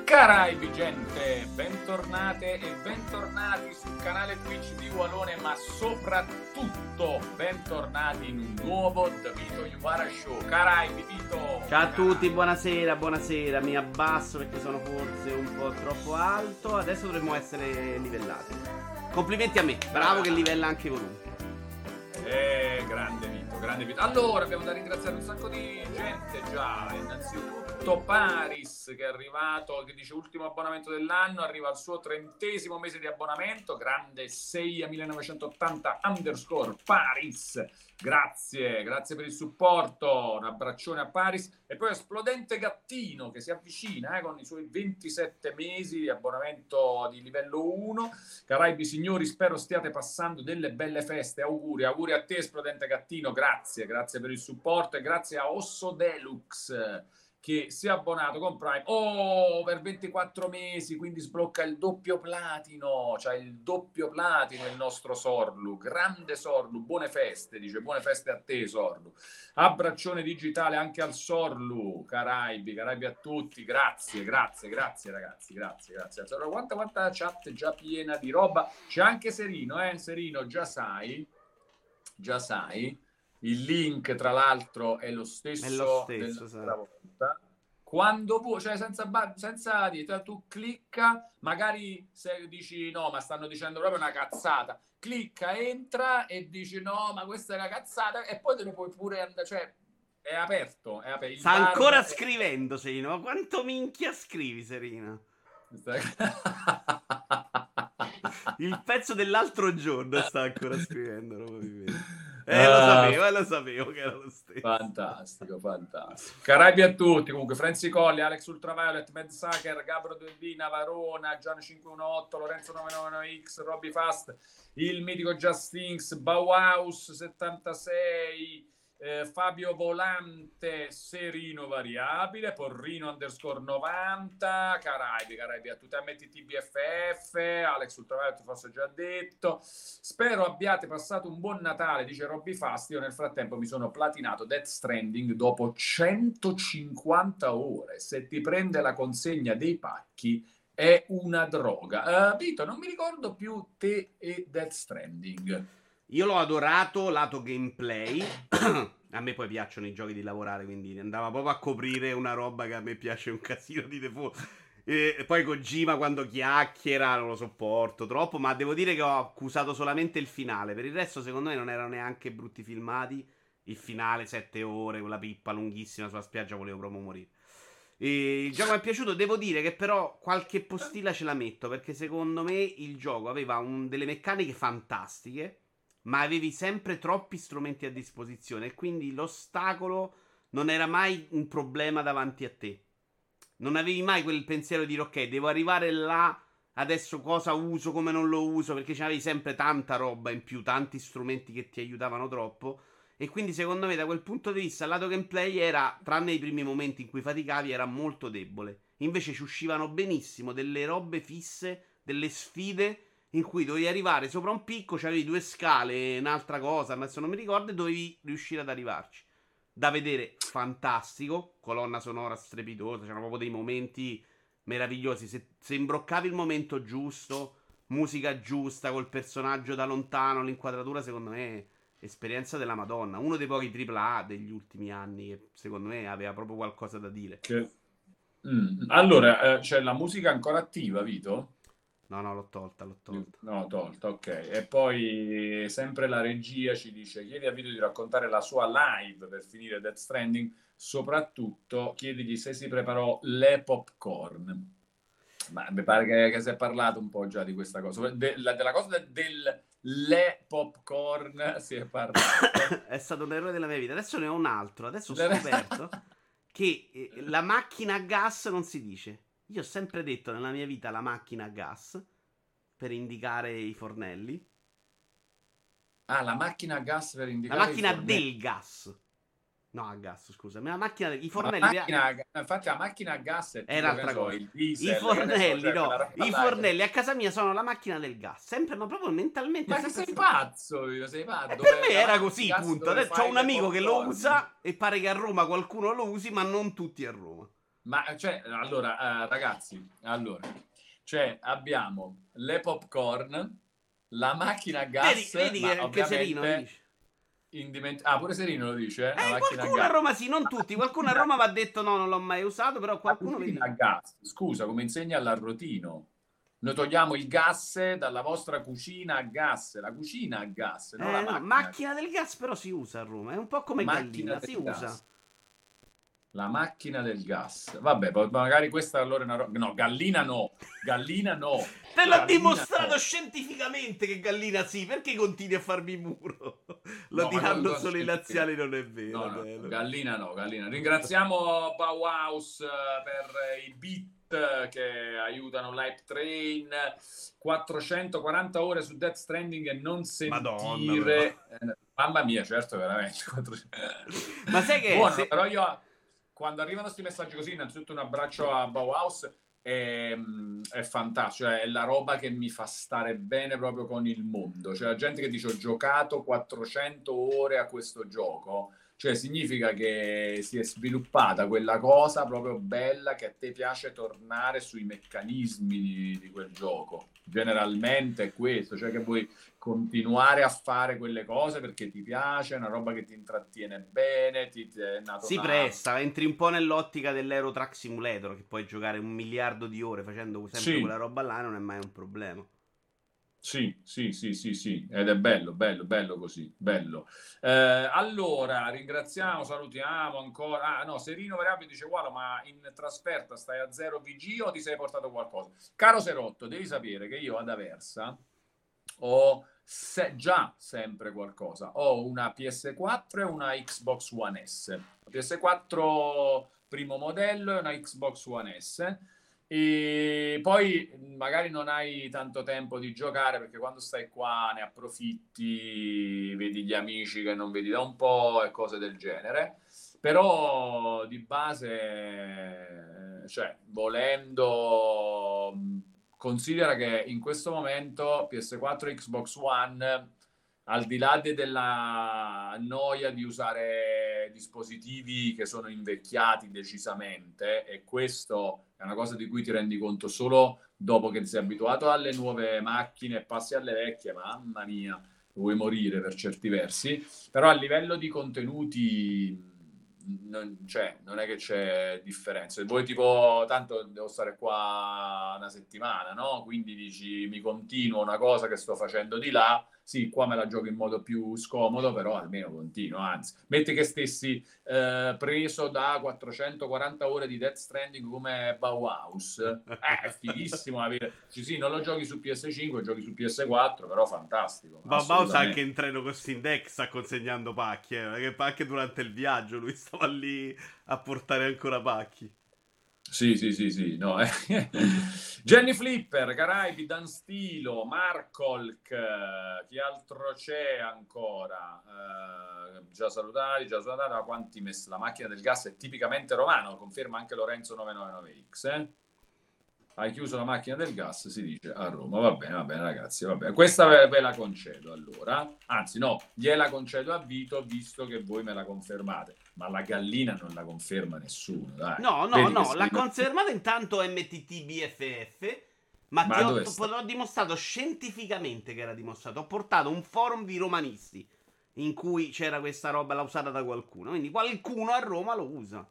Caraibi gente, bentornate e bentornati sul canale Twitch di Walone, ma soprattutto bentornati in un nuovo The Vito Iuvara Show. Caraibi, Vito! Ciao a tutti, buonasera, mi abbasso perché sono forse un po' troppo alto, adesso dovremmo essere livellati. Complimenti a me, bravo che livella anche i volumi. Grande Vito, grande Vito. Allora, abbiamo da ringraziare un sacco di gente già, innanzitutto Paris che è arrivato, che dice ultimo abbonamento dell'anno, arriva al suo 30° mese di abbonamento, grande 6.1980 _ Paris, grazie per il supporto, un abbraccione a Paris. E poi Esplodente Gattino che si avvicina con i suoi 27 mesi di abbonamento di livello 1. Caraibi signori, spero stiate passando delle belle feste, auguri a te Esplodente Gattino, grazie per il supporto e grazie a Osso Deluxe che si è abbonato con Prime per 24 mesi, quindi sblocca il doppio platino, cioè il doppio platino il nostro Sorlu, grande Sorlu, buone feste, dice buone feste a te Sorlu, abbraccione digitale anche al Sorlu, Caraibi a tutti, grazie ragazzi, grazie. Allora, quanta chat già piena di roba, c'è anche Serino, Serino, già sai, il link tra l'altro è lo stesso dell'altra volta. Quando vuoi, cioè senza dire, tu clicca, magari se dici no, ma stanno dicendo proprio una cazzata, clicca, entra e dici no, ma questa è una cazzata, e poi te ne puoi pure andare, cioè è aperto. Sta ancora scrivendo Serino, ma quanto minchia scrivi Serino? Il pezzo dell'altro giorno sta ancora scrivendo, lo sapevo che era lo stesso. Fantastico. Caraibi a tutti, comunque Frenzy Colli, Alex Ultraviolet, Mad Sucker, Gabro 2B, Navarona, Gian 518, Lorenzo 999X, Robby Fast, il mitico Just Things, Bauhaus 76, Fabio Volante, Serino Variabile, Porrino _90, Caraibi a tutti, MTTBFF, Alex Ultraviolet forse già detto. Spero abbiate passato un buon Natale, dice Robby Fast. Io nel frattempo mi sono platinato Death Stranding dopo 150 ore. Se ti prende la consegna dei pacchi è una droga. Vito, non mi ricordo più te e Death Stranding. Io l'ho adorato lato gameplay. A me poi piacciono i giochi di lavorare, quindi andava proprio a coprire una roba che a me piace un casino di default. E poi Kojima quando chiacchiera non lo sopporto troppo, ma devo dire che ho accusato solamente il finale. Per il resto secondo me non erano neanche brutti filmati. Il finale 7 ore, quella pippa lunghissima sulla spiaggia, volevo proprio morire. E il gioco mi è piaciuto, devo dire che però qualche postilla ce la metto, perché secondo me il gioco aveva delle meccaniche fantastiche, ma avevi sempre troppi strumenti a disposizione e quindi l'ostacolo non era mai un problema davanti a te. Non avevi mai quel pensiero di dire ok, devo arrivare là, adesso cosa uso, come non lo uso, perché c'avevi sempre tanta roba in più, tanti strumenti che ti aiutavano troppo. E quindi secondo me da quel punto di vista il lato gameplay era, tranne i primi momenti in cui faticavi, era molto debole. Invece ci uscivano benissimo delle robe fisse, delle sfide in cui dovevi arrivare sopra un picco, c'avevi 2 scale, un'altra cosa, adesso non mi ricordo, e dovevi riuscire ad arrivarci. Da vedere fantastico, colonna sonora strepitosa, c'erano proprio dei momenti meravigliosi. Se imbroccavi il momento giusto, musica giusta, col personaggio da lontano, l'inquadratura, secondo me, esperienza della Madonna. Uno dei pochi AAA degli ultimi anni che secondo me aveva proprio qualcosa da dire. Allora, c'è la musica ancora attiva, Vito? No, l'ho tolta. No, tolta, ok. E poi sempre la regia ci dice: chiedi a Vito di raccontare la sua live per finire Death Stranding, soprattutto chiedigli se si preparò le popcorn. Ma mi pare che si è parlato un po' già di questa cosa. Della cosa le popcorn si è parlato. È stato un errore della mia vita. Adesso ne ho un altro. Adesso ho scoperto che la macchina a gas non si dice. Io ho sempre detto nella mia vita la macchina a gas per indicare i fornelli. Ah, la macchina a gas per indicare la macchina del gas. No, a gas, scusa. La macchina i fornelli. Infatti la macchina a gas è era altra cosa. Il diesel, I fornelli, cioè, no. I fornelli a casa mia sono la macchina del gas. Sempre, ma proprio mentalmente. Ma sei pazzo, sei pazzo. Per me era così, punto. Adesso ho un amico che lo usa e pare che a Roma qualcuno lo usi, ma non tutti a Roma. Ma cioè, allora, ragazzi, allora, cioè, abbiamo le popcorn, la macchina a Vedi, gas, vedi ma che Serino ovviamente dice. pure Serino lo dice, la macchina a Qualcuno a gas. Roma sì, non La tutti. Qualcuno a cucina, Roma va detto no, non l'ho mai usato, però la qualcuno cucina a vedi. gas, scusa, come insegna all'Arrotino. Noi togliamo il gas dalla vostra cucina a gas, la cucina a gas, non la No, macchina a gas. macchina del gas però si usa a Roma, è un po' come Macchina gallina, si del usa. gas. La macchina del gas. Vabbè, poi magari questa allora è una roba. No, gallina no. Gallina no. Te l'ho Gallina dimostrato no. scientificamente che gallina sì, perché continui a farmi muro? Lo No, ma diranno solo i laziali, non è no, vero, no, bello. gallina no, gallina. Ringraziamo Bauhaus per i beat che aiutano Live Train. 440 ore su Death Stranding e non Madonna però. sentire. Mamma mia, certo, veramente. Ma sai che Buono, se... però io quando arrivano questi messaggi così, innanzitutto un abbraccio a Bauhaus. È fantastico, è la roba che mi fa stare bene proprio con il mondo. Cioè, la gente che dice ho giocato 400 ore a questo gioco, cioè significa che si è sviluppata quella cosa proprio bella che a te piace tornare sui meccanismi di quel gioco. Generalmente è questo, cioè che vuoi continuare a fare quelle cose perché ti piace, è una roba che ti intrattiene bene, ti è nato Si una. presta, entri un po' nell'ottica dell'Euro Truck Simulator, che puoi giocare 1 miliardo di ore facendo sempre Sì, quella roba là, non è mai un problema. sì, sì, sì, sì, sì, ed è bello, bello, bello così, bello. Allora, ringraziamo, salutiamo ancora. Ah, no, Serino Verabio dice, guarda, ma in trasferta stai a 0 VG o ti sei portato qualcosa? Caro Serotto, devi sapere che io ad Aversa ho già sempre qualcosa. Ho una PS4 e una Xbox One S. La PS4 primo modello e una Xbox One S. E poi magari non hai tanto tempo di giocare perché quando stai qua ne approfitti, vedi gli amici che non vedi da un po' e cose del genere. Però di base, cioè, volendo, considera che in questo momento PS4 e Xbox One, al di là della noia di usare dispositivi che sono invecchiati decisamente, e questo è una cosa di cui ti rendi conto solo dopo che ti sei abituato alle nuove macchine e passi alle vecchie, mamma mia, vuoi morire per certi versi, però a livello di contenuti non è che c'è differenza. Voi tipo, tanto devo stare qua una settimana, no? Quindi dici, mi continuo una cosa che sto facendo di là, sì, qua me la gioco in modo più scomodo, però almeno continuo, anzi, metti che stessi preso da 440 ore di Death Stranding come Bauhaus, è fighissimo avere. Sì, non lo giochi su PS5, giochi su PS4, però fantastico, Bauhaus anche assolutamente. in treno con Steam Deck sta consegnando pacchi, che anche durante il viaggio lui stava lì a portare ancora pacchi. Sì, sì, sì, sì, no. Jenny Flipper, Caraibi, Dan Stilo, Markolk, chi altro c'è ancora? Già salutati, ma quanti messi? La macchina del gas è tipicamente romano, conferma anche Lorenzo 999X, eh? Hai chiuso la macchina del gas, si dice a Roma. Va bene, ragazzi, va bene. Questa ve la concedo allora. Anzi, no, gliela concedo a Vito, visto che voi me la confermate. Ma la gallina non la conferma nessuno, dai. No, no, Vedi che no, l'ha sei. confermato intanto MTTBFF, ma Ma dove sta? l'ho dimostrato scientificamente che era dimostrato. Ho portato un forum di romanisti in cui c'era questa roba, l'ha usata da qualcuno, quindi qualcuno a Roma lo usa.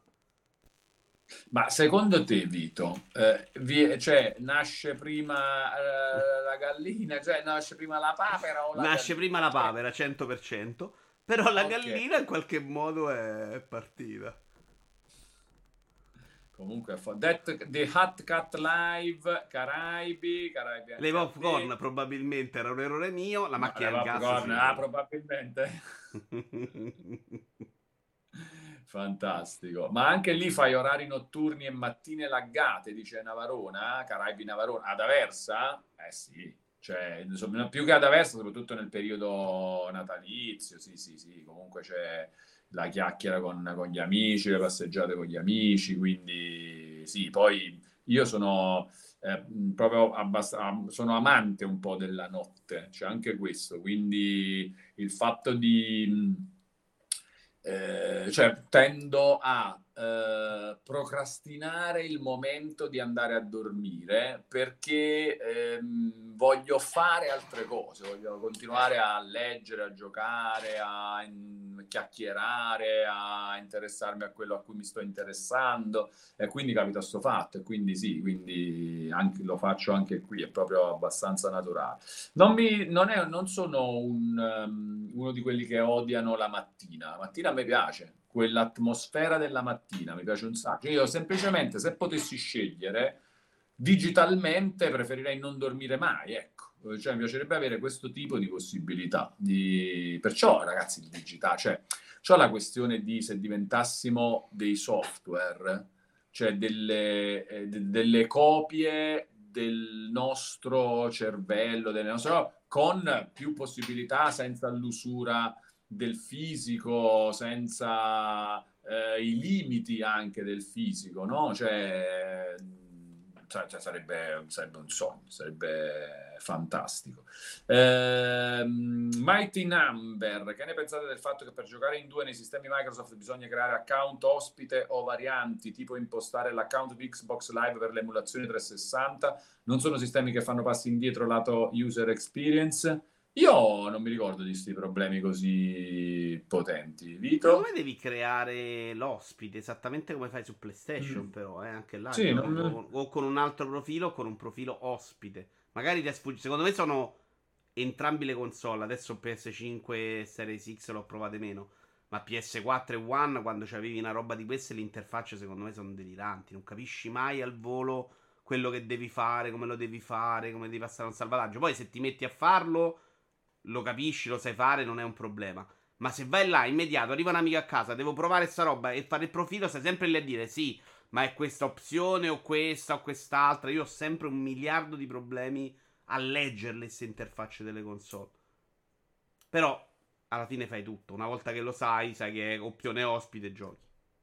Ma secondo te, Vito, cioè, nasce prima la gallina, cioè nasce prima la papera o la Nasce prima gallina? la Cioè, papera, 100%, però la ok. gallina in qualche modo è partita. Comunque, The Hot Cat Live, Caraibi Le anche a popcorn te. probabilmente era un errore mio, la No, macchina le del gas popcorn, sì, quella. probabilmente. Fantastico. Ma anche lì fai orari notturni e mattine laggate, dice Navarona, Caraibi Navarona. Ad Aversa? Eh sì, cioè, più che ad Aversa, soprattutto nel periodo natalizio, sì, sì, sì, comunque c'è la chiacchiera con gli amici, le passeggiate con gli amici, quindi sì, poi io sono proprio sono amante un po' della notte, c'è anche questo, quindi il fatto di cioè tendo a procrastinare il momento di andare a dormire perché voglio fare altre cose, voglio continuare a leggere, a giocare, a chiacchierare, a interessarmi a quello a cui mi sto interessando, e quindi capita sto fatto, e quindi sì, quindi anche, lo faccio anche qui, è proprio abbastanza naturale. Non sono uno di quelli che odiano la mattina. La mattina a me piace, quell'atmosfera della mattina mi piace un sacco. Io semplicemente, se potessi scegliere, digitalmente preferirei non dormire mai, ecco. Cioè, mi piacerebbe avere questo tipo di possibilità. Perciò, ragazzi, il digitale, cioè, c'ho la questione di se diventassimo dei software, cioè delle copie del nostro cervello, con più possibilità, senza l'usura del fisico, senza i limiti anche del fisico, no? Sarebbe un sogno, sarebbe fantastico. Mighty Number, che ne pensate del fatto che per giocare in due nei sistemi Microsoft bisogna creare account ospite o varianti, tipo impostare l'account di Xbox Live per l'emulazione 360? Non sono sistemi che fanno passi indietro lato user experience? Io non mi ricordo di questi problemi così potenti. Secondo Vito? me devi creare l'ospite, esattamente come fai su PlayStation, Mm. però, anche là Sì, giochi non... o con un altro profilo o con un profilo ospite. Magari ti è sfuggito. Secondo me sono entrambi le console. Adesso PS5 e Series X l'ho provate meno. Ma PS4 e One, quando c'avevi una roba di queste, le interfacce secondo me sono deliranti. Non capisci mai al volo quello che devi fare, come lo devi fare, come devi passare un salvataggio. Poi se ti metti a farlo, lo capisci, lo sai fare, non è un problema. Ma se vai là immediato, arriva un amico a casa, devo provare sta roba e fare il profilo, stai sempre lì a dire sì, ma è questa opzione o questa o quest'altra. Io ho sempre un miliardo di problemi a leggerle queste interfacce delle console. Però alla fine fai tutto. Una volta che lo sai, sai che è opzione ospite, giochi.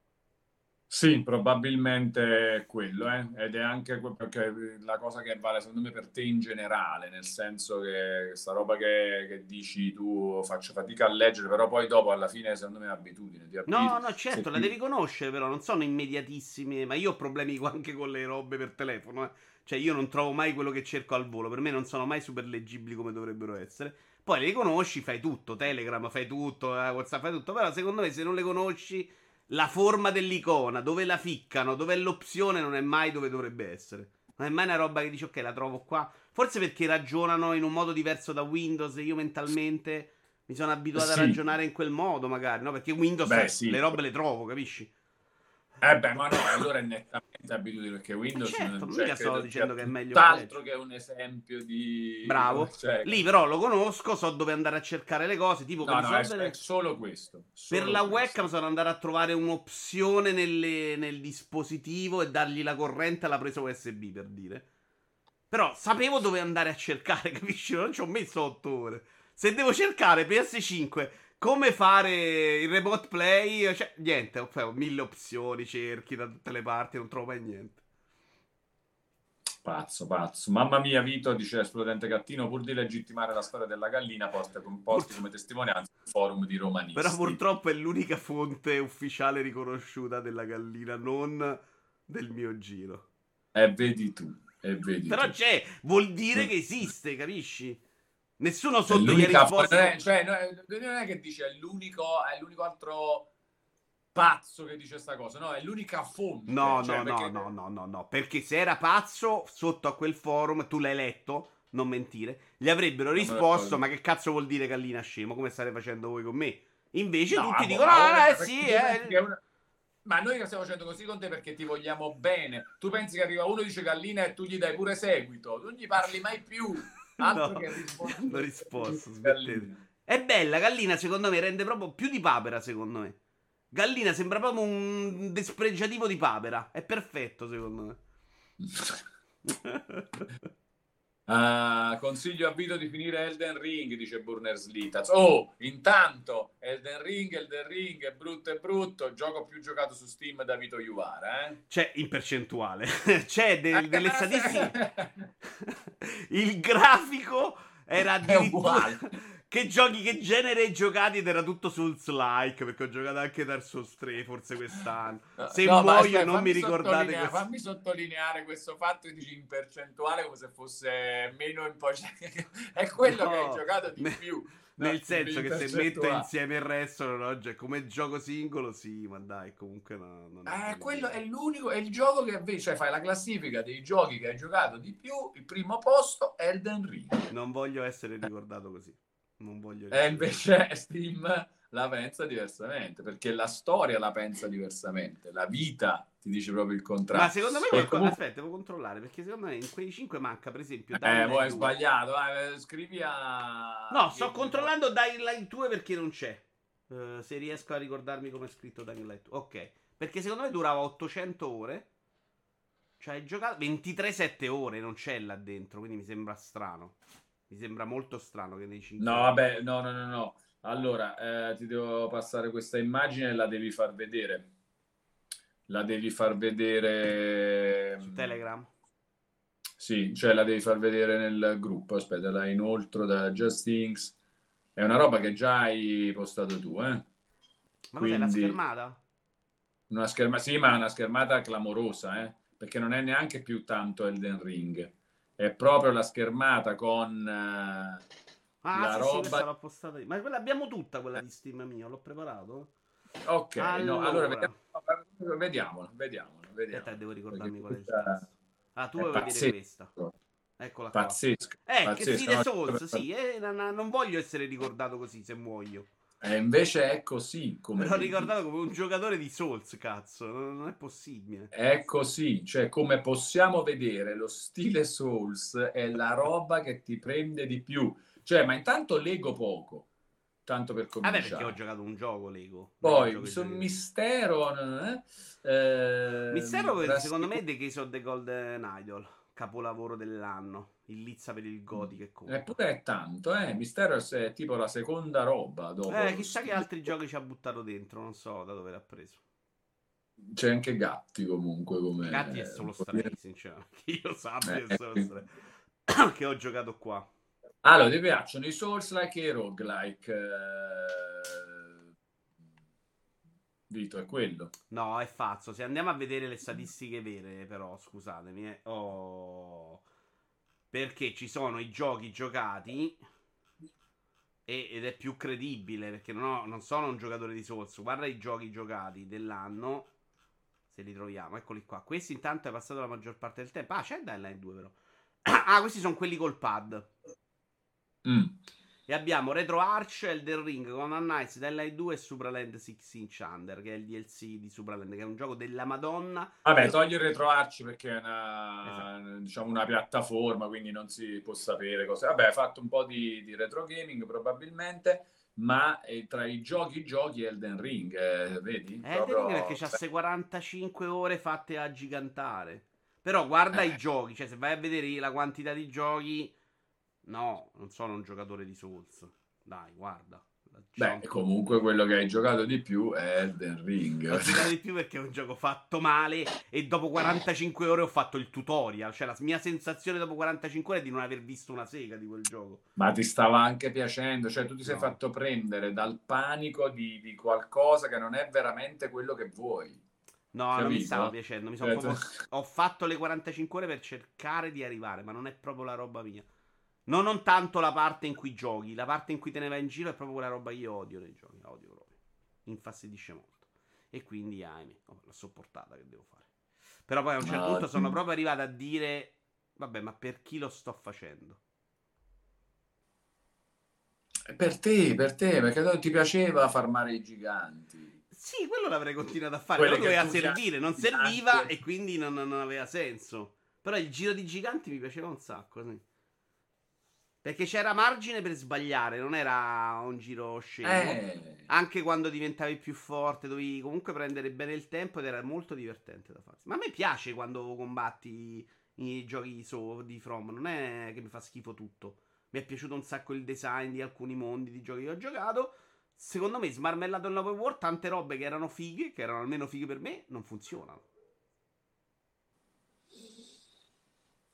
Sì, probabilmente è quello, eh? Ed è anche perché la cosa che vale secondo me per te in generale, nel senso che questa roba che dici tu faccio fatica a leggere, però poi dopo alla fine secondo me è abitudine, ti No, abitui. no, Se certo, la ti... devi conoscere, però non sono immediatissime. Ma io ho problemi anche con le robe per telefono. Cioè, io non trovo mai quello che cerco al volo. Per me non sono mai super leggibili come dovrebbero essere. Poi le conosci, fai tutto. Telegram, fai tutto. WhatsApp, fai tutto. Però secondo me, se non le conosci, la forma dell'icona, dove la ficcano, dove è l'opzione, non è mai dove dovrebbe essere. Non è mai una roba che dici, ok, la trovo qua. Forse perché ragionano in un modo diverso da Windows e io mentalmente mi sono abituato a Sì, ragionare in quel modo, magari, no? Perché Windows beh le sì. robe le trovo, capisci? Beh, ma no, allora è nettamente abitudine perché Windows, Certo, cioè, mica sto credo sia dicendo che è meglio o peggio. tutt'altro che un esempio di... Bravo. Cioè, Lì però lo conosco, so dove andare a cercare le cose, tipo per no, no, è risolvere... solo questo, Per solo la webcam questo. sono andato a trovare un'opzione nel dispositivo e dargli la corrente alla presa USB, per dire. Però sapevo dove andare a cercare, capisci? Non ci ho messo 8 ore. Se devo cercare PS5, come fare il remote play, cioè, niente, ho 1000 opzioni, cerchi da tutte le parti, non trovo mai niente. Pazzo, pazzo. Mamma mia, Vito, dice Esplodente Gattino, pur di legittimare la storia della gallina, posta con posti Purt- come testimonianza sul forum di Però romanisti. purtroppo è l'unica fonte ufficiale riconosciuta della gallina, non del mio giro. E vedi tu, e vedi Però tu. c'è, vuol dire che esiste, capisci? Nessuno È sotto gli ha l'unica, risposto. cioè, non è che dice è l'unico altro pazzo che dice sta cosa, no, è l'unica fonte, No, cioè, no, no, perché no, no, no, no. Perché se era pazzo sotto a quel forum, tu l'hai letto, non mentire, gli avrebbero non me lo risposto: ricordo. Ma che cazzo vuol dire gallina scemo? Come state facendo voi con me? Invece No, tutti boh, dicono: ma ora, Ah, perché sì, tu pensi che è una... Ma noi che stiamo facendo così con te perché ti vogliamo bene. Tu pensi che arriva uno dice gallina e tu gli dai pure seguito. Non gli parli mai più. Altro No, che gli hanno rispondere risposto, smettete. gallina. È bella, gallina secondo me rende proprio più di papera, secondo me. Gallina sembra proprio un despregiativo di papera. È perfetto, secondo me. Consiglio a Vito di finire Elden Ring, dice Burner Slitaz. Oh, intanto Elden Ring è brutto, gioco più giocato su Steam da Vito Iuvara, eh? C'è in percentuale. C'è delle Ma statistiche. Il grafico era è addirittura. uguale. Che giochi, che genere hai giocati? Ed era tutto Souls-like, perché ho giocato anche Dark Souls 3, forse quest'anno. Se No, ma muoio aspetta, non mi ricordate questo. fammi sottolineare questo fatto che dici in percentuale come se fosse meno è quello che hai No, giocato di ne- più, no, nel senso in che se metto percentuale. insieme il resto, non ho come gioco singolo, sì, ma dai, comunque non è Quello è terribile. l'unico, è il gioco che invece, cioè fai la classifica dei giochi che hai giocato di più, il primo posto è Elden Ring. Non voglio essere ricordato così. Non voglio E essere invece ricordato. Steam la pensa diversamente, perché la storia la pensa diversamente, la vita ti dice proprio il Ma contrario. secondo me E qualcosa. comunque, Aspetta, devo controllare. Perché secondo me in quei 5 manca, per esempio, Dying voi Light hai 2. sbagliato, scrivi a No, sto Game One. controllando Dying Light 2 perché non c'è. Se riesco a ricordarmi come è scritto Dying Light 2. Ok. Perché secondo me durava 800 ore. Cioè, hai giocato 23-7 ore, non c'è là dentro. Quindi mi sembra strano. Mi sembra molto strano che nei 5 No, manchi. vabbè, no, no, no, no. Allora, ti devo passare questa immagine e la devi far vedere. La devi far vedere. Su Telegram. Sì, cioè la devi far vedere nel gruppo. Aspetta, la inoltro da Just Inks. È una roba che già hai postato tu, eh? Ma cos'è la Quindi schermata? una schermata, sì, ma è una schermata clamorosa, perché non è neanche più tanto Elden Ring. È proprio la schermata con Ah, la sì, sì, roba. questa l'ho postata io. Ma quella abbiamo tutta quella di Steam mio. L'ho preparato? Ok, no, allora Allora. vediamolo, Aspetta, devo perché ricordarmi qual è il questa tasto. Ah, tu è vuoi vedere questa. pazzesco, Eccola qua. pazzesco, Che pazzesco. stile No, Souls, sì, non voglio essere ricordato così se muoio. e invece è così come L'ho vedi. ricordato come un giocatore di Souls, cazzo. Non è possibile. È così, cioè come possiamo vedere, lo stile Souls è la roba che ti prende di più. Cioè, ma intanto leggo poco, tanto per Vabbè, perché ho cominciare. giocato un gioco Lego. Non è che Poi, gioco i sul giochi. mistero, Mistero, secondo me, rassicura. è The Case of the Golden Idol. Capolavoro dell'anno. Il Lizza per il Goti che conta. Eppure è tanto, eh? Mistero è tipo la seconda roba dopo lo Chissà che stile. altri giochi ci ha buttato dentro. Non so da dove l'ha preso. C'è anche Gatti comunque Gatti è come. solo Stray, sinceramente. Che io sappia è solo Eh, Stray. Che ho giocato qua. Allora, ti piacciono i Souls-like e i roguelike? Vito, è quello. No, è falso. Se andiamo a vedere le statistiche vere, però, scusatemi, perché ci sono i giochi giocati ed è più credibile, perché non sono un giocatore di Souls. Guarda i giochi giocati dell'anno, se li troviamo, eccoli qua. Questi intanto è passato la maggior parte del tempo. Ah, c'è Dying Light 2 però. Ah, questi sono quelli col pad. Mm. E abbiamo Retro Arch, Elden Ring, Conan Knights, Dying Light 2 e Supraland 6 Inch Under, che è il DLC di Supraland, che è un gioco della Madonna. Vabbè, Io... togli il RetroArch perché è Esatto. diciamo, una piattaforma, quindi non si può sapere cose. Vabbè, hai fatto un po' di retro gaming probabilmente, ma tra i giochi Elden Ring, vedi? Elden Ring perché Proprio. c'ha 45 ore fatte a gigantare. Però guarda i Eh, giochi, cioè se vai a vedere la quantità di giochi, no, non sono un giocatore di Souls. Dai, guarda. Beh, comunque quello che hai giocato di più è Elden Ring. Ho giocato di più perché è un gioco fatto male e dopo 45 ore ho fatto il tutorial. Cioè la mia sensazione dopo 45 ore è di non aver visto una sega di quel gioco. Ma ti stava anche piacendo, cioè tu ti sei No. fatto prendere dal panico di qualcosa che non è veramente quello che vuoi, No, non mi stava capito? piacendo. Mi sono Cioè, proprio. Ho fatto le 45 ore per cercare di arrivare, ma non è proprio la roba mia. Non tanto la parte in cui giochi, la parte in cui te ne vai in giro è proprio quella roba che io odio nei giochi. La odio proprio. Infastidisce molto. E quindi, ahimè, l'ho sopportata che devo fare. Però poi a un certo no, punto sono proprio arrivato a dire: vabbè, ma per chi lo sto facendo? per te, perché non ti piaceva farmare i giganti. Sì, quello l'avrei continuato a fare, però Quelle che doveva tu chiami servire, non serviva giganti. e quindi non aveva senso. Però il giro di giganti mi piaceva un sacco, sì. Perché c'era margine per sbagliare, non era un giro scemo. Eh, Anche quando diventavi più forte, dovevi comunque prendere bene il tempo ed era molto divertente da fare. Ma a me piace quando combatti i giochi di From, non è che mi fa schifo tutto. Mi è piaciuto un sacco il design di alcuni mondi di giochi che ho giocato. Secondo me, smarmellato in open world, tante robe che erano fighe, che erano almeno fighe per me, non funzionano.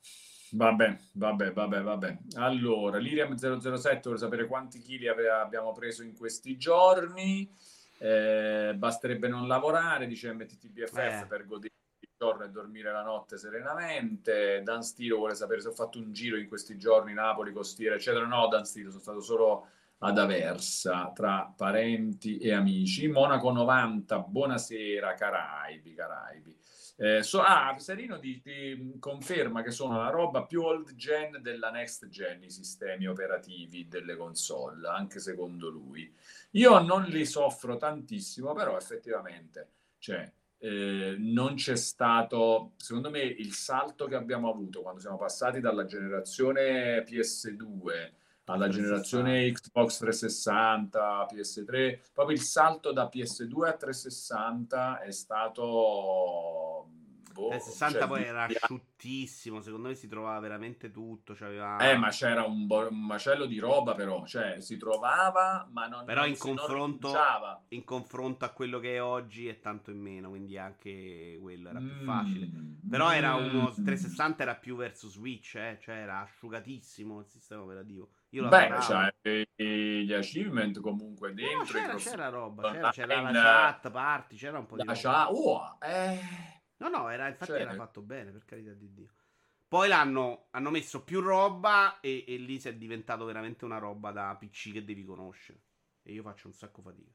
Vabbè. Allora, Liriam 007 vuole sapere quanti chili abbiamo preso in questi giorni. Basterebbe non lavorare, dice MTTBFF, per godere il giorno e dormire la notte serenamente. Dan Stiro vuole sapere se ho fatto un giro in questi giorni, Napoli, Costiera, eccetera. No, Dan Stiro, sono stato solo ad Aversa, tra parenti e amici. Monaco 90, buonasera, Caraibi. Serino ti conferma che sono la roba più old gen della next gen, i sistemi operativi delle console, anche secondo lui. Io non li soffro tantissimo, però effettivamente, cioè, non c'è stato, secondo me, il salto che abbiamo avuto quando siamo passati dalla generazione PS2 alla 360. generazione Xbox 360, PS3, proprio il salto da PS2 a 360 è stato, cioè, 360 poi era asciuttissimo, secondo me si trovava veramente tutto, ma c'era un macello di roba però, cioè si trovava ma però non rinunciava. in confronto a quello che è oggi è tanto in meno, quindi anche quello era più facile. Mm, Però era uno mm. 360 era più verso Switch, cioè era asciugatissimo il sistema operativo. Io lo Beh, adoravo. c'è gli achievement comunque No, dentro, i c'era cross roba, c'era la online, chat, party, c'era un po' di la roba. chat, No, no, infatti cioè, era fatto bene, per carità di Dio. Poi hanno messo più roba e lì si è diventato veramente una roba da PC che devi conoscere. E io faccio un sacco fatica.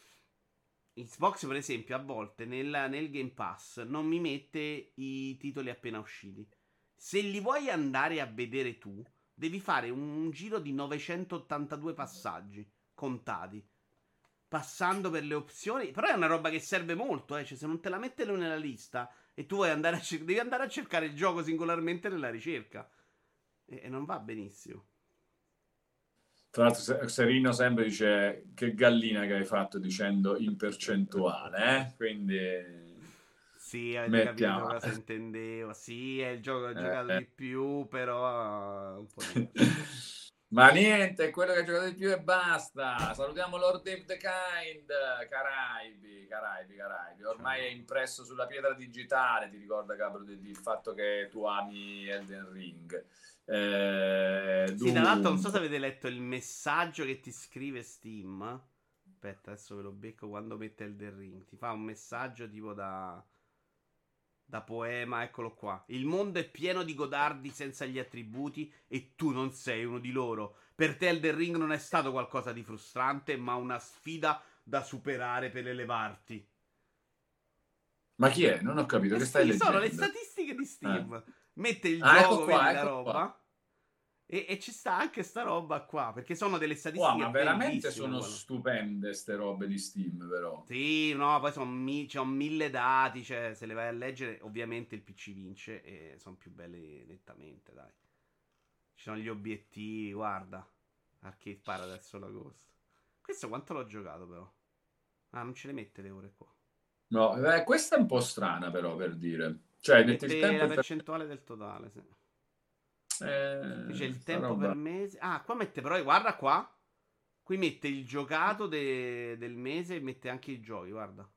Xbox, per esempio, a volte nel Game Pass non mi mette i titoli appena usciti. Se li vuoi andare a vedere tu, devi fare un giro di 982 passaggi contati, passando per le opzioni. Però è una roba che serve molto, eh. Cioè, se non te la mette lui nella lista e tu vuoi devi andare a cercare il gioco singolarmente nella ricerca. E non va benissimo. tra l'altro Serino sempre dice che gallina che hai fatto dicendo in percentuale, quindi Sì, avete capito mettiamo. cosa intendevo. Sì, è il gioco che ho Eh, giocato eh. di più, però è un po' diverso. Ma niente, è quello che ha giocato di più e basta. Salutiamo Lord Dave the Kind, Caraibi. Ormai è Ciao. impresso sulla pietra digitale, ti ricorda Capro il fatto che tu ami Elden Ring. Sì, tra l'altro non so se Dunque, avete letto il messaggio che ti scrive Steam. Aspetta, adesso ve lo becco quando mette Elden Ring. Ti fa un messaggio tipo da poema, eccolo qua. Il mondo è pieno di godardi senza gli attributi e tu non sei uno di loro. Per te Elden Ring non è stato qualcosa di frustrante, ma una sfida da superare per elevarti. ma chi è? Non ho capito Eh che stai sì, sono le leggendo. statistiche di Eh. Steam. Mette il Ah, gioco, vedi la ecco qua. roba. E ci sta anche sta roba qua. Perché sono delle Wow, statistiche ma veramente bellissime. sono Quello. stupende ste robe di Steam, però. Sì, no, poi c'ho mille dati. Cioè, se le vai a leggere, ovviamente il PC vince. E sono più belli nettamente, dai. Ci sono gli obiettivi, guarda. Arcade Paradise solo agosto. Questo quanto l'ho giocato, però. Ah, non ce le mette le ore qua. No, questa è un po' strana, però, per dire. Cioè, metti il Mette tempo la e percentuale del totale, sì. Qui c'è il sta tempo per roba. mese. Ah, qua mette però, guarda qua. Qui mette il giocato del mese e mette anche i giochi, guarda.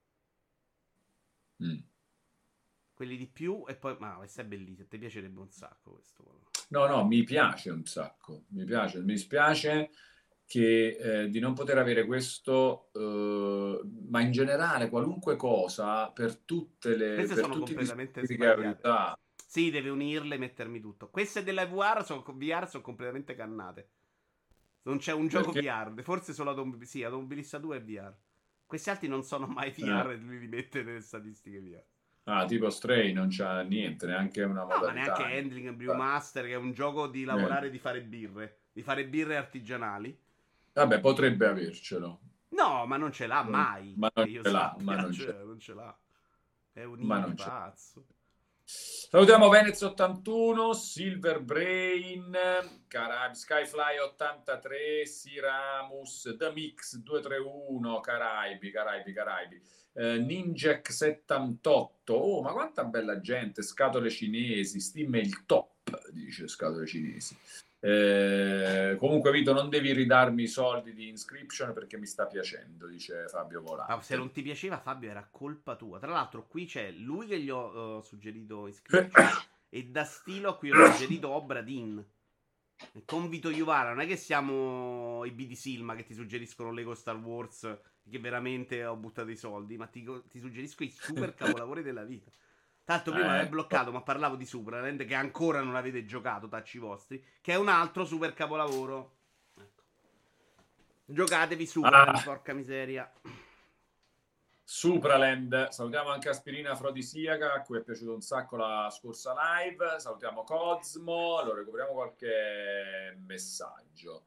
Mm. Quelli di più e poi... Ma questo è bellissimo, ti piacerebbe un sacco questo. No, mi piace un sacco. Mi piace. Mi dispiace di non poter avere questo, ma in generale, qualunque cosa, Queste per sono tutti i completamente dispositivi che hai sbagliate. usato. Sì, deve unirle e mettermi tutto. Queste della VR sono completamente cannate. Non c'è un gioco Perché? VR, forse solo sì, Automobilista 2 è VR. Questi altri non sono mai Eh, VR e lui li mette nelle statistiche VR. tipo Stray non c'ha niente, neanche una No, ma neanche modalità. Handling and Brewmaster, che è un gioco di Eh. lavorare e di fare birre. Di fare birre artigianali. Vabbè, potrebbe avercelo. No, ma non ce l'ha mai. Ma non Che io ce l'ha, ma sappia, non ce cioè, non ce l'ha. È un ma indie non ce l'ha. pazzo. Salutiamo Venez 81, Silver Brain, Skyfly 83, Siramus, The Mix 231, Caraibi. Ninjak 78, oh ma quanta bella gente, scatole cinesi, Steam è il top, dice scatole cinesi. Comunque Vito non devi ridarmi i soldi di Inscription perché mi sta piacendo, dice Fabio Ma se Volante. non ti piaceva, Fabio, era colpa tua. Tra l'altro, qui c'è lui che gli ho suggerito Inscription e da stilo a cui ho suggerito Obra Dinn. Con Vito Iuvara, non è che siamo i BD Silma che ti suggeriscono Lego Star Wars, che veramente ho buttato i soldi, ma ti suggerisco i super capolavori della vita. Tanto prima avevo Ecco. bloccato, ma parlavo di Supraland, che ancora non avete giocato, tacci vostri, che è un altro super capolavoro. Ecco. Giocatevi Supraland, Ah, porca miseria. Supraland, salutiamo anche Aspirina Afrodisiaca, a cui è piaciuto un sacco la scorsa live, salutiamo Cosmo, allora recuperiamo qualche messaggio.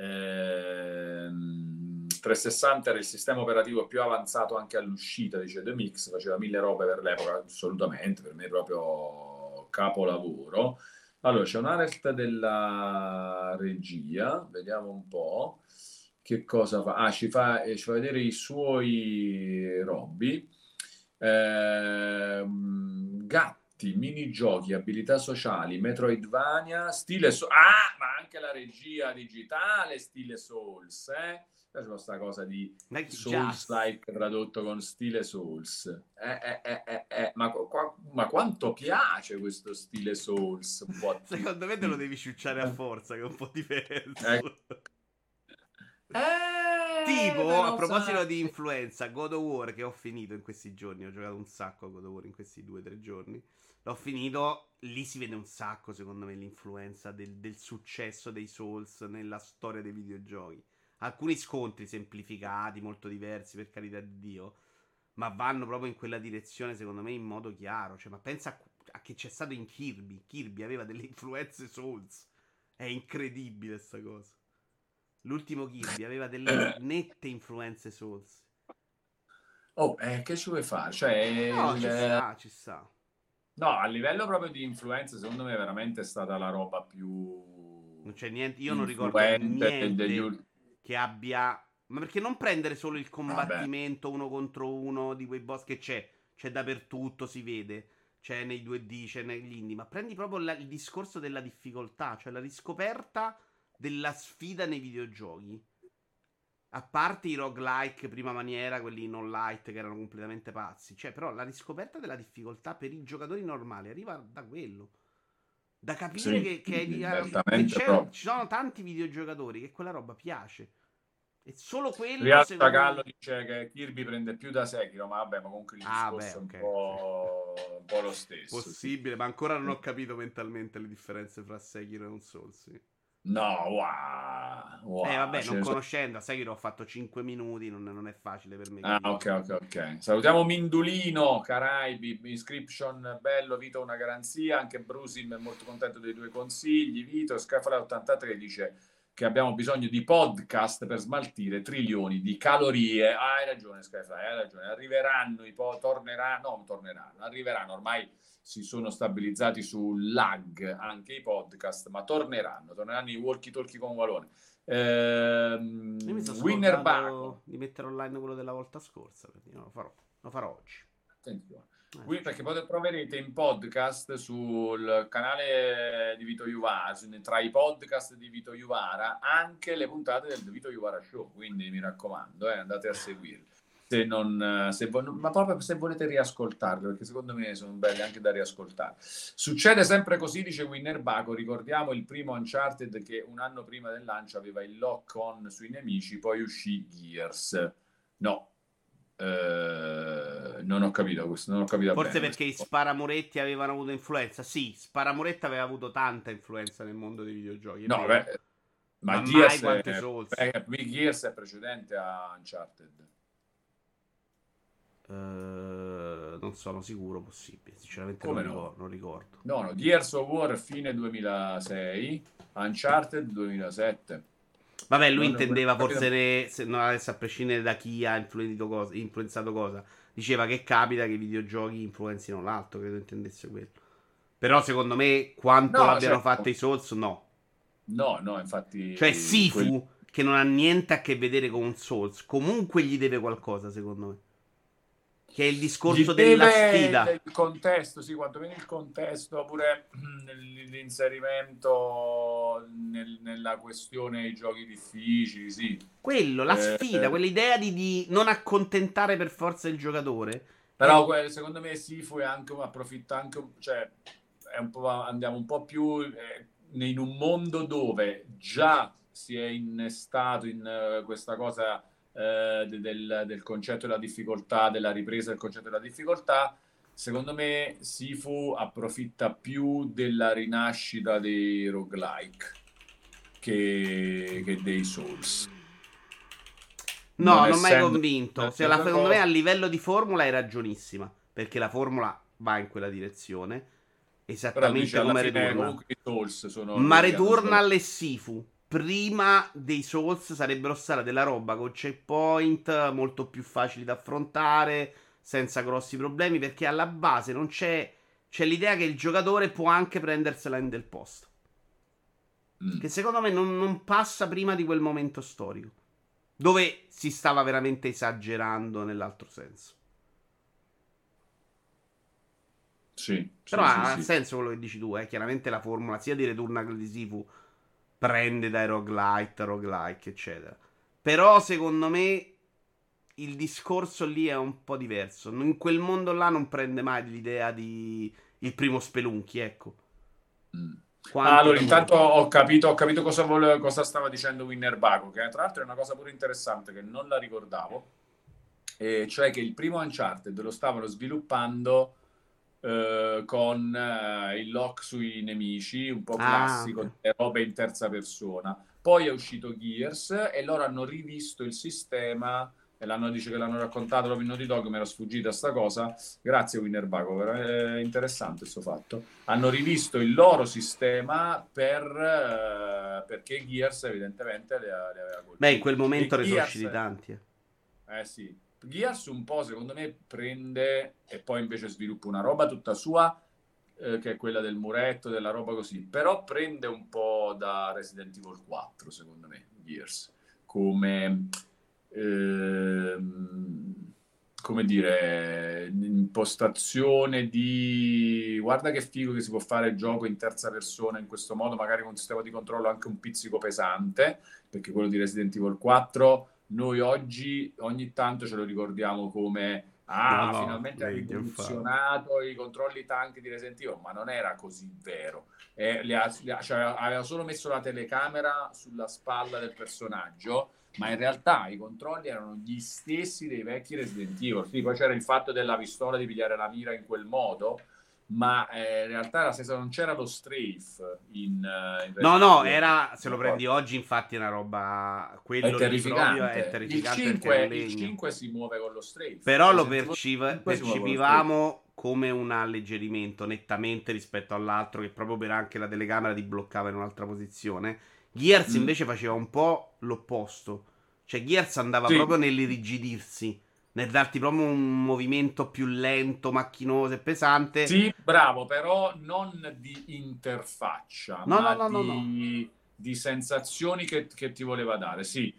360 era il sistema operativo più avanzato anche all'uscita, dice The Mix, faceva 1000 robe per l'epoca, assolutamente, per me è proprio capolavoro. Allora, c'è un alert della regia, vediamo un po' che cosa fa. Ah, ci fa vedere i suoi Robby. Gatti, minigiochi, abilità sociali, Metroidvania, stile... ma anche la regia digitale, stile Souls, eh? C'è questa cosa di Like Jazz. Souls-like tradotto con stile Souls. Ma quanto piace questo stile Souls? Un po' a Secondo me te lo devi ciucciare a forza, che è un po' Eh, diverso. Tipo, a però proposito sai. di influenza, God of War che ho finito in questi giorni, ho giocato un sacco a God of War in questi 2 o 3 giorni. L'ho finito, lì si vede un sacco, secondo me, l'influenza del successo dei Souls nella storia dei videogiochi. Alcuni scontri semplificati, molto diversi, per carità di Dio, ma vanno proprio in quella direzione, secondo me, in modo chiaro. Cioè, ma pensa a che c'è stato in Kirby. Kirby aveva delle influenze Souls. È incredibile sta cosa. L'ultimo Kirby aveva delle nette influenze Souls. Oh, che ci vuoi fare? Cioè, No, ci sta, ci sta. no, a livello proprio di influenza, secondo me veramente è stata la roba più Non c'è niente, io non ricordo influente degli niente ultimi... che abbia... Ma perché non prendere solo il Vabbè, combattimento uno contro uno di quei boss che c'è dappertutto, si vede, c'è nei 2D, c'è negli indie, ma prendi proprio il discorso della difficoltà, cioè la riscoperta della sfida nei videogiochi. A parte i roguelike prima maniera, quelli non light che erano completamente pazzi. Cioè, però la riscoperta della difficoltà per i giocatori normali arriva da quello. Da capire sì, che certamente proprio. ci sono tanti videogiocatori che quella roba piace. E solo quello, Rialza secondo Gallo me. dice che Kirby prende più da Sekiro, ma vabbè, ma comunque il Ah, beh, discorso è ok, sì. un po' lo stesso, sì. Possibile, ma ancora non ho capito mentalmente le differenze fra Sekiro e un Souls. Sì. No, wow, wow, Vabbè, non conoscendo, a Sekiro ho fatto 5 minuti, non è facile per me Ah, capire. ok, ok, ok. Salutiamo Mindulino, Caraibi, Inscription, bello, Vito una garanzia, anche Brusim è molto contento dei tuoi consigli, Vito, Scafala83 dice che abbiamo bisogno di podcast per smaltire trilioni di calorie. Ah, hai ragione Scafala, hai ragione, arriveranno torneranno, no, torneranno, arriveranno, ormai si sono stabilizzati sul lag anche i podcast, ma torneranno i walkie-talkie con Valone. Io mi sono Winner Baco. scordato di mettere online quello della volta scorsa, quindi lo farò oggi. Attenzione. Perché Succede. troverete in podcast sul canale di Vito Juvara, tra i podcast di Vito Juvara, anche le puntate del Vito Juvara Show. Quindi mi raccomando, andate a seguirle. Se non, se ma proprio se volete riascoltarle, perché secondo me sono belle anche da riascoltare. Succede sempre così, dice Winner Baco. Ricordiamo il primo Uncharted che un anno prima del lancio aveva il lock on sui nemici, poi uscì Gears. No, non ho capito questo, non ho capito Forse bene perché questo. i Sparamuretti avevano avuto influenza. Sì, Sparamuretta aveva avuto tanta influenza nel mondo dei videogiochi, è No, vero. beh, Ma ma mai Gears quante Souls. Gears è precedente a Uncharted. Non sono sicuro, possibile. Sinceramente Come no? non ricordo. No, no, Gears of War fine 2006, Uncharted 2007. Vabbè, lui Non ho intendeva capito. forse, se non adesso a prescindere da chi ha influenzato cosa, diceva che capita che i videogiochi influenzino l'altro, credo intendesse quello. Però secondo me quanto No, l'abbiano certo. fatto i Souls, no. No, no, Cioè infatti Sifu, che non ha niente a che vedere con un Souls, comunque gli deve qualcosa, secondo me. Che è il gli discorso della deve sfida. il contesto, sì, quantomeno il contesto, pure l'inserimento nella questione dei giochi difficili, sì. Quello, la Eh, sfida, quell'idea di non accontentare per forza il giocatore. Però secondo me Sifu è anche approfitta anche, cioè, è andiamo un po' più in un mondo dove già si è innestato in questa cosa del concetto della difficoltà, della ripresa del concetto della difficoltà. Secondo me Sifu approfitta più della rinascita dei roguelike che dei Souls. No, non mi hai essendo convinto. due Secondo me a cose, livello di formula è ragionissima. Perché la formula va in quella direzione. però dice Esattamente alla come fine Returnal. comunque i Souls sono Ma quelli che hanno sviluppato. Returnal e Sifu, prima dei Souls, sarebbero state della roba con checkpoint molto più facili da affrontare, senza grossi problemi. Perché alla base non c'è. C'è l'idea che il giocatore può anche prendersela in del posto. Che secondo me non passa prima di quel momento storico. Dove si stava veramente esagerando nell'altro senso. Sì, Però sì, sì, ha sì. senso quello che dici tu, chiaramente la formula sia di Returnal che di Sifu prende dai roguelite, roguelike, eccetera. Però secondo me il discorso lì è un po' diverso. In quel mondo là non prende mai l'idea di il primo Spelunky, ecco. Mm. Quanto Allora, da quello. intanto ho capito cosa stava dicendo Winner Bago, che tra l'altro è una cosa pure interessante che non la ricordavo, e cioè che il primo Uncharted lo stavano sviluppando con il lock sui nemici, un po' Ah, classico, ok. le robe in terza persona. Poi è uscito Gears e loro hanno rivisto il sistema e dice che l'hanno raccontato proprio in Naughty Dog, mi era sfuggita sta cosa. Grazie Winner Bago, è interessante questo fatto. Hanno rivisto il loro sistema perché Gears evidentemente le aveva Beh, in colpiti. quel momento E ne sono Gears, usciti tanti. sì, Gears un po' secondo me prende e poi invece sviluppa una roba tutta sua, che è quella del muretto, della roba così, però prende un po' da Resident Evil 4 secondo me, Gears, come ehm, come dire, impostazione di guarda che figo che si può fare il gioco in terza persona in questo modo, magari con un sistema di controllo anche un pizzico pesante, perché quello di Resident Evil 4 noi oggi ogni tanto ce lo ricordiamo come No, no, finalmente ha meglio infatti. rivoluzionato i controlli tank di Resident Evil, ma non era così vero. Cioè, aveva solo messo la telecamera sulla spalla del personaggio, ma in realtà i controlli erano gli stessi dei vecchi Resident Evil. Sì, poi c'era il fatto della pistola di pigliare la mira in quel modo, ma in realtà era stessa, non c'era lo strafe in No, Resident no, Evil. era, se lo prendi oggi, infatti, è una roba. È Quello lì proprio è terrificante. terrificante perché è un Il legno. 5 si muove con lo strafe. Però lo Resident Evil 5 si muove con lo strafe. percepivamo come un alleggerimento nettamente rispetto all'altro, che proprio per anche la telecamera ti bloccava in un'altra posizione. Gears Mm. invece faceva un po' l'opposto. Cioè, Gears andava Sì, proprio nell'irrigidirsi, nel darti proprio un movimento più lento, macchinoso e pesante. sì, bravo, però non di interfaccia, No, no, ma no, no, no. di sensazioni che ti voleva dare, sì.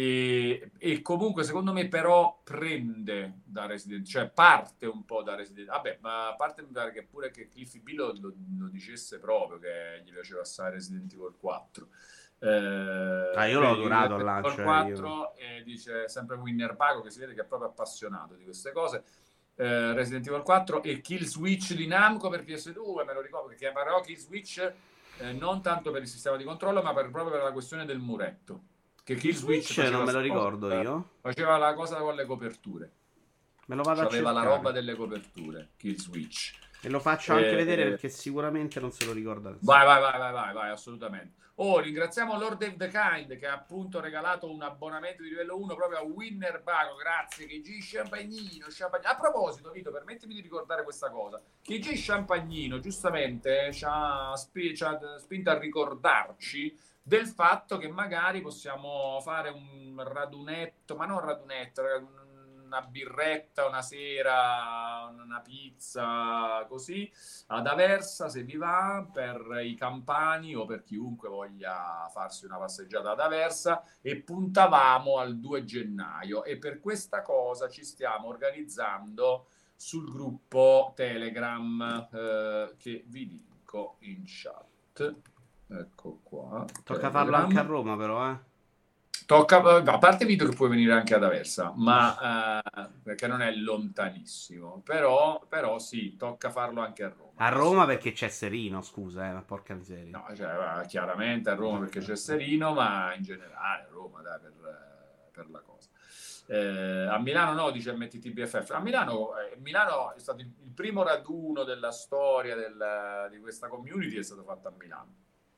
E comunque, secondo me, però, prende da Resident, cioè parte un po' da Resident. Vabbè, ma a parte mi pare che pure che Cliffy B lo dicesse proprio che gli piaceva assai Resident Evil 4. Ah, io l'ho Vedi, adorato al Resident Evil lancio, io. 4 dice sempre Winner Pago che si vede che è proprio appassionato di queste cose. Resident Evil 4 e Kill Switch di Namco per PS2, me lo ricordo, perché chiamerò Kill Switch non tanto per il sistema di controllo, ma proprio per la questione del muretto. Che Chi Kill Switch Switch non faceva me lo sta cosa, ricordo io. faceva la cosa con le coperture. Me lo vado a C'aveva la roba cercare. delle coperture, Kill Switch. E lo faccio anche vedere Eh, perché sicuramente non se lo ricorda Vai, nessuno. vai, vai, vai, vai, vai, assolutamente. Oh, ringraziamo Lord of the Kind che ha appunto regalato un abbonamento di livello 1 proprio a Winner Bago. Grazie, KG Champagnino. A proposito, Vito, permettimi di ricordare questa cosa. KG Champagnino, giustamente, ci ha spinto a ricordarci del fatto che magari possiamo fare un radunetto, ma non radunetto, una birretta una sera, una pizza, così ad Aversa se vi va, per i campani o per chiunque voglia farsi una passeggiata ad Aversa, e puntavamo al 2 gennaio e per questa cosa ci stiamo organizzando sul gruppo Telegram che vi dico in chat. Ecco qua, Tocca farlo anche a Telegram. Roma, però, eh. Tocca, a parte Vito che puoi venire anche ad Aversa, ma perché non è lontanissimo, però sì, tocca farlo anche a Roma, A Roma perché assolutamente. c'è Serino, scusa, ma porca miseria. No, cioè, chiaramente a Roma perché c'è Serino, ma in generale a Roma, dai, per la cosa. A Milano no, dice MTTBFF. A Milano, Milano è stato il primo raduno della storia di questa community, è stato fatto a Milano.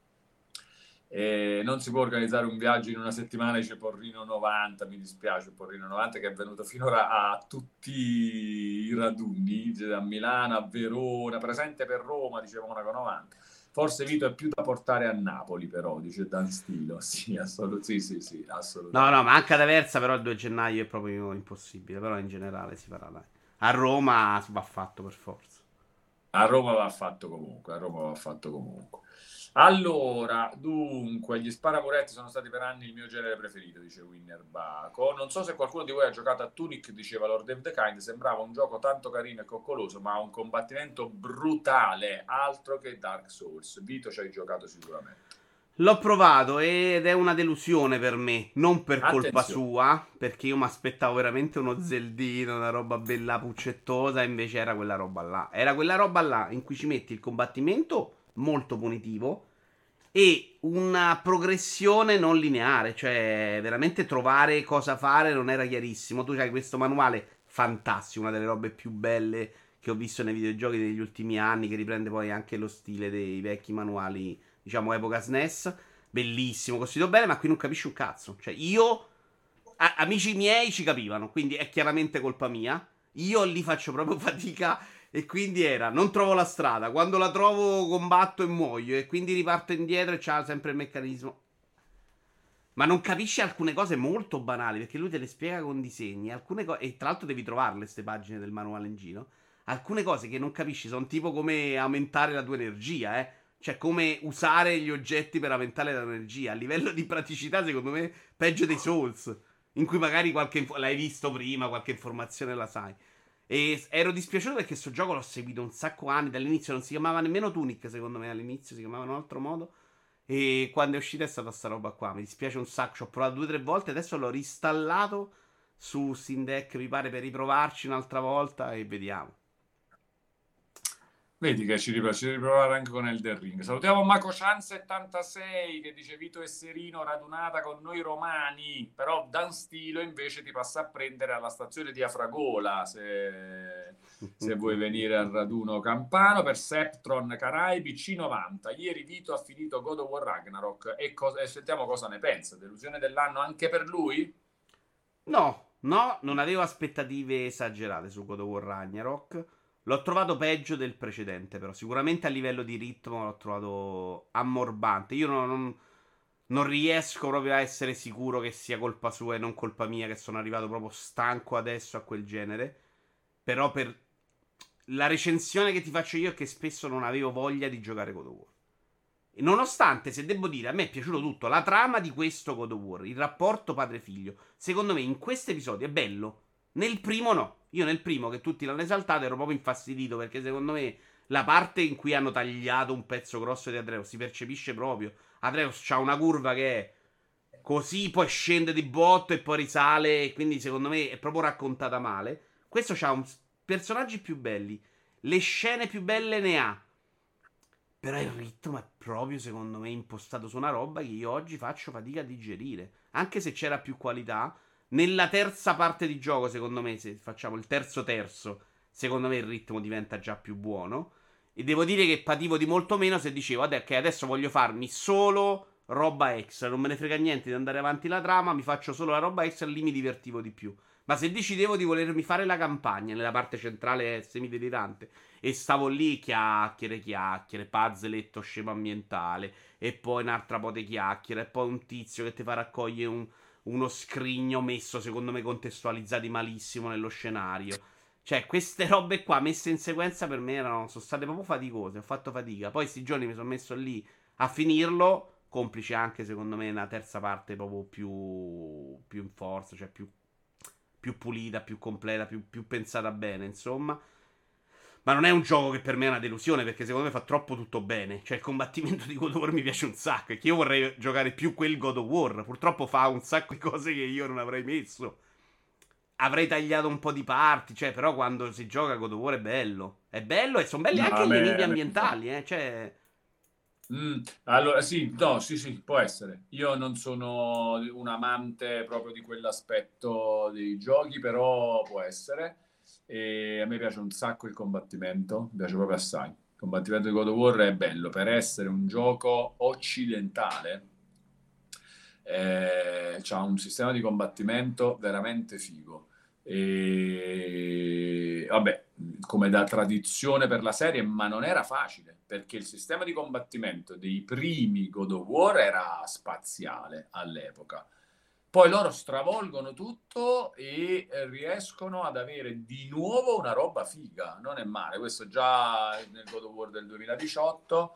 Non si può organizzare un viaggio in una settimana, dice Porrino 90, mi dispiace Porrino 90 che è venuto finora a tutti i raduni, cioè a Milano, a Verona, presente per Roma, dice Monaco 90. Forse Vito è più da portare a Napoli però, dice Dan Stilo, sì, sì, No, no, ma assolutamente. anche ad Aversa però il 2 gennaio è proprio impossibile, però in generale si farà, dai. A Roma si va fatto per forza. A Roma va fatto comunque, a Roma va fatto comunque. Allora, dunque, gli sparamuretti sono stati per anni il mio genere preferito, dice Winner Baco. Non so se qualcuno di voi ha giocato a Tunic, diceva Lord of the Kind, sembrava un gioco tanto carino e coccoloso, ma un combattimento brutale, altro che Dark Souls. Vito ci hai giocato sicuramente. L'ho provato ed è una delusione per me, non per colpa Attenzione, sua, perché io mi aspettavo veramente uno Zeldino, una roba bella puccettosa, invece era quella roba là. Era quella roba là in cui ci metti il combattimento molto punitivo e una progressione non lineare, cioè veramente trovare cosa fare non era chiarissimo. Tu hai questo manuale fantastico, una delle robe più belle che ho visto nei videogiochi degli ultimi anni, che riprende poi anche lo stile dei vecchi manuali, diciamo epoca SNES. Bellissimo, costruito bene, ma qui non capisci un cazzo. Cioè, io, amici miei ci capivano, quindi è chiaramente colpa mia. Io lì faccio proprio fatica e quindi era, non trovo la strada, quando la trovo combatto e muoio e quindi riparto indietro e c'ha sempre il meccanismo. Ma non capisci alcune cose molto banali, perché lui te le spiega con disegni, e tra l'altro devi trovarle queste pagine del manuale in giro. Alcune cose che non capisci sono tipo come aumentare la tua energia, eh. Cioè come usare gli oggetti per aumentare la tua energia. A livello di praticità, secondo me, peggio dei Souls. In cui magari l'hai visto prima, qualche informazione la sai. E ero dispiaciuto perché questo gioco l'ho seguito un sacco anni. Dall'inizio non si chiamava nemmeno Tunic, secondo me. All'inizio si chiamava in un altro modo. E quando è uscita è stata sta roba qua. Mi dispiace un sacco. Ci ho provato 2 o 3 volte. Adesso l'ho reinstallato su Steam Deck, mi pare, per riprovarci un'altra volta. E vediamo. vedi che ci devi provare anche con Elden Ring. Salutiamo Macochan76 che dice Vito e Serino radunata con noi romani, però Dan Stilo invece ti passa a prendere alla stazione di Afragola se vuoi venire al raduno campano. Per Septron Caraibi C90. Ieri Vito ha finito God of War Ragnarok e sentiamo cosa ne pensa. Delusione dell'anno anche per lui? No, no, non avevo aspettative esagerate su God of War Ragnarok. L'ho trovato peggio del precedente, però. Sicuramente a livello di ritmo l'ho trovato ammorbante. Io non riesco proprio a essere sicuro che sia colpa sua e non colpa mia, che sono arrivato proprio stanco adesso a quel genere. Però per la recensione che ti faccio io è che spesso non avevo voglia di giocare God of War. E nonostante, se devo dire, a me è piaciuto tutto, la trama di questo God of War, il rapporto padre-figlio, secondo me in questo episodio è bello. Nel primo no. Io nel primo, che tutti l'hanno esaltato, ero proprio infastidito perché secondo me la parte in cui hanno tagliato un pezzo grosso di Atreus si percepisce proprio. Atreus c'ha una curva che è così, poi scende di botto e poi risale, e quindi secondo me è proprio raccontata male. Questo c'ha personaggi più belli, le scene più belle ne ha. Però il ritmo è proprio, secondo me, impostato su una roba che io oggi faccio fatica a digerire. Anche se c'era più qualità. Nella terza parte di gioco, secondo me, se facciamo il terzo, secondo me il ritmo diventa già più buono. E devo dire che pativo di molto meno se dicevo, ok, adesso voglio farmi solo roba extra. Non me ne frega niente di andare avanti la trama, mi faccio solo la roba extra e lì mi divertivo di più. Ma se decidevo di volermi fare la campagna, nella parte centrale è semidelirante, e stavo lì, chiacchiere, pazzeletto scemo ambientale. E poi un'altra po' di chiacchiere. E poi un tizio che ti fa raccogliere uno scrigno messo, secondo me, contestualizzati malissimo nello scenario. Cioè, queste robe qua messe in sequenza per me sono state proprio faticose. Ho fatto fatica. Poi, sti giorni mi sono messo lì a finirlo. Complice anche, secondo me, una terza parte proprio più in forza, cioè più pulita, più completa, più pensata bene, insomma. Ma non è un gioco che per me è una delusione, perché secondo me fa troppo tutto bene. Cioè, il combattimento di God of War mi piace un sacco. E che io vorrei giocare più quel God of War. Purtroppo fa un sacco di cose che io non avrei messo. Avrei tagliato un po' di parti. Cioè, però quando si gioca God of War è bello. È bello e sono belli No, anche gli enigmi a me mi fa. ambientali, Cioè. Allora, sì, no, sì, sì, può essere. Io non sono un amante proprio di quell'aspetto dei giochi, però può essere. E a me piace un sacco il combattimento, mi piace proprio assai. Il combattimento di God of War è bello per essere un gioco occidentale. C'ha un sistema di combattimento veramente figo. E vabbè, come da tradizione per la serie, ma non era facile perché il sistema di combattimento dei primi God of War era spaziale all'epoca. Poi loro stravolgono tutto e riescono ad avere di nuovo una roba figa. Non è male, questo già nel God of War del 2018.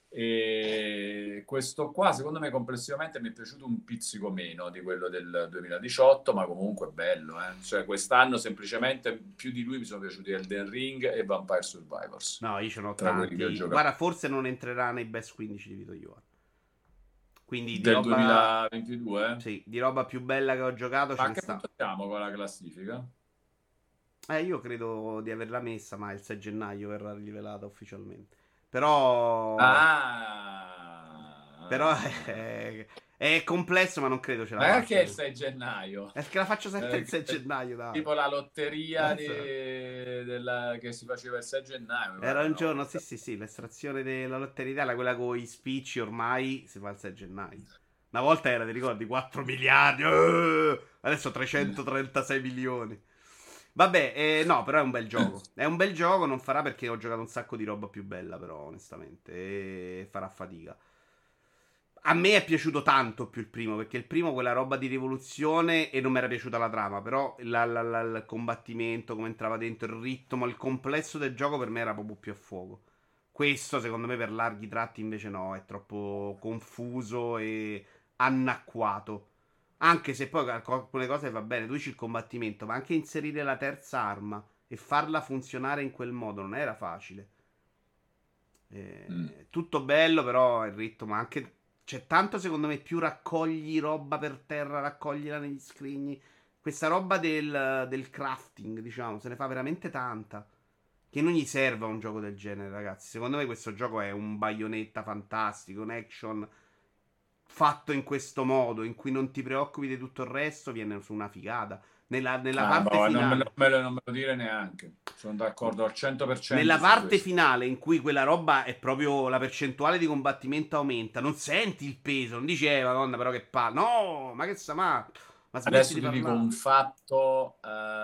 E questo qua, secondo me, complessivamente mi è piaciuto un pizzico meno di quello del 2018, ma comunque è bello. Cioè, quest'anno semplicemente più di lui mi sono piaciuti Elden Ring e Vampire Survivors, No, io ce n'ho tra quelli che ho tanti. giocato. Guarda, forse non entrerà nei best 15 di Vito Iovara. Quindi di Del roba. 2022? Sì, di roba più bella che ho giocato ce Ma a ne che sta. punto siamo con la classifica? Io credo di averla messa, ma il 6 gennaio verrà rivelata ufficialmente. Però. Però Ah. è complesso, ma non credo ce la Ma perché faccia. il 6 gennaio? È che la faccio sempre il 6 Che- gennaio, dai. tipo la lotteria Esatto. che si faceva il 6 gennaio, mi Era pare un una giorno, cosa. sì, sì, sì, l'estrazione della lotteria Italia, quella con i spicci ormai si fa il 6 gennaio. Una volta era, ti ricordi, 4 miliardi, adesso 336 milioni. Vabbè, no, però è un bel gioco. È un bel gioco, non farà perché ho giocato un sacco di roba più bella, però, onestamente, e farà fatica. A me è piaciuto tanto più il primo, perché il primo quella roba di rivoluzione e non mi era piaciuta la trama, però il combattimento, come entrava dentro, il ritmo, il complesso del gioco per me era proprio più a fuoco. Questo, secondo me, per larghi tratti invece no, è troppo confuso e anacquato. Anche se poi alcune cose va bene, tu dici il combattimento, ma anche inserire la terza arma e farla funzionare in quel modo non era facile. Mm. Tutto bello, però il ritmo, ma anche c'è tanto secondo me più raccogli roba per terra, raccoglila negli scrigni. Questa roba del crafting, diciamo, se ne fa veramente tanta. Che non gli serve a un gioco del genere, ragazzi. Secondo me questo gioco è un baionetta fantastico, un action fatto in questo modo, in cui non ti preoccupi di tutto il resto, viene su una figata. Nella Ah, parte boh, finale. non me lo dire neanche. Sono d'accordo al Nella 100% su parte questo. finale in cui quella roba è proprio la percentuale di combattimento aumenta, non senti il peso, non dici, madonna, però che palle. No, ma che sta, ma smetti Adesso di ti dico un parlare. fatto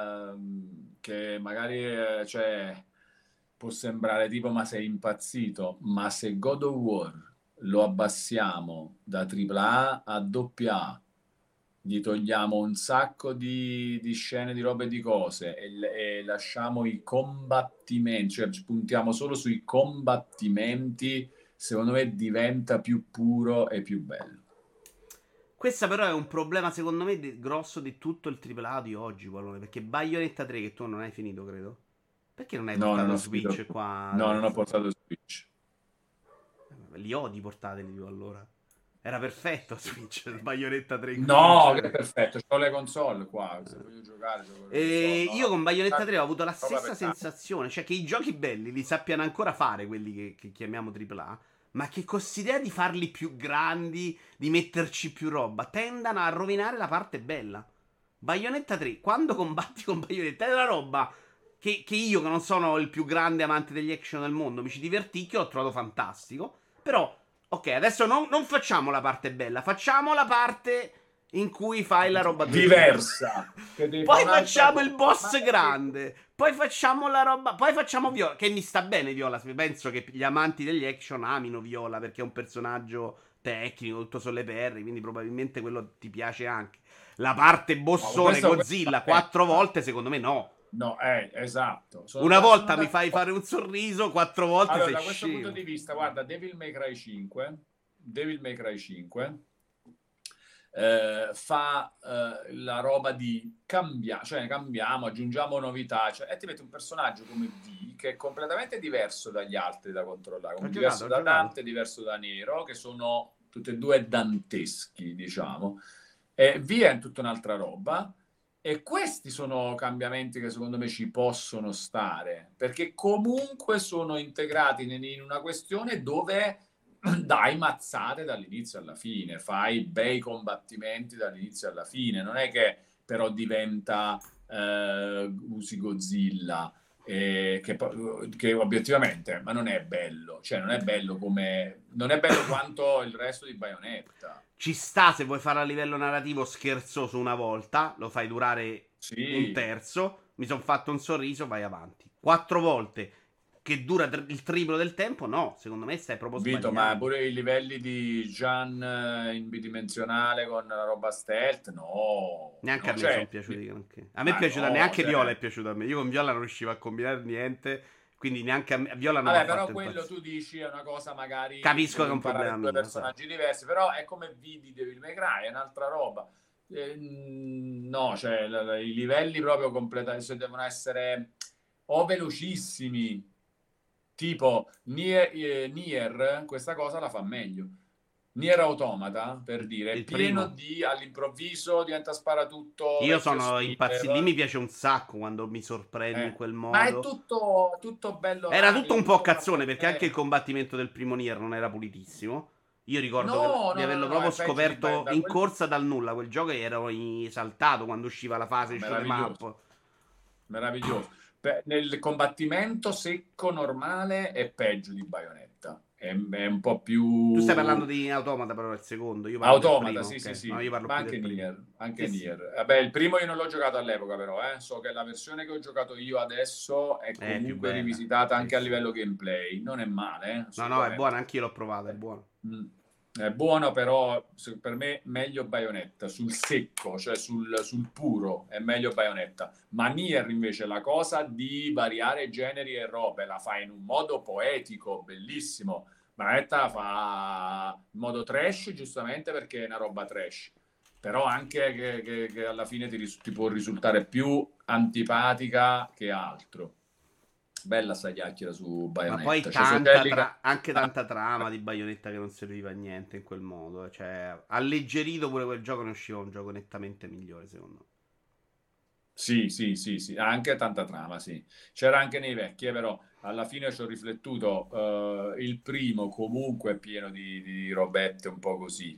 che magari cioè, può sembrare tipo ma sei impazzito, ma se God of War lo abbassiamo da AAA a AA, gli togliamo un sacco di scene, di robe e di cose e lasciamo i combattimenti, cioè puntiamo solo sui combattimenti, secondo me diventa più puro e più bello. Questo però è un problema, secondo me, grosso di tutto il AAA di oggi, Pallone, perché Bayonetta 3, che tu non hai finito, credo. Perché non hai No, non portato ho finito. Switch qua No, non ho adesso? portato Switch. Li odi portateli tu allora. Era perfetto Switch, Bayonetta 3 in No, che 15. perfetto, ho le console qua, se voglio giocare gioco con le console. E No, io no, con Bayonetta 3 ho avuto la roba per stessa tanto. sensazione, cioè che i giochi belli li sappiano ancora fare, quelli che chiamiamo AAA, ma che con l'idea di farli più grandi, di metterci più roba, tendano a rovinare la parte bella. Bayonetta 3, quando combatti con Bayonetta, è una roba che io, che non sono il più grande amante degli action del mondo, mi ci diverticchio, l'ho trovato fantastico. Però, ok, adesso non facciamo la parte bella, facciamo la parte in cui fai la roba 2D. Diversa, che devi fare Poi un'altra facciamo cosa. il Ma boss perché? grande. Poi facciamo la roba. Poi facciamo Viola. Che mi sta bene Viola. Penso che gli amanti degli action amino Viola perché è un personaggio tecnico, tutto sulle perri. Quindi probabilmente quello ti piace anche. La parte No, bossone questo va Godzilla bene. 4 volte, secondo me no. No, esatto. Una Sono volta mi fai d'accordo. fare un sorriso, 4 volte Allora, sei da questo punto scemo. di vista, guarda, Devil May Cry 5 fa la roba di cambiare, cioè cambiamo, aggiungiamo novità, cioè, e ti mette un personaggio come V che è completamente diverso dagli altri da controllare, Ho diverso giocato, ho da giocato. Dante, diverso da Nero, che sono tutti e due danteschi, diciamo. E via è tutta un'altra roba. E questi sono cambiamenti che secondo me ci possono stare, perché comunque sono integrati in una questione dove dai mazzate dall'inizio alla fine, fai bei combattimenti dall'inizio alla fine, non è che però diventa usi Godzilla, che obiettivamente, ma non è bello, cioè non è bello come, non è bello quanto il resto di Bayonetta. Ci sta se vuoi fare a livello narrativo scherzoso una volta, lo fai durare un Sì, terzo, mi sono fatto un sorriso, vai avanti. 4 volte che dura il triplo del tempo, no, secondo me stai proprio Vito, ma sbagliando. pure i livelli di Gian in bidimensionale con la roba stealth, no, Neanche a no, me sono cioè, piaciuti granché. A me è ma piaciuta, no, neanche Viola cioè, è piaciuta a me. Io con Viola non riuscivo a combinare niente, quindi neanche a Viola non mi ha vabbè, però fatto quello impazzire. tu dici è una cosa magari Capisco che è un comparare problema due mio, sai. personaggi diversi, però è come vidi Devil May Cry, è un'altra roba. No, cioè i livelli proprio completamente se devono essere o velocissimi, tipo Nier, questa cosa la fa meglio. Nier Automata, per dire, è Il pieno primo. di all'improvviso diventa sparatutto Io vecchio sono stile. impazzito, lì mi piace un sacco quando mi sorprendi in quel Ma è modo. tutto bello Era tutto rapido, un po' a tutto cazzone fatto perché anche il bene. combattimento del primo Nier non era pulitissimo. Io ricordo No, di no, no, averlo no, no, proprio è peggio di scoperto da in quel. corsa dal nulla. Quel gioco ero esaltato quando usciva la fase No, shoot 'em meraviglioso, up. meraviglioso. Nel combattimento secco normale è peggio di Bayonetta. È un po' Tu stai parlando più. di Automata, però il secondo. Io parlo del Automata, primo, sì, sì, ok? No, sì, io parlo ma più del anche primo. Nier, Sì, anche sì. Nier. Vabbè, il primo io non l'ho giocato all'epoca però, so che la versione che ho giocato io adesso è È più comunque bella. rivisitata Sì, anche a sì. livello gameplay, non è male, No, no, è buono, assolutamente. anch'io l'ho provato, è buono. Mm. È buono, però per me meglio Bayonetta, sul secco, cioè sul puro, è meglio Bayonetta. Ma Nier invece la cosa di variare generi e robe la fa in un modo poetico, bellissimo. Bayonetta la fa in modo trash, giustamente perché è una roba trash. Però anche che alla fine ti può risultare più antipatica che altro. Bella sta chiacchiera su Ma Bayonetta. poi C'è Sotelli che. anche tanta trama di Bayonetta che non serviva a niente in quel modo. Cioè, alleggerito pure quel gioco, ne usciva un gioco nettamente migliore, secondo me. Sì, sì, sì, sì, anche tanta trama, sì. C'era anche nei vecchi, però alla fine ci ho riflettuto, il primo comunque è pieno di robette un po' così.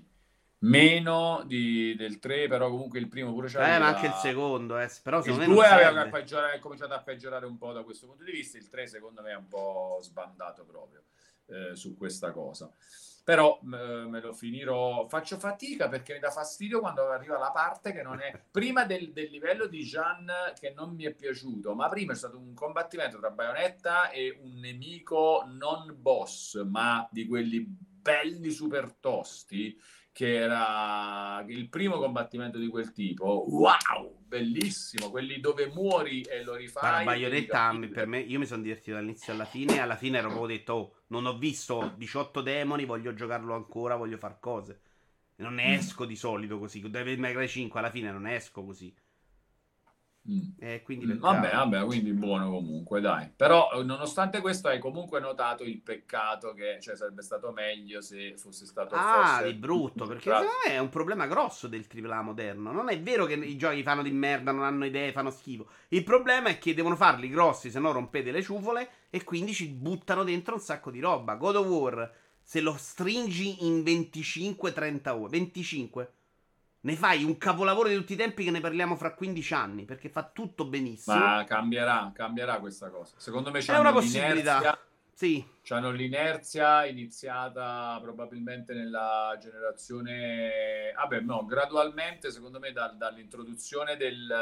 Meno del 3, però comunque il primo pure Ma anche il c'aveva. secondo, però secondo Il me non 2 aveva serve. cominciato a peggiorare un po' da questo punto di vista, il 3 secondo me è un po' sbandato proprio su questa cosa. Però me lo finirò, faccio fatica perché mi dà fastidio quando arriva la parte che non è prima del livello di Jean che non mi è piaciuto, ma prima è stato un combattimento tra Bayonetta e un nemico non boss, ma di quelli belli super tosti che era il primo combattimento di quel tipo. Wow, bellissimo, quelli dove muori e lo Guarda, rifai e devi Bayonetta per capire. me, io mi sono divertito dall'inizio alla fine. E alla fine ero proprio detto, oh, non ho visto 18 demoni, voglio giocarlo ancora, voglio far cose. E non ne Mm, esco di solito così. Con Devil May Cry 5 alla fine non esco così. mm. E quindi Vabbè, peccato. vabbè, quindi buono comunque, dai. Però nonostante questo hai comunque notato il peccato che cioè, sarebbe stato meglio se fosse stato Ah, di forse più brutto, perché concentrato. secondo me è un problema grosso del AAA moderno. Non è vero che i giochi fanno di merda, non hanno idee, fanno schifo. Il problema è che devono farli grossi, se no rompete le ciufole e quindi ci buttano dentro un sacco di roba. God of War, se lo stringi in 25-30 ore, 25, ne fai un capolavoro di tutti i tempi che ne parliamo fra 15 anni, perché fa tutto benissimo. Ma cambierà questa cosa. Secondo me È una possibilità. Sì. c'hanno l'inerzia iniziata probabilmente nella generazione, vabbè, no, gradualmente, secondo me, dall'introduzione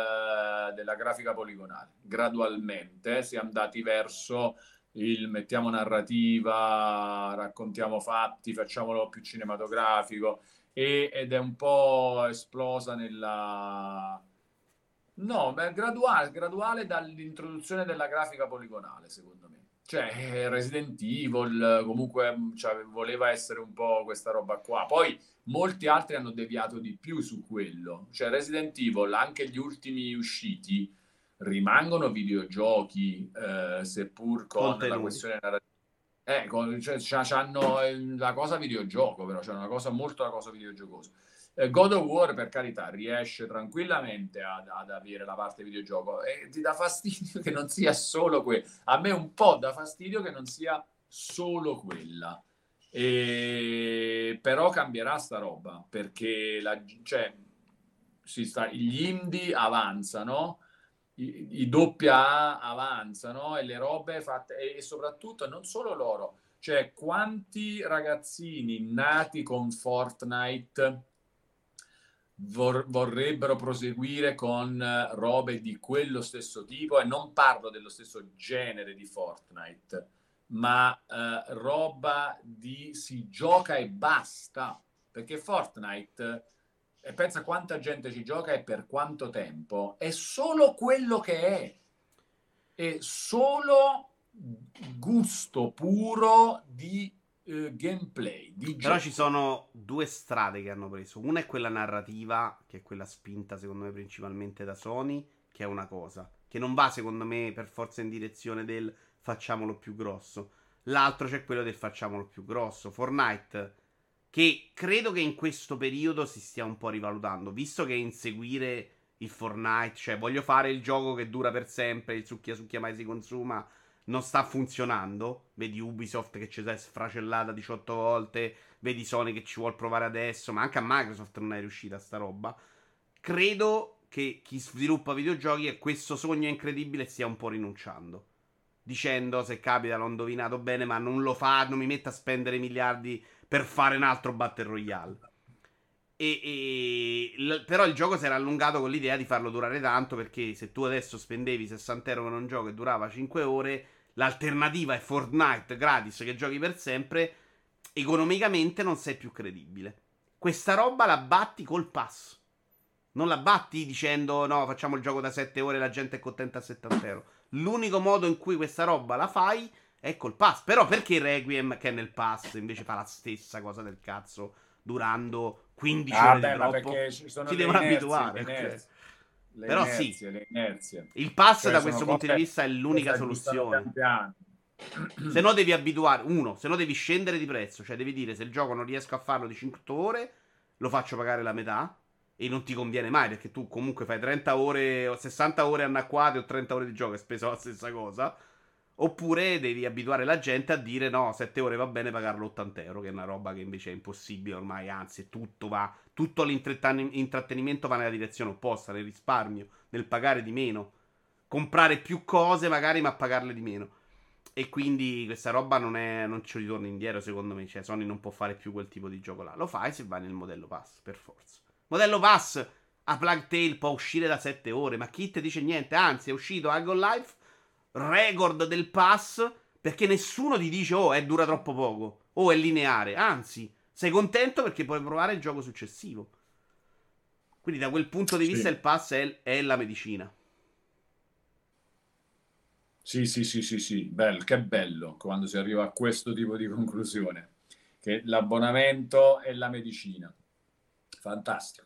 della grafica poligonale. Gradualmente si è andati verso il mettiamo narrativa, raccontiamo fatti, facciamolo più cinematografico ed è un po' esplosa nella. No, ma è graduale dall'introduzione della grafica poligonale, secondo me. Cioè, Resident Evil comunque cioè, voleva essere un po' questa roba qua. Poi molti altri hanno deviato di più su quello. Cioè, Resident Evil, anche gli ultimi usciti, rimangono videogiochi, seppur con la Contenuti. questione narrativa. Cioè, c'hanno la cosa videogioco, però c'è una cosa molto la cosa videogiocosa. God of War, per carità, riesce tranquillamente ad avere la parte videogioco e ti dà fastidio che non sia solo quello. A me un po' dà fastidio che non sia solo quella. Però cambierà sta roba perché cioè, gli indie avanzano, i doppia A avanzano e le robe fatte, e soprattutto non solo loro, cioè quanti ragazzini nati con Fortnite vorrebbero proseguire con robe di quello stesso tipo, e non parlo dello stesso genere di Fortnite, ma roba di si gioca e basta, perché Fortnite, e pensa quanta gente ci gioca e per quanto tempo, è solo quello che è solo gusto puro di gameplay, di Però ci gioco. sono due strade che hanno preso. Una è quella narrativa, che è quella spinta secondo me principalmente da Sony, che è una cosa, che non va secondo me per forza in direzione del facciamolo più grosso. L'altro c'è quello del facciamolo più grosso. Fortnite, che credo che in questo periodo si stia un po' rivalutando, visto che inseguire il Fortnite, cioè voglio fare il gioco che dura per sempre, il succhia succhia mai si consuma, non sta funzionando. Vedi Ubisoft che ci si è sfracellata 18 volte, vedi Sony che ci vuole provare adesso, ma anche a Microsoft non è riuscita sta roba. Credo che chi sviluppa videogiochi a questo sogno incredibile stia un po' rinunciando. Dicendo, se capita l'ho indovinato bene, ma non lo fa, non mi metto a spendere miliardi per fare un altro Battle Royale. Però il gioco si era allungato con l'idea di farlo durare tanto, perché se tu adesso spendevi 60 euro per un gioco e durava 5 ore, l'alternativa è Fortnite gratis che giochi per sempre, economicamente non sei più credibile. Questa roba la batti col pass. Non la batti dicendo no, facciamo il gioco da 7 ore e la gente è contenta a 70 euro. L'unico modo in cui questa roba la fai è col pass. Però perché Requiem, che è nel pass, invece fa la stessa cosa del cazzo, durando 15 Ah, ore di beh, ma troppo? perché ci sono Si le devono inerzie, abituare, ok? le Però sì, inerzie, le inerzie. il pass Cioè da sono questo punto di cose vista è che si l'unica aggiustano pian soluzione. piano. Se no devi abituare, uno, se no devi scendere di prezzo, cioè devi dire se il gioco non riesco a farlo di 5 ore, lo faccio pagare la metà e non ti conviene mai perché tu comunque fai 30 ore o 60 ore annacquate o 30 ore di gioco e speso la stessa cosa. Oppure devi abituare la gente a dire no, 7 ore va bene pagarlo 80 euro, che è una roba che invece è impossibile ormai, anzi tutto va, tutto l'intrattenimento va nella direzione opposta, nel risparmio, nel pagare di meno, comprare più cose magari ma pagarle di meno. E quindi questa roba non ci ritorna indietro, secondo me. Cioè, Sony non può fare più quel tipo di gioco là. Lo fai se vai nel modello pass, per forza. Modello pass a Plague Tale può uscire da 7 ore, ma chi te dice niente? Anzi, è uscito Algon Life, record del pass, perché nessuno ti dice, oh, dura troppo poco, o è lineare. Anzi, sei contento perché puoi provare il gioco successivo. Quindi da quel punto di vista Sì. il pass è la medicina. Sì, sì, sì, sì, sì, bello, che bello quando si arriva a questo tipo di conclusione, che l'abbonamento è la medicina. Fantastico.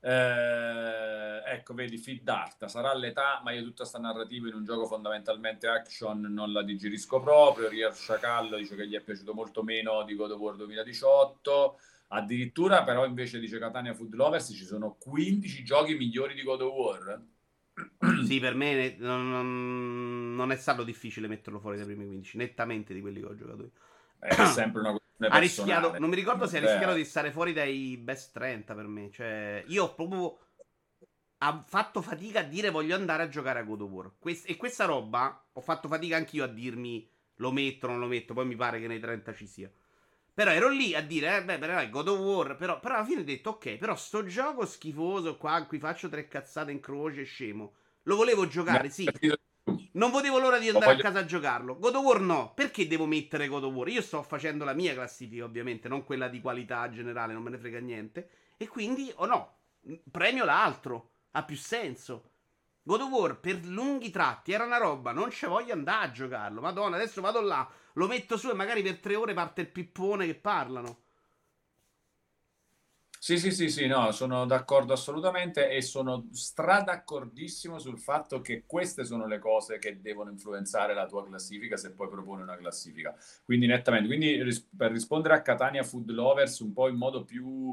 Ecco, vedi, Feed Art, sarà l'età, ma io tutta sta narrativa in un gioco fondamentalmente action non la digerisco proprio. Rier Sciacallo dice che gli è piaciuto molto meno di God of War 2018. Addirittura, però, invece dice Catania Food Lovers, ci sono 15 giochi migliori di God of War. Sì, per me non è stato difficile metterlo fuori dai primi 15, nettamente di quelli che ho giocato io. È sempre una questione Ha rischiato, personale. non mi ricordo se ha rischiato Vabbè. di stare fuori dai best 30 per me. Cioè, io ho proprio ha fatto fatica a dire voglio andare a giocare a God of War. E questa roba ho fatto fatica anch'io a dirmi lo metto, non lo metto, poi mi pare che nei 30 ci sia. Però ero lì a dire, beh, però è God of War. Però alla fine ho detto, ok, però sto gioco schifoso qua, in cui faccio tre cazzate in croce, scemo. Lo volevo Mi ha giocare, sì. divertito di più. Non vedevo l'ora di Lo andare a voglio- casa a giocarlo. God of War no. Perché devo mettere God of War? Io sto facendo la mia classifica, ovviamente, non quella di qualità generale, non me ne frega niente. E quindi, o no, premio l'altro. Ha più senso. God of War per lunghi tratti era una roba, non ci voglio andare a giocarlo. Madonna, adesso vado là, lo metto su e magari per 3 ore parte il pippone che parlano. Sì, sì, sì, sì, no, sono d'accordo assolutamente e sono strad'accordissimo sul fatto che queste sono le cose che devono influenzare la tua classifica se poi proponi una classifica. Quindi nettamente, quindi per rispondere a Catania Food Lovers un po' in modo più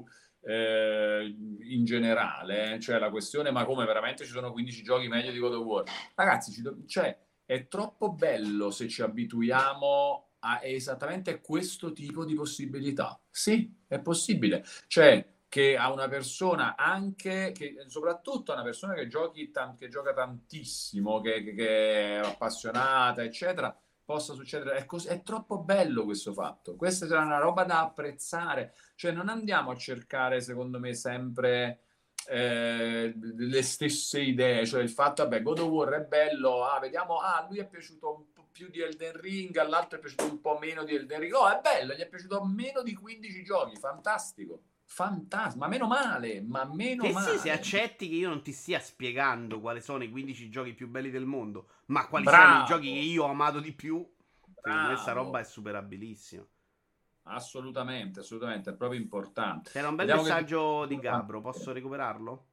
in generale, cioè la questione, ma come veramente ci sono 15 giochi meglio di God of War? Ragazzi, cioè, è troppo bello se ci abituiamo a esattamente questo tipo di possibilità. Sì, è possibile. Cioè, che a una persona anche, che, soprattutto a una persona che, che gioca tantissimo, che è appassionata, eccetera, possa succedere. È troppo bello questo fatto. Questa è una roba da apprezzare. Cioè, non andiamo a cercare, secondo me, sempre le stesse idee. Cioè, il fatto, vabbè, God of War è bello, vediamo, a lui è piaciuto un po' più di Elden Ring, all'altro è piaciuto un po' meno di Elden Ring. Oh, è bello, gli è piaciuto meno di 15 giochi, fantastico. Fantastico, ma meno male, ma meno Che sì, se male. accetti che io non ti stia spiegando quali sono i 15 giochi più belli del mondo, ma quali sono i giochi che Bravo, io ho amato di più, secondo me sta roba bravo. è superabilissima. Assolutamente, assolutamente, è proprio importante. C'era un bel Vediamo che messaggio di Gabbro, posso recuperarlo?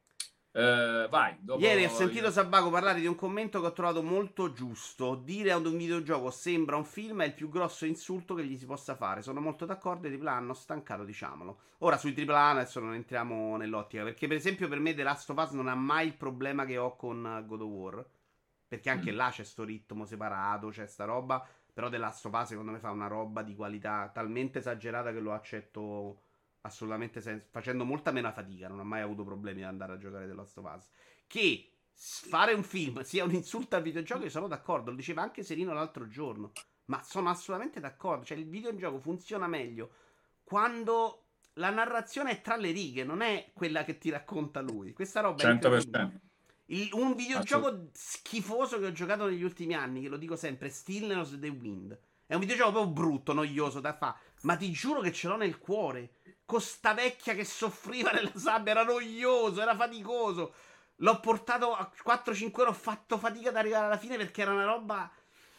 vai, Ieri ho dopo sentito Sabaco parlare di un commento che ho trovato molto giusto. Dire ad un videogioco sembra un film è il più grosso insulto che gli si possa fare. Sono molto d'accordo e i AAA hanno stancato, diciamolo. Ora sui AAA adesso non entriamo nell'ottica, perché per esempio per me The Last of Us non ha mai il problema che ho con God of War. Perché anche Mm. là c'è sto ritmo separato, c'è sta roba. Però The Last of Us secondo me fa una roba di qualità talmente esagerata che lo accetto assolutamente facendo molta meno fatica. Non ho mai avuto problemi ad andare a giocare The Last of Us. Che fare un film sia un insulto al videogioco, io sono d'accordo, lo diceva anche Serino l'altro giorno. Ma sono assolutamente d'accordo. Cioè, il videogioco funziona meglio quando la narrazione è tra le righe, non è quella che ti racconta lui. Questa roba è incredibile. 100%. Un Assolut- videogioco schifoso che ho giocato negli ultimi anni, che lo dico sempre, Stillness the Wind. È un videogioco proprio brutto, noioso da fa. Ma ti giuro che ce l'ho nel cuore. Con sta vecchia che soffriva nella sabbia, era noioso, era faticoso. L'ho portato a 4-5 ore, ho fatto fatica ad arrivare alla fine perché era una roba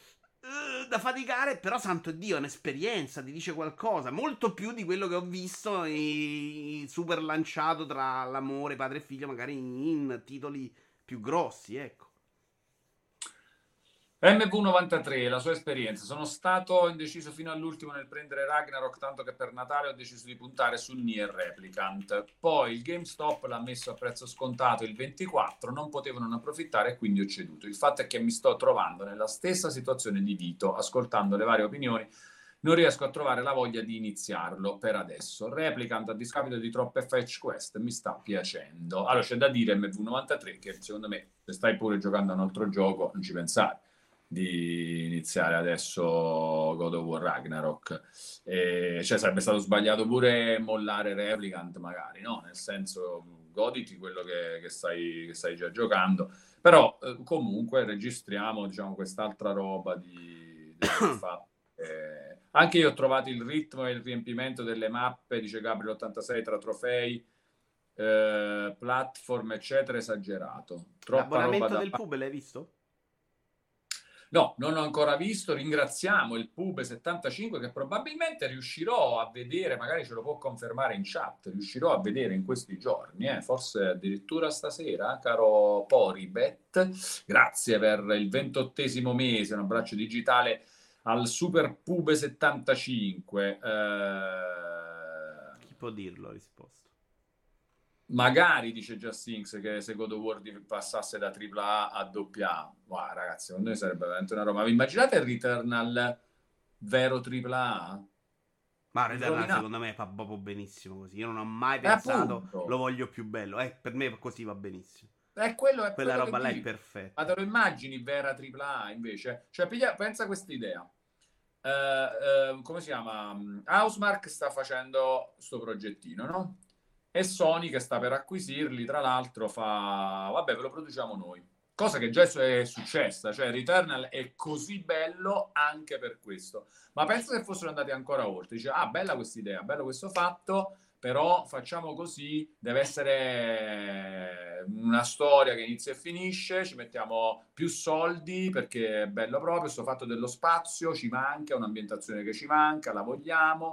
da faticare, però santo Dio, è un'esperienza, ti dice qualcosa, molto più di quello che ho visto super lanciato tra l'amore padre e figlio, magari in titoli più grossi, ecco. MV93, la sua esperienza. Sono stato indeciso fino all'ultimo nel prendere Ragnarok, tanto che per Natale ho deciso di puntare su Nier Replicant. Poi il GameStop l'ha messo a prezzo scontato il 24, non potevo non approfittare e quindi ho ceduto. Il fatto è che mi sto trovando nella stessa situazione di Vito, ascoltando le varie opinioni. Non riesco a trovare la voglia di iniziarlo per adesso. Replicant, a discapito di troppe fetch quest, mi sta piacendo. Allora, c'è da dire MV93 che secondo me, se stai pure giocando a un altro gioco, non ci pensare di iniziare adesso God of War Ragnarok. Cioè, sarebbe stato sbagliato pure mollare Replicant, magari, no? Nel senso, goditi quello che stai già giocando. Però, comunque, registriamo, diciamo, quest'altra roba del fatto. Anche io ho trovato il ritmo e il riempimento delle mappe, dice Gabriel 86, tra trofei, platform, eccetera, esagerato. Troppa roba L'abbonamento da del pub l'hai visto? No, non l'ho ancora visto. Ringraziamo il Pube75 che probabilmente riuscirò a vedere, magari ce lo può confermare in chat, riuscirò a vedere in questi giorni, forse addirittura stasera, caro Poribet. Grazie per il 28° mese, un abbraccio digitale al Super Pube75. Chi può dirlo? Ha risposto. Magari dice Just Inks che se God of War passasse da AAA a AA, wow, ragazzi, secondo me sarebbe veramente una roba. Ma vi immaginate il Returnal vero AAA? Ma Returnal Rovinato. secondo me fa proprio benissimo così. Io non ho mai pensato lo Appunto, voglio più bello. Per me così va benissimo. è Quella quello che roba là è dico. Ma perfetta. te lo immagini vera AAA invece? Cioè, pensa a questa idea. Come si chiama? Housemark sta facendo sto progettino, no? E Sony che sta per acquisirli, tra l'altro, fa, vabbè, ve lo produciamo noi. Cosa che già è successa, cioè Returnal è così bello anche per questo. Ma penso se fossero andati ancora oltre. Dice, bella questa idea, bello questo fatto, però facciamo così, deve essere una storia che inizia e finisce, ci mettiamo più soldi perché è bello proprio, questo fatto dello spazio ci manca, un'ambientazione che ci manca, la vogliamo,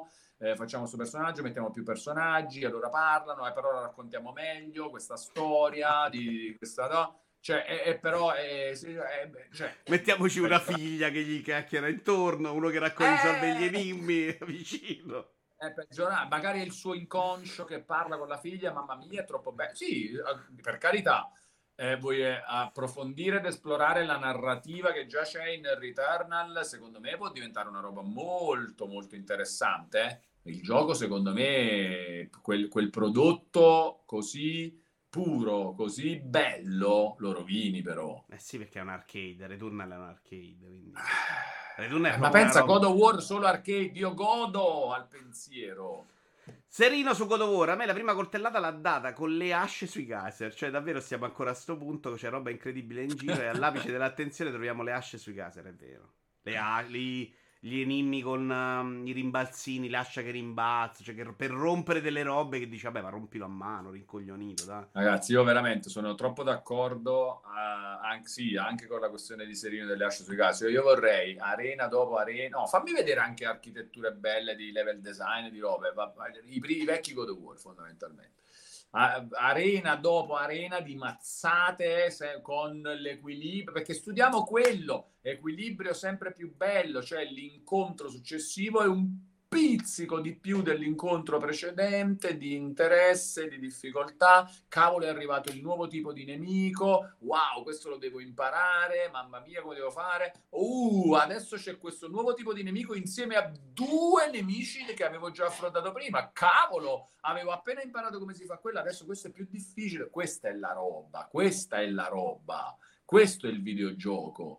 facciamo questo personaggio, mettiamo più personaggi, allora parlano, però la raccontiamo meglio, questa storia di questa... No? Cioè, però... cioè, Mettiamoci una figlia che gli chiacchiera intorno, uno che risolve gli eh, enigmi vicino. è peggiorare, magari è il suo inconscio che parla con la figlia, mamma mia, è troppo bello. Sì, per carità, vuoi approfondire ed esplorare la narrativa che già c'è in Returnal, secondo me può diventare una roba molto molto interessante. Il gioco, secondo me, quel prodotto così puro, così bello, lo rovini però. Eh sì, perché è un arcade, Returnal è un arcade, quindi... Returnal è Ma proprio una pensa, roba... God of War solo arcade, io godo al pensiero. Serino su God of War, a me la prima coltellata l'ha data con le asce sui geyser, cioè davvero stiamo ancora a sto punto, c'è roba incredibile in giro e all'apice dell'attenzione troviamo le asce sui geyser, è vero. Gli enigmi con i rimbalzini, l'ascia che rimbalza, cioè che per rompere delle robe che dici vabbè ma rompilo a mano, rincoglionito, dai. Ragazzi, io veramente sono troppo d'accordo, anche, sì, anche con la questione di Serino delle asce sui casi. Io vorrei arena dopo arena, no, fammi vedere anche architetture belle di level design, di robe, i vecchi God of War fondamentalmente. Arena dopo arena di mazzate con l'equilibrio, perché studiamo quello, equilibrio sempre più bello, cioè l'incontro successivo è un pizzico di più dell'incontro precedente, di interesse, di difficoltà. Cavolo, è arrivato il nuovo tipo di nemico. Wow, questo lo devo imparare. Mamma mia, come devo fare? Adesso c'è questo nuovo tipo di nemico insieme a due nemici che avevo già affrontato prima. Cavolo, avevo appena imparato come si fa quello, adesso questo è più difficile. Questa è la roba, questa è la roba. Questo è il videogioco.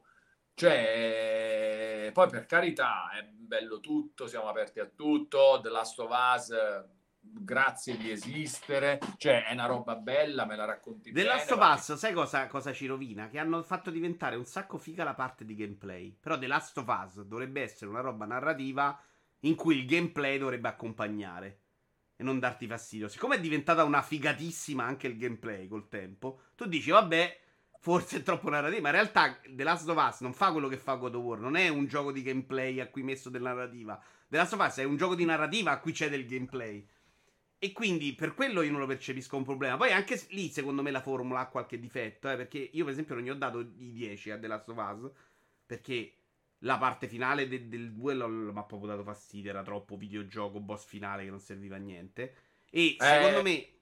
Cioè, poi per carità, è bello tutto, siamo aperti a tutto, The Last of Us, grazie di esistere, cioè è una roba bella, me la racconti The Last bene, of va bene. Us, sai cosa ci rovina? Che hanno fatto diventare un sacco figa la parte di gameplay. Però The Last of Us dovrebbe essere una roba narrativa in cui il gameplay dovrebbe accompagnare e non darti fastidio. Siccome è diventata una figatissima anche il gameplay col tempo, tu dici vabbè, forse è troppo narrativa, ma in realtà The Last of Us non fa quello che fa God of War, non è un gioco di gameplay a cui messo della narrativa. The Last of Us è un gioco di narrativa a cui c'è del gameplay. E quindi per quello io non lo percepisco un problema. Poi anche lì, secondo me, la formula ha qualche difetto. Perché io, per esempio, non gli ho dato i 10 a The Last of Us. Perché la parte finale del duello mi ha proprio dato fastidio. Era troppo videogioco, boss finale che non serviva a niente. E secondo Eh, me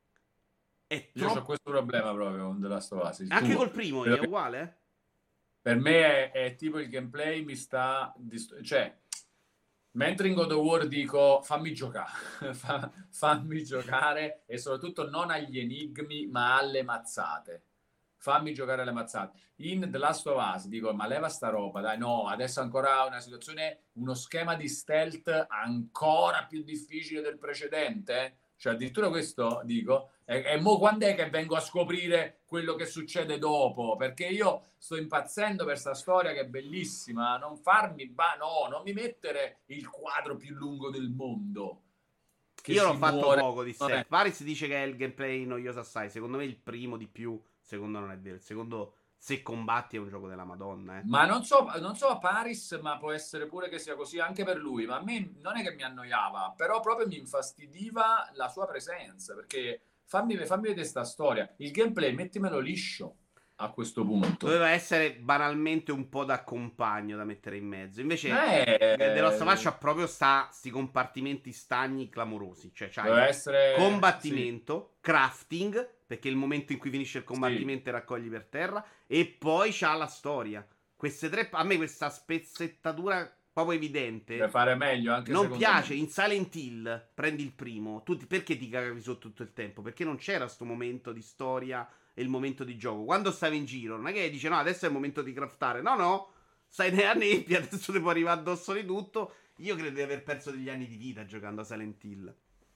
è io ho troppo. questo problema proprio con The Last of Us, il Anche tuo. col primo è uguale? Per me è tipo il gameplay mi sta... cioè, mentre in God of War dico fammi giocare, fammi giocare e soprattutto non agli enigmi ma alle mazzate. Fammi giocare alle mazzate. In The Last of Us dico ma leva sta roba, dai no, adesso ancora una situazione, uno schema di stealth ancora più difficile del precedente. Cioè addirittura questo dico, e mo quando è che vengo a scoprire quello che succede dopo? Perché io sto impazzendo per questa storia che è bellissima, non farmi, no, non mi mettere il quadro più lungo del mondo, che Io l'ho si fatto muore. poco di stealth. Paris dice che è il gameplay noioso assai. Secondo me il primo di più. Secondo non è vero. Il secondo, se combatti, è un gioco della Madonna, eh. Ma non so a Paris, ma può essere pure che sia così anche per lui, ma a me non è che mi annoiava, però proprio mi infastidiva la sua presenza, perché fammi vedere questa storia, il gameplay mettimelo liscio a questo punto. Doveva essere banalmente un po' da compagno da mettere in mezzo. Invece, The Lost of Us Eh, c'ha proprio sti compartimenti stagni clamorosi. Cioè, c'hai doveva essere, sì, combattimento, crafting, perché è il momento in cui finisce il sì, combattimento e raccogli per terra, e poi c'ha la storia. Queste tre, a me questa spezzettatura proprio deve evidente fare meglio anche non secondo piace. me. In Silent Hill, prendi il primo, perché ti cagavi sotto tutto il tempo? Perché non c'era sto momento di storia e il momento di gioco. Quando stavi in giro, non è che dice no, adesso è il momento di craftare. No, no, stai nella nebbia, adesso ti può arrivare addosso di tutto. Io credo di aver perso degli anni di vita giocando a Silent Hill.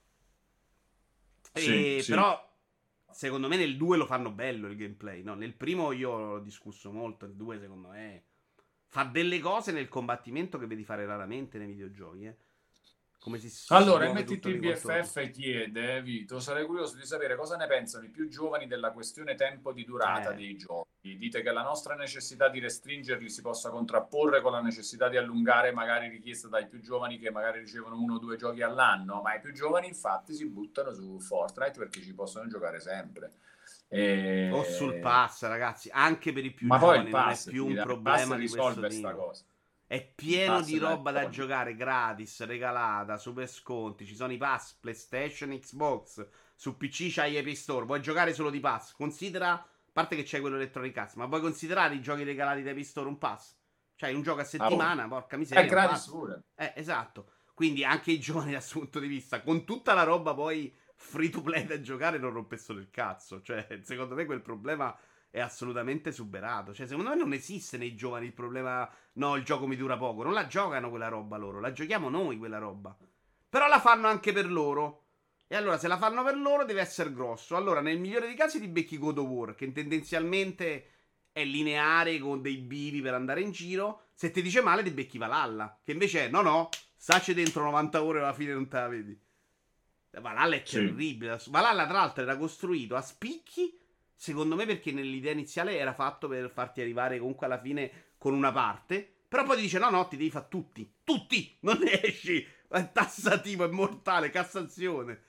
Sì, sì. Però, secondo me nel 2 lo fanno bello il gameplay. No? Nel primo io l'ho discusso molto. Il 2, secondo me, fa delle cose nel combattimento che vedi fare raramente nei videogiochi. come si Allora, muove tutto MTT nei contorni. BFF chiede, Vito, sarei curioso di sapere cosa ne pensano i più giovani della questione tempo di durata Eh, dei giochi. Dite che la nostra necessità di restringerli si possa contrapporre con la necessità di allungare, magari richiesta dai più giovani che magari ricevono 1 o 2 giochi all'anno, ma i più giovani infatti si buttano su Fortnite perché ci possono giocare sempre. o sul E... pass, ragazzi, anche per i più Ma poi il giovani non è pass, più un il pass problema di questo risolve sta tipo. cosa. È Il pieno pass di la roba da risolve. giocare gratis, regalata, super sconti. Ci sono i pass PlayStation, Xbox. Su PC c'hai Epic Store. Vuoi giocare solo di pass? Considera, a parte che c'è quello Electronic Arts, ma vuoi considerare i giochi regalati da Epic Store un pass? C'hai un gioco a Ah, oh. settimana, porca È miseria, un gratis pass. pure. Esatto. Quindi anche i giovani da questo punto di vista, con tutta la roba poi free to play da giocare, non rompessero il cazzo. Cioè, secondo me quel problema è assolutamente superato. Cioè, secondo me non esiste nei giovani il problema. No, il gioco mi dura poco. Non la giocano quella roba loro, la giochiamo noi quella roba. Però la fanno anche per loro. E allora, se la fanno per loro, deve essere grosso. Allora, nel migliore dei casi, ti becchi God of War, che tendenzialmente è lineare con dei bivi per andare in giro. Se ti dice male, ti becchi Valhalla, che invece è no, no, staci dentro 90 ore e alla fine non te la vedi. Valhalla è Sì. terribile. Valhalla, tra l'altro, era costruito a spicchi. Secondo me, perché nell'idea iniziale era fatto per farti arrivare comunque alla fine con una parte. Però poi ti dice: no, no, ti devi fare tutti. Tutti! Non ne esci. È tassativo, è mortale, Cassazione.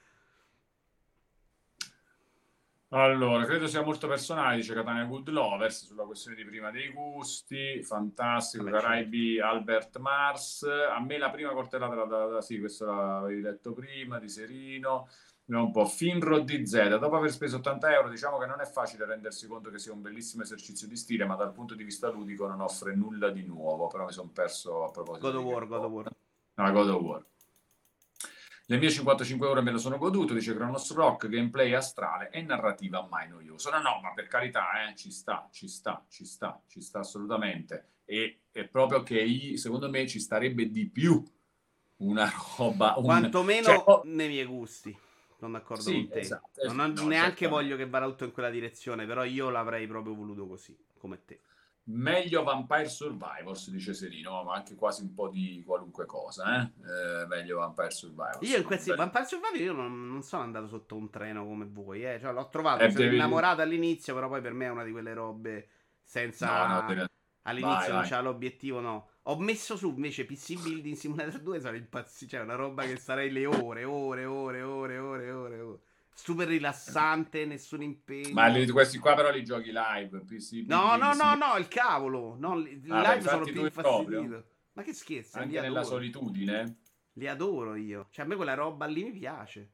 Allora, credo sia molto personale, dice Catania Good Lovers, sulla questione di prima dei gusti, fantastico, Vabbè, certo. Caraibi Albert Mars, a me la prima coltellata, sì, questo l'avevi detto prima, di Serino, vediamo un po', Finrod di Z, dopo aver speso 80 euro, diciamo che non è facile rendersi conto che sia un bellissimo esercizio di stile, ma dal punto di vista ludico non offre nulla di nuovo, però mi sono perso a proposito God of di che War, God of War. cosa. Ah, God of War. Le mie 55 euro me lo sono goduto, dice Kronos Rock, gameplay astrale e narrativa mai noiosa. No, no, ma per carità, ci sta, ci sta, ci sta, ci sta assolutamente. E è proprio che secondo me ci starebbe di più una roba, cioè, Quantomeno nei miei gusti. Sono d'accordo con sì, te. esatto, Non ho- no, neanche voglio certamente. che vada tutto in quella direzione, però io l'avrei proprio voluto così, come te. Meglio Vampire Survivors, dice Serino, ma anche quasi un po' di qualunque cosa, eh? Meglio Vampire Io Survivors, in un questi bel... Vampire Survivor io non sono andato sotto un treno come voi, eh. Cioè, l'ho trovato, mi sono devi... innamorato all'inizio, però poi per me è una di quelle robe No, no, senza... vai, All'inizio non vai. c'era l'obiettivo, no. Ho messo su invece PC Building Simulator 2, sono impazzito, cioè una roba che sarei le ore, ore, ore, ore, ore, ore, ore. Super rilassante, nessun Ma impegno. questi qua però li giochi live, PC No, Building no, no, Sim. no, il cavolo. No, il Ah, per live sono infatti più tu proprio, infastidito. Ma che scherzi, li anche nella adoro. solitudine. Li adoro io. Cioè, a me quella roba lì mi piace.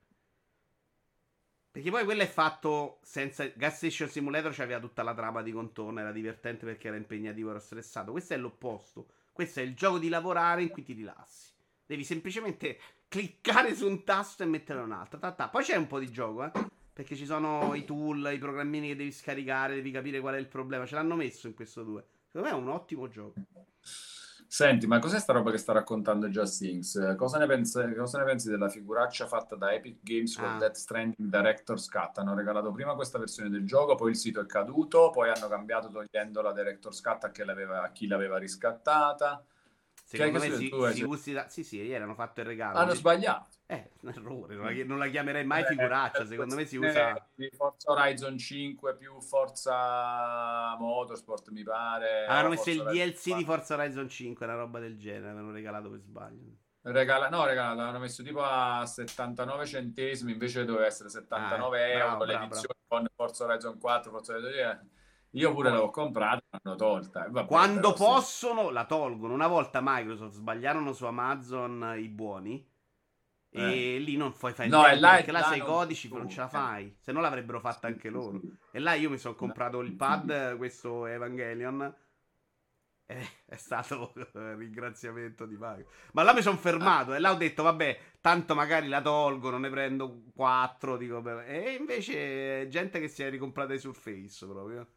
Perché poi quello è fatto senza. Gas Station Simulator c'aveva tutta la trama di contorno, era divertente perché era impegnativo, era stressato. Questo è l'opposto. Questo è il gioco di lavorare in cui ti rilassi. Devi semplicemente cliccare su un tasto e mettere un altro. Ta ta. Poi c'è un po' di gioco, eh. Perché ci sono i tool, i programmini che devi scaricare, devi capire qual è il problema. Ce l'hanno messo in questo 2. Secondo me è un ottimo gioco. Senti, ma cos'è sta roba che sta raccontando Just Things? Cosa ne pensi della figuraccia fatta da Epic Games col Ah, Death Stranding Director's Cut? Hanno regalato prima questa versione del gioco, poi il sito è caduto, poi hanno cambiato togliendo la Director's Cut a chi l'aveva riscattata. secondo Che me tu si usa. Sì, sì, ieri hanno fatto il regalo. hanno sbagliato. Un errore. Non la chiamerei mai figuraccia. Per Secondo me si questione usa. di Forza Horizon 5 più Forza Motorsport, mi pare, Avevano o messo Forza il Horizon DLC di 4. Forza Horizon 5, una roba del genere. Avevano regalato per sbaglio. No, regalato, l'hanno messo tipo a 79 centesimi, invece doveva essere Ah, 79 bravo, euro bravo, bravo. l'edizione con Forza Horizon 4, Forza Horizon 3. Io pure Poi, l'avevo comprata, l'hanno tolta. E vabbè, quando però se... possono, la tolgono. Una volta Microsoft sbagliarono su Amazon i buoni. eh. E lì non fai No, niente perché là là sei non codici, non ce funziona. la fai. Se no l'avrebbero fatta Sì, anche sì, loro. sì. E là io mi sono No, comprato il pad, questo Evangelion. È stato un ringraziamento di Mario. Ma là mi sono fermato e là ho detto, vabbè, tanto magari la tolgono, ne prendo 4. Dico, beh. E invece gente che si è ricomprata i Surface proprio.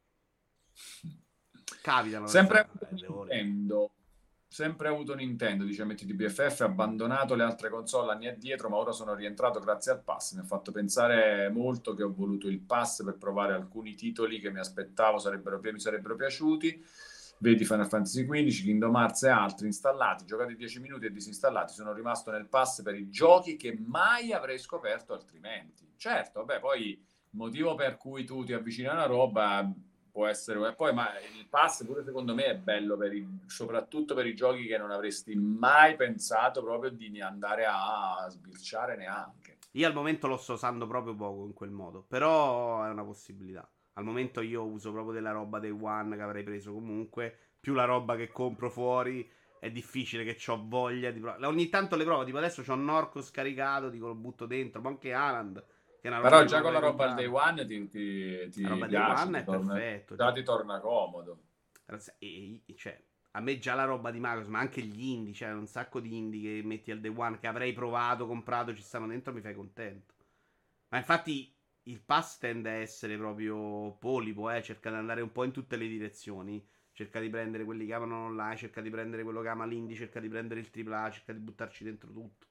Capitano queste Sempre cose. avuto Le ore. Nintendo, sempre avuto Nintendo, dice MTTBFF, ha abbandonato le altre console anni addietro, ma ora sono rientrato grazie al pass. Mi ha fatto pensare molto che ho voluto il pass per provare alcuni titoli che mi aspettavo mi sarebbero piaciuti. vedi Final Fantasy XV, Kingdom Hearts e altri installati, giocati 10 minuti e disinstallati. Sono rimasto nel pass per i giochi che mai avrei scoperto altrimenti. Certo, vabbè, poi il motivo per cui tu ti avvicini a una roba può essere poi, ma il pass pure secondo me è bello soprattutto per i giochi che non avresti mai pensato proprio di andare a sbirciare neanche. Io al momento lo sto usando proprio poco in quel modo, però è una possibilità. Al momento io uso proprio della roba Day One che avrei preso comunque, più la roba che compro fuori. È difficile che ho voglia di provare. Ogni tanto le provo, tipo adesso c'ho un orco scaricato, dico lo butto dentro, ma anche Aland, che è una roba Però che già non con la vorrei roba al Day comprare. One ti La roba Day piace, One è perfetto. già ti torna comodo. Cioè, a me già la roba di Microsoft, ma anche gli indie, cioè un sacco di indie che metti al Day One che avrei provato, comprato, ci stanno dentro, mi fai contento. Ma infatti il pass tende a essere proprio polipo, cerca di andare un po' in tutte le direzioni. Cerca di prendere quelli che amano online, cerca di prendere quello che ama l'indie, cerca di prendere il AAA, cerca di buttarci dentro tutto.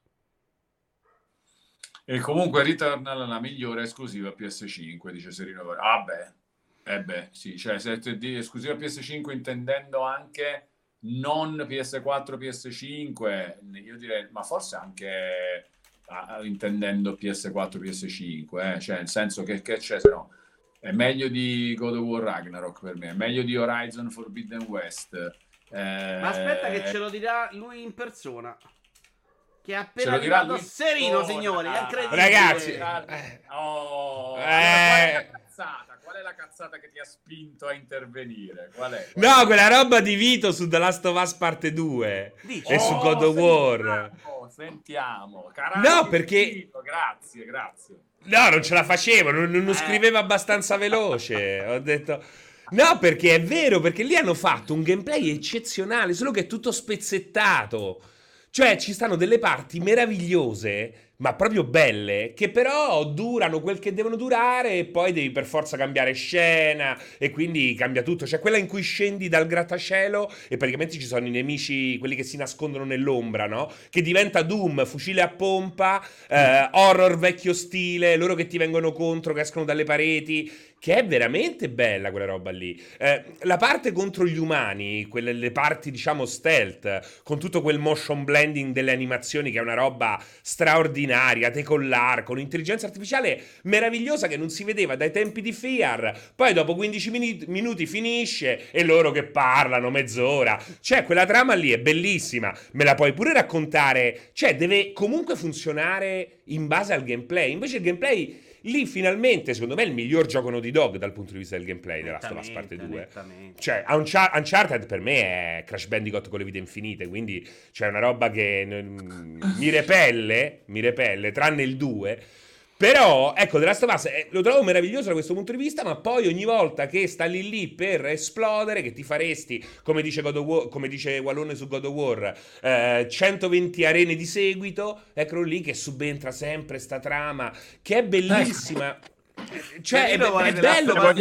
E comunque Returnal la migliore esclusiva PS5, dice Serino. Ah beh, sì, cioè se di esclusiva PS5 intendendo anche non PS4, PS5, io direi, ma forse anche intendendo PS4, PS5, cioè nel senso che c'è, se no, è meglio di God of War Ragnarok per me, è meglio di Horizon Forbidden West. Ma aspetta che ce lo dirà lui in persona. Che è Ce appena lo dirà arrivato lui. Serino, signori, è incredibile. Ragazzi, qual è la cazzata che ti ha spinto a intervenire? Qual è? no, quella roba di Vito su The Last of Us parte 2 Dici. e su God of War. Sentiamo. No, perché Vito, grazie. no, non ce la facevo, non scriveva abbastanza veloce. Ho detto no, perché è vero, perché lì hanno fatto un gameplay eccezionale, solo che è tutto spezzettato. Cioè, ci stanno delle parti meravigliose, ma proprio belle, che però durano quel che devono durare e poi devi per forza cambiare scena e quindi cambia tutto. C'è quella in cui scendi dal grattacielo e praticamente ci sono i nemici, quelli che si nascondono nell'ombra, no? Che diventa Doom, fucile a pompa, horror vecchio stile, loro che ti vengono contro, che escono dalle pareti. Che è veramente bella quella roba lì. La parte contro gli umani, le parti diciamo stealth, con tutto quel motion blending delle animazioni che è una roba straordinaria, decollar, con un'intelligenza artificiale meravigliosa che non si vedeva dai tempi di Fear. Poi dopo 15 minuti finisce e loro che parlano mezz'ora. Cioè quella trama lì è bellissima, me la puoi pure raccontare. Cioè deve comunque funzionare in base al gameplay. Invece il gameplay lì finalmente, secondo me, è il miglior gioco Naughty Dog dal punto di vista del gameplay della Last of Us parte 2. Nettamente. Cioè, Uncharted per me è Crash Bandicoot con le vite infinite, quindi c'è una roba che mi repelle, tranne il 2. Però, ecco, The Last of Us lo trovo meraviglioso da questo punto di vista, ma poi ogni volta che sta lì per esplodere, che ti faresti, come dice God of War, come dice Wallone su God of War, 120 arene di seguito, eccolo lì che subentra sempre sta trama, che è bellissima. Cioè, è bello, ma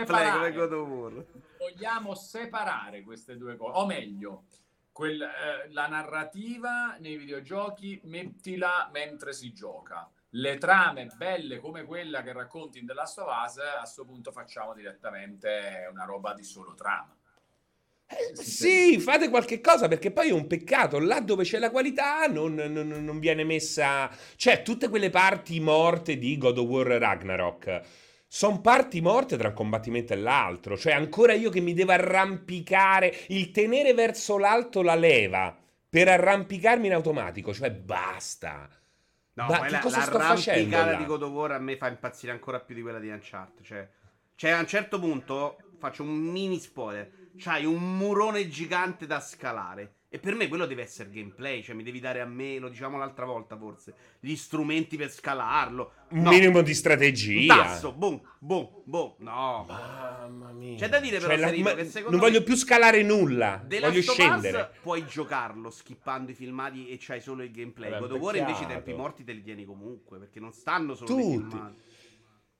vogliamo separare queste due cose, o meglio, la narrativa nei videogiochi mettila mentre si gioca. Le trame belle come quella che racconti in The Last of Us, a questo punto facciamo direttamente una roba di solo trama. Sì, fate qualche cosa perché poi è un peccato. Là dove c'è la qualità non viene messa. Cioè, tutte quelle parti morte di God of War Ragnarok sono parti morte tra un combattimento e l'altro. Cioè, ancora io che mi devo arrampicare, il tenere verso l'alto la leva per arrampicarmi in automatico. Cioè, basta. No, Ma che cosa sto facendo l'arrampicata là? di God of War a me fa impazzire ancora più di quella di Uncharted. Cioè a un certo punto, faccio un mini spoiler, c'hai un murone gigante da scalare. E per me quello deve essere gameplay. Cioè mi devi dare a me, lo diciamo l'altra volta forse, gli strumenti per scalarlo. Un No, minimo di un strategia. tasso, boom, boom, boom. No. Mamma mia. C'è da dire però, Serino, che secondo non me voglio più scalare nulla. The Voglio Last of Us scendere. puoi giocarlo skippando i filmati e c'hai solo il gameplay. Vabbè, God of War invece i peccato. tempi morti te li tieni comunque, perché non stanno solo nei Tutti. filmati.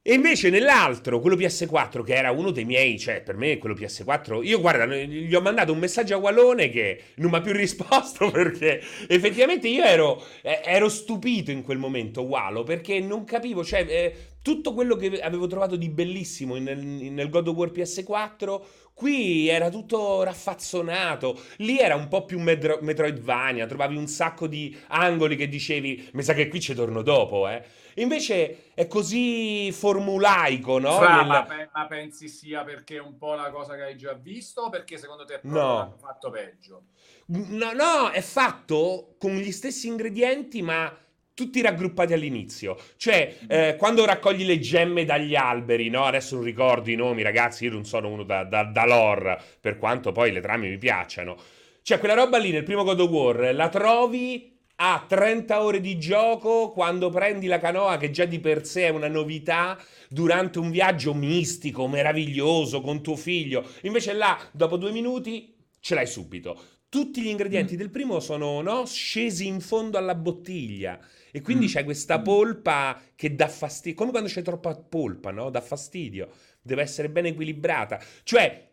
E invece nell'altro, quello PS4, che era uno dei miei, cioè per me quello PS4, io guarda, gli ho mandato un messaggio a Walone che non mi ha più risposto perché effettivamente io ero stupito in quel momento, Walo, perché non capivo, cioè tutto quello che avevo trovato di bellissimo nel God of War PS4, qui era tutto raffazzonato, lì era un po' più Metroidvania, trovavi un sacco di angoli che dicevi, mi sa che qui ci torno dopo, eh. Invece è così formulaico, no? Ma pensi sia perché è un po' la cosa che hai già visto o perché secondo te proprio l'hanno No. fatto peggio? No, no, è fatto con gli stessi ingredienti, ma tutti raggruppati all'inizio. Cioè, quando raccogli le gemme dagli alberi, no? Adesso non ricordo i nomi, ragazzi, io non sono uno da lore, per quanto poi le trame mi piacciono. Cioè, quella roba lì nel primo God of War la trovi a 30 ore di gioco quando prendi la canoa, che già di per sé è una novità, durante un viaggio mistico, meraviglioso, con tuo figlio. Invece là, dopo 2 minuti, ce l'hai subito. Tutti gli ingredienti del primo sono, no, scesi in fondo alla bottiglia. E quindi c'è questa polpa che dà fastidio. Come quando c'è troppa polpa, no? Dà fastidio. Deve essere ben equilibrata. Cioè,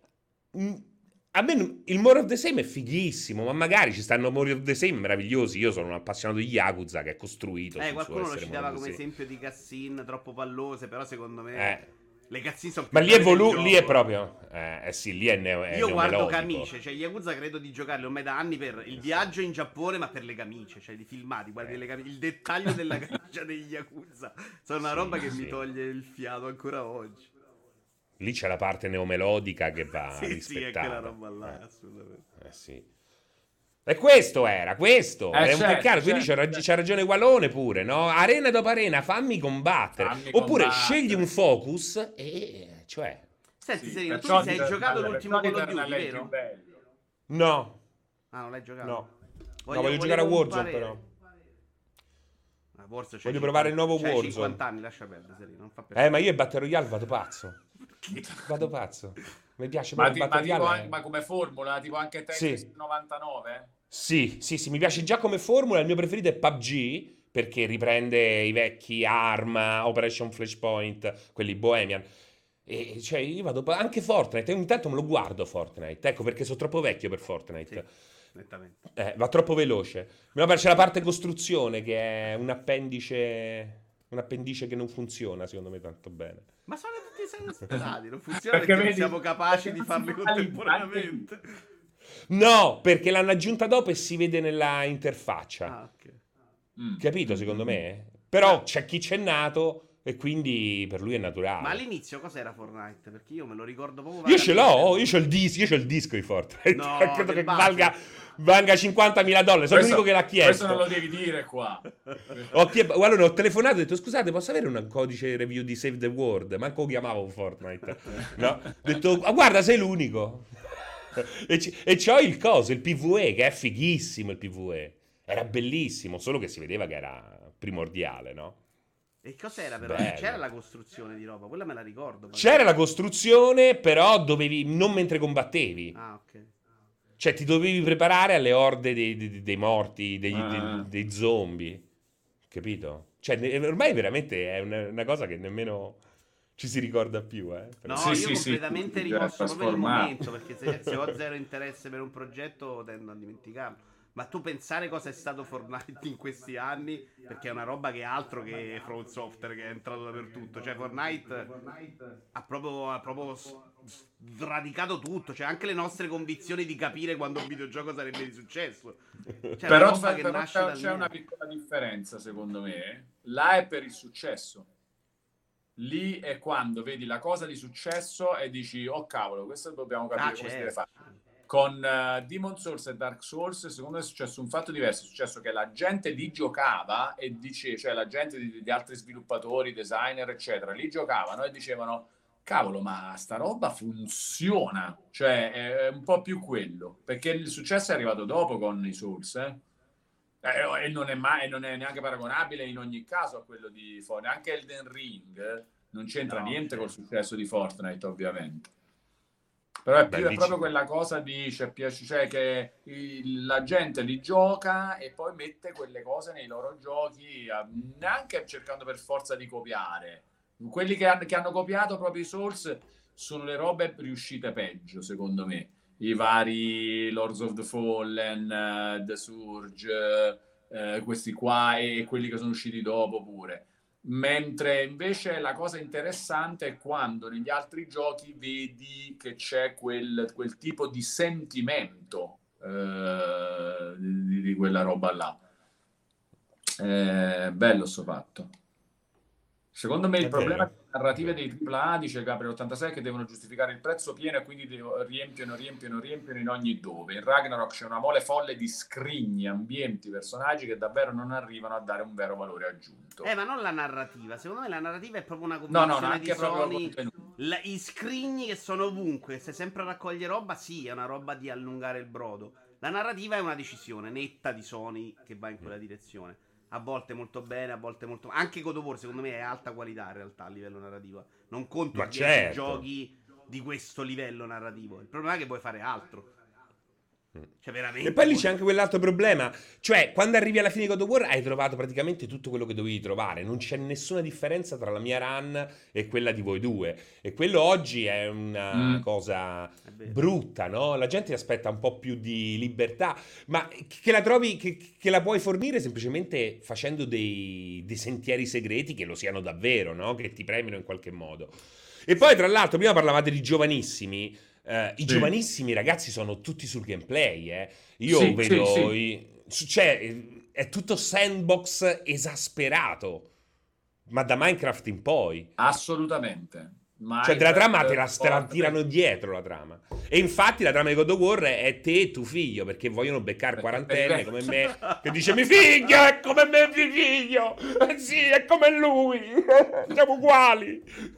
a me il More of the Same è fighissimo, ma magari ci stanno More of the Same meravigliosi. Io sono un appassionato di Yakuza che è costruito sul suo Qualcuno lo essere citava More of come the Same. esempio di cutscene troppo pallose, però secondo me le cutscene sono più Ma lì è, belle del lì è gioco. proprio... sì, lì è Io guardo neomelodico. Camice, cioè gli Yakuza credo di giocarli ormai da anni per il viaggio in Giappone, ma per le camicie, cioè i filmati, guardi le camicie, il dettaglio della camicia degli Yakuza, sono una roba che mi toglie il fiato ancora oggi. Lì c'è la parte neomelodica che va Sì, rispettata. sì, è quella roba là, assolutamente. Sì. E questo era, questo. È un certo, peccato, quindi certo. c'ha ragione Walone pure, no? Arena dopo arena, fammi combattere. Oppure scegli un focus e... cioè... Senti, Sì, Serino, tu perciò ti sei giocato l'ultimo Call of Duty, è più vero? bello. No, Ah, non l'hai giocato? no. Voglio giocare a volevo un Warzone parere. però. Warzone, Voglio provare il nuovo c'hai Warzone. 50 anni, lascia perdere, Serino, non fa per Ma io in Battle Royale vado pazzo. Vado pazzo. Mi piace Ma, proprio il Battle tipo Royale. anche, ma come formula, tipo anche Tetris Sì. 99? Sì, mi piace già come formula, il mio preferito è PUBG, perché riprende i vecchi ARMA, Operation Flashpoint, quelli Bohemian. E cioè io vado anche Fortnite, ogni tanto me lo guardo Fortnite, ecco perché sono troppo vecchio per Fortnite. Sì, nettamente. Va troppo veloce. Mi piace la parte costruzione che è un appendice che non funziona secondo me tanto bene. Ma sono tutti esagerati, non funziona Perché perché non vedi, siamo capaci di non farli si fa lì, contemporaneamente. No, perché l'hanno aggiunta dopo e si vede nella interfaccia. Ah, ok. Capito secondo me? Però c'è chi c'è nato e quindi per lui è naturale. Ma all'inizio cos'era Fortnite? Perché io me lo ricordo proprio Io ce l'ho, vagamente. io c'ho il disco di Fortnite. No, Credo del che base. valga $50.000. Sono l'unico che l'ha chiesto. Questo non lo devi dire qua. Guarda, ho telefonato e ho detto scusa, posso avere un codice review di Save the World? Manco lo chiamavo Fortnite. No? Ho detto, guarda, sei l'unico. E c'ho il coso, il PvE, che è fighissimo il PvE. Era bellissimo, solo che si vedeva che era primordiale, no? E cos'era però? Bello. C'era la costruzione di roba, quella me la ricordo. C'era la costruzione, però dovevi, non mentre combattevi. Ah, ok. Cioè, ti dovevi preparare alle orde dei morti, dei zombie. Capito? Cioè, ormai veramente è una cosa che nemmeno ci si ricorda più, eh. No, Sì, io sì, completamente sì, rimosso proprio il trasformato. momento, perché se ho zero interesse per un progetto tendo a dimenticarlo. Ma tu pensare cosa è stato Fortnite in questi anni, perché è una roba che è altro che From Software che è entrato dappertutto. Cioè Fortnite ha proprio sradicato tutto, cioè anche le nostre convinzioni di capire quando un videogioco sarebbe di successo. Cioè una Però, roba che nasce dal c'è una niente. piccola differenza, secondo me. Là è per il successo. Lì è quando vedi la cosa di successo e dici, oh cavolo, questo dobbiamo capire come si deve certo. fare. Con Demon Souls e Dark Souls, secondo me è successo un fatto diverso. È successo che la gente lì giocava e dice, cioè la gente di altri sviluppatori, designer, eccetera, lì giocavano e dicevano, cavolo, ma sta roba funziona. Cioè è un po' più quello, perché il successo è arrivato dopo con i Souls, e non è neanche paragonabile in ogni caso a quello di Fortnite. Anche Elden Ring non c'entra niente col successo di Fortnite, ovviamente. Però è proprio quella cosa di cioè che la gente li gioca e poi mette quelle cose nei loro giochi, neanche cercando per forza di copiare, Quelli che hanno copiato proprio i Souls sono le robe riuscite peggio, secondo me. I vari Lords of the Fallen, The Surge, questi qua e quelli che sono usciti dopo pure. Mentre invece la cosa interessante è quando negli altri giochi vedi che c'è quel tipo di sentimento di quella roba là. Bello sto fatto. Secondo me il È problema vero. delle narrative dei AAA, dice Gabriel 86, è che devono giustificare il prezzo pieno e quindi riempiono in ogni dove. In Ragnarok c'è una mole folle di scrigni, ambienti, personaggi che davvero non arrivano a dare un vero valore aggiunto. Ma non la narrativa. Secondo me la narrativa è proprio una No, combinazione di anche proprio Sony. contenuto. I scrigni che sono ovunque. Se sempre raccoglie roba, sì, è una roba di allungare il brodo. La narrativa è una decisione netta di Sony che va in quella direzione. A volte molto bene, a volte molto. Anche God of War, secondo me, è alta qualità in realtà a livello narrativo. Non conto Ma 10 certo. giochi di questo livello narrativo. Il problema è che puoi fare altro. Cioè, veramente. E poi lì c'è anche quell'altro problema. Cioè, quando arrivi alla fine di God of War hai trovato praticamente tutto quello che dovevi trovare. Non c'è nessuna differenza tra la mia run e quella di voi due. E quello oggi è una cosa vero. brutta, no? La gente aspetta un po' più di libertà, ma che la trovi, che la puoi fornire semplicemente facendo dei sentieri segreti che lo siano davvero, no? Che ti premiano in qualche modo. E poi, tra l'altro, prima parlavate di giovanissimi. I giovanissimi ragazzi sono tutti sul gameplay, Io Sì, vedo sì. cioè è tutto sandbox esasperato, ma da Minecraft in poi. Assolutamente. Cioè della trama te la Fortnite, tirano dietro la trama. E infatti la trama di God of War è te e tuo figlio, perché vogliono beccare Perché quarantenne per come me, che dice mi figlio è come me mio figlio, sì è come lui, siamo uguali.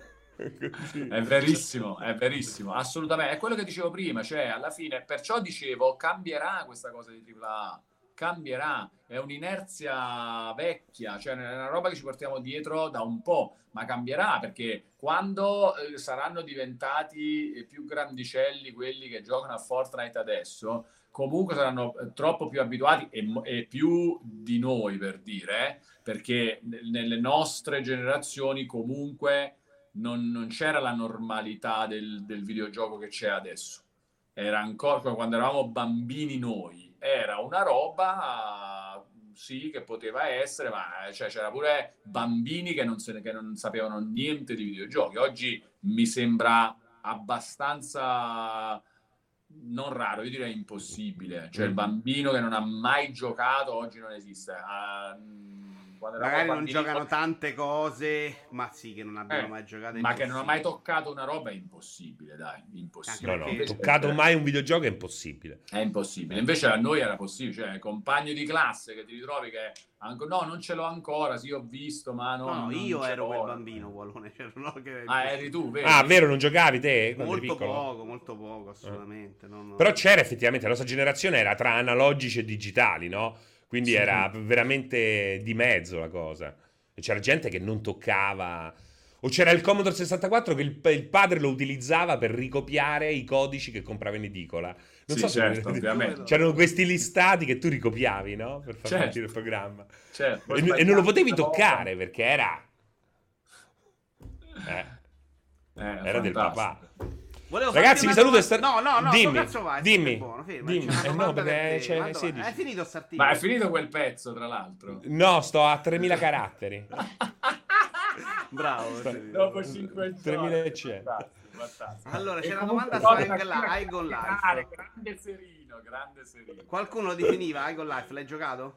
È verissimo, assolutamente. È quello che dicevo prima, cioè alla fine, perciò dicevo, cambierà questa cosa di AAA, cambierà, è un'inerzia vecchia, cioè è una roba che ci portiamo dietro da un po', ma cambierà perché quando saranno diventati più grandicelli quelli che giocano a Fortnite adesso, comunque saranno troppo più abituati e più di noi, per dire, perché nelle nostre generazioni comunque non c'era la normalità del videogioco che c'è adesso. Era ancora quando eravamo bambini noi, era una roba sì che poteva essere, ma cioè, c'era pure bambini che non sapevano niente di videogiochi. Oggi mi sembra abbastanza non raro, io direi impossibile. Cioè il bambino che non ha mai giocato oggi non esiste. Quando Magari non bambini, giocano tante cose, ma sì, che non abbiano mai giocato. ma che non ha mai toccato una roba è impossibile, dai, impossibile. No, Perché- toccato mai un videogioco è impossibile. È impossibile. Invece a noi era possibile, cioè compagno di classe che ti ritrovi che no, non ce l'ho ancora, sì, ho visto, ma no, No, non io ce ero l'ho. quel bambino, Wallone. Cioè, no, che Eri tu, vedi? Ah, vero, non giocavi te quando eri piccolo? molto poco, assolutamente. No. Però c'era effettivamente, la nostra generazione era tra analogici e digitali, no? Quindi Sì. era veramente di mezzo la cosa. E c'era gente che non toccava. O c'era il Commodore 64 che il padre lo utilizzava per ricopiare i codici che comprava in edicola. Non Sì, so se certo, ovviamente. c'erano questi listati che tu ricopiavi, no? Per far Certo. partire il programma. Certo. E non lo potevi toccare perché era del papà. Volevo Ragazzi, farti vi una saluto domanda- e No, dimmi, cazzo vai, dimmi, sei buono, ferma, dimmi. c'è una No, domanda perché per te. c'è Ma dov'è? 16. È finito st'articolo? Ma è finito quel pezzo, tra l'altro. No, sto a 3000 caratteri. Bravo. Dopo 5 giorni. 3100. Fantastico. Allora, E c'è una comunque domanda su cosa Igon da Life. chiacchierare, grande serino. Qualcuno lo definiva Igon Life, l'hai giocato?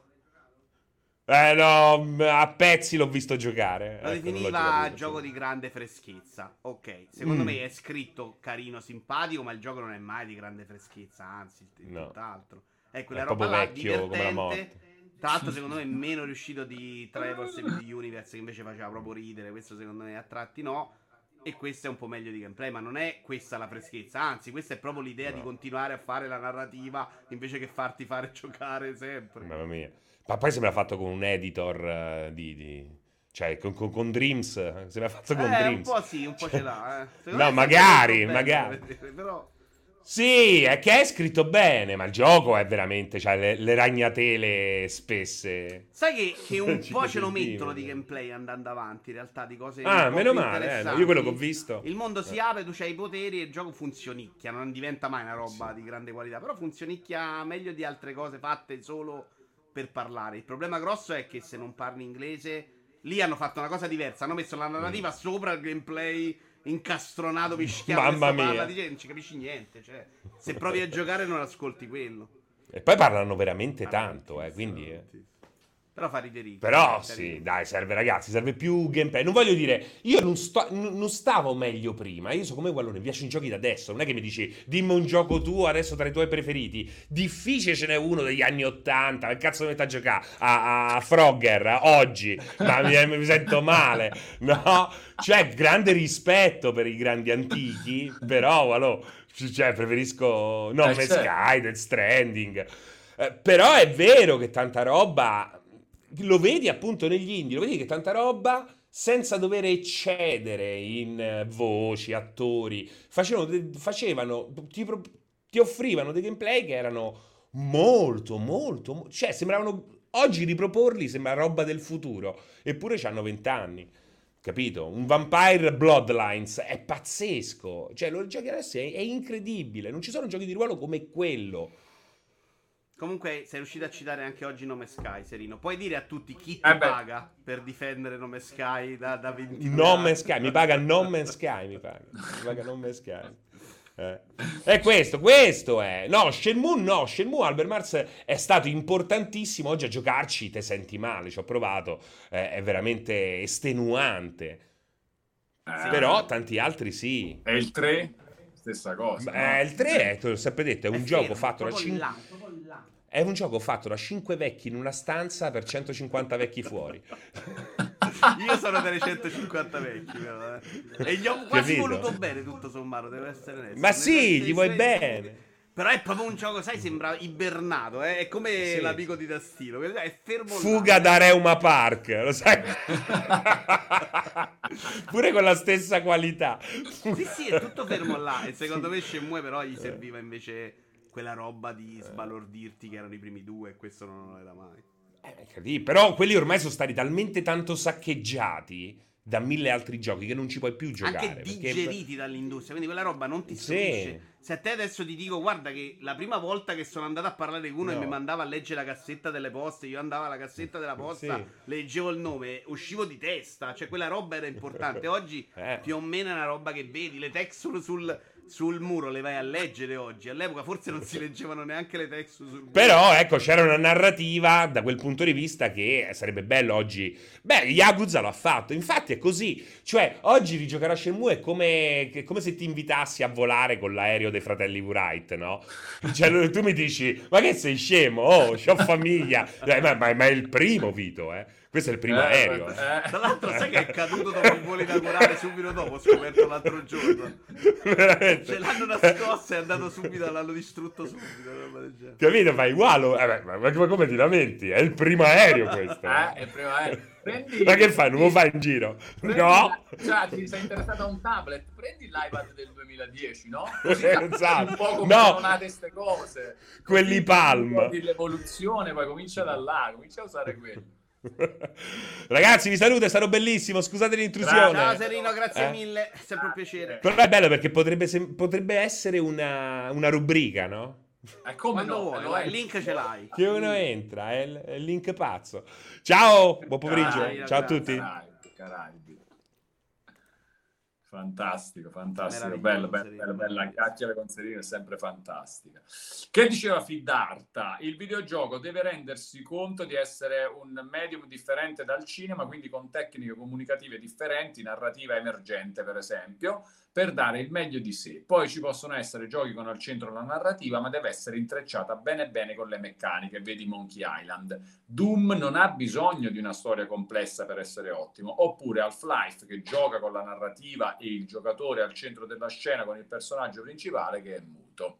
No, a pezzi l'ho visto giocare. Lo Ecco, non l'ho definiva giocato, gioco sì. di grande freschezza. Ok, secondo me è scritto carino, simpatico, ma il gioco non è mai di grande freschezza, anzi, No. tutt'altro. È quella È roba proprio là, vecchio come la divertente. Tra l'altro, secondo me è meno riuscito di Traverse the Universe, che invece faceva proprio ridere. Questo, secondo me, a tratti no. E questo è un po' meglio di gameplay, ma non è questa la freschezza. Anzi, questa è proprio l'idea di continuare a fare la narrativa invece che farti fare giocare sempre. Mamma mia. Ma poi sembra fatto con un editor cioè con Dreams. Sembra fatto con Un Dreams. po' sì, un po' ce l'ha. Secondo No, me è magari, molto bello da magari. vedere, però Sì, è che è scritto bene, ma il gioco è veramente, cioè le ragnatele spesse. Sai che un po' ce lo mettono di 5 centimetri. gameplay andando avanti, in realtà, di cose un Ah, po' meno più male, no, io quello che ho interessanti. visto. Il mondo si apre, tu c'hai i poteri e il gioco funzionicchia, non diventa mai una roba Sì. di grande qualità, però funzionicchia meglio di altre cose fatte solo per parlare. Il problema grosso è che se non parli inglese, lì hanno fatto una cosa diversa, hanno messo la Mm. narrativa sopra il gameplay incastronato, mischiato, che Mamma sto parla mia. di gente, non ci capisci niente, cioè, se provi a giocare non ascolti quello. E poi parlano veramente Parla tanto, tantissimo, quindi. tantissimo. Però fa riderito, Però è sì, carino. dai, serve ragazzi, serve più gameplay. Non voglio dire, io non stavo meglio prima, io sono come quello, mi piacciono i giochi da adesso, non è che mi dici dimmi un gioco tuo adesso tra i tuoi preferiti. Difficile ce n'è uno degli anni 80, che cazzo mi metto a giocare a Frogger oggi, ma mi sento male, no? Cioè, grande rispetto per i grandi antichi, però, allora, cioè, preferisco No Man's Certo. Sky, Death Stranding. Però è vero che tanta roba lo vedi appunto negli indie, lo vedi che tanta roba senza dover eccedere in voci, attori, ti offrivano dei gameplay che erano cioè sembravano, oggi riproporli sembra roba del futuro, eppure hanno 20 anni. Capito? Un Vampire Bloodlines è pazzesco. Cioè, lo giochi adesso è incredibile. Non ci sono giochi di ruolo come quello. Comunque, sei riuscito a citare anche oggi Nome Sky, Serino. Puoi dire a tutti chi ti Beh, paga per difendere Nome Sky da 22 No Man's anni? Sky, mi paga No Man's Sky, mi paga No Man's Sky. E questo è. No, Shenmue no, Shenmue Albert Mars è stato importantissimo, oggi a giocarci te senti male, ci ho provato, è veramente estenuante. Sì. Però tanti altri sì. e il 3? Stessa cosa, no? Il 3, te l'ho sempre detto, è È un gioco fermo, fatto da proprio 5. là. È un gioco fatto da 5 vecchi in una stanza per 150 vecchi fuori. Io sono delle 150 vecchi, però, e gli ho quasi Capito? voluto bene, tutto sommato, devo essere onesto. Ma Ne sì, penso gli vuoi di- bene. Però è proprio un gioco, sai, sembra ibernato, eh? È come Sì. l'amico di Tastino, che è fermo là. Fuga da Reuma Park, lo sai? Pure con la stessa qualità. Sì, sì, è tutto fermo là. E secondo me Shenmue però gli serviva invece quella roba di sbalordirti che erano i primi due, e questo non era mai. Però quelli ormai sono stati talmente tanto saccheggiati da mille altri giochi che non ci puoi più giocare. Anche digeriti dall'industria, quindi quella roba non ti Sì. stupisce. Se a te adesso ti dico, guarda che la prima volta che sono andato a parlare con uno e No. mi mandava a leggere la cassetta delle poste, io andavo alla cassetta della posta, Sì. leggevo il nome, uscivo di testa, cioè quella roba era importante. Oggi più o meno è una roba che vedi, le texture sul muro le vai a leggere oggi. All'epoca forse non si leggevano neanche le texture sul muro. Però ecco, c'era una narrativa da quel punto di vista che sarebbe bello oggi. Beh, Yakuza lo ha fatto, infatti è così. Cioè, oggi rigiocare a Shenmue è come se ti invitassi a volare con l'aereo dei fratelli Wright, no? Cioè, tu mi dici, ma che sei scemo? Oh, c'ho famiglia. Ma è il primo, Vito, eh. Questo è il primo aereo. Tra l'altro, sai che è caduto dopo il volo inaugurale subito dopo? Ho scoperto l'altro giorno. Veramente. Ce l'hanno nascosto e è andato subito, l'hanno distrutto subito. Roba del genere. Capito? Fai uguale. Ma come ti lamenti? È il primo aereo questo. È il primo aereo. Prendi, Ma che fai? Non lo fai in giro? prendi No! cioè, ti sei interessato a un tablet, prendi l'iPad del 2010, no? Così Esatto. un po' come No. sono nate queste cose. Quelli Palm. L'evoluzione, poi comincia da là, comincia a usare quelli. Ragazzi, vi saluto, è stato bellissimo. Scusate l'intrusione. Ciao Serino, grazie Eh? mille. È sempre un piacere. Però è bello perché potrebbe essere una rubrica, no? Come Quando no? vuoi, Lo vai, è. il link ce l'hai. Che uno entra, è il link pazzo. Ciao, buon pomeriggio. Dai, Ciao a grazie. tutti. Caraibi. Fantastico, fantastico, Meraviglioso, bello, Serino, bello, bella meraviglioso. chiacchiera con Serino è sempre fantastica. Che diceva Fidarta? Il videogioco deve rendersi conto di essere un medium differente dal cinema, quindi con tecniche comunicative differenti, narrativa emergente per esempio, per dare il meglio di sé. Poi ci possono essere giochi con al centro la narrativa, ma deve essere intrecciata bene bene con le meccaniche, vedi Monkey Island. Doom non ha bisogno di una storia complessa per essere ottimo, oppure Half-Life che gioca con la narrativa e il giocatore al centro della scena con il personaggio principale che è muto.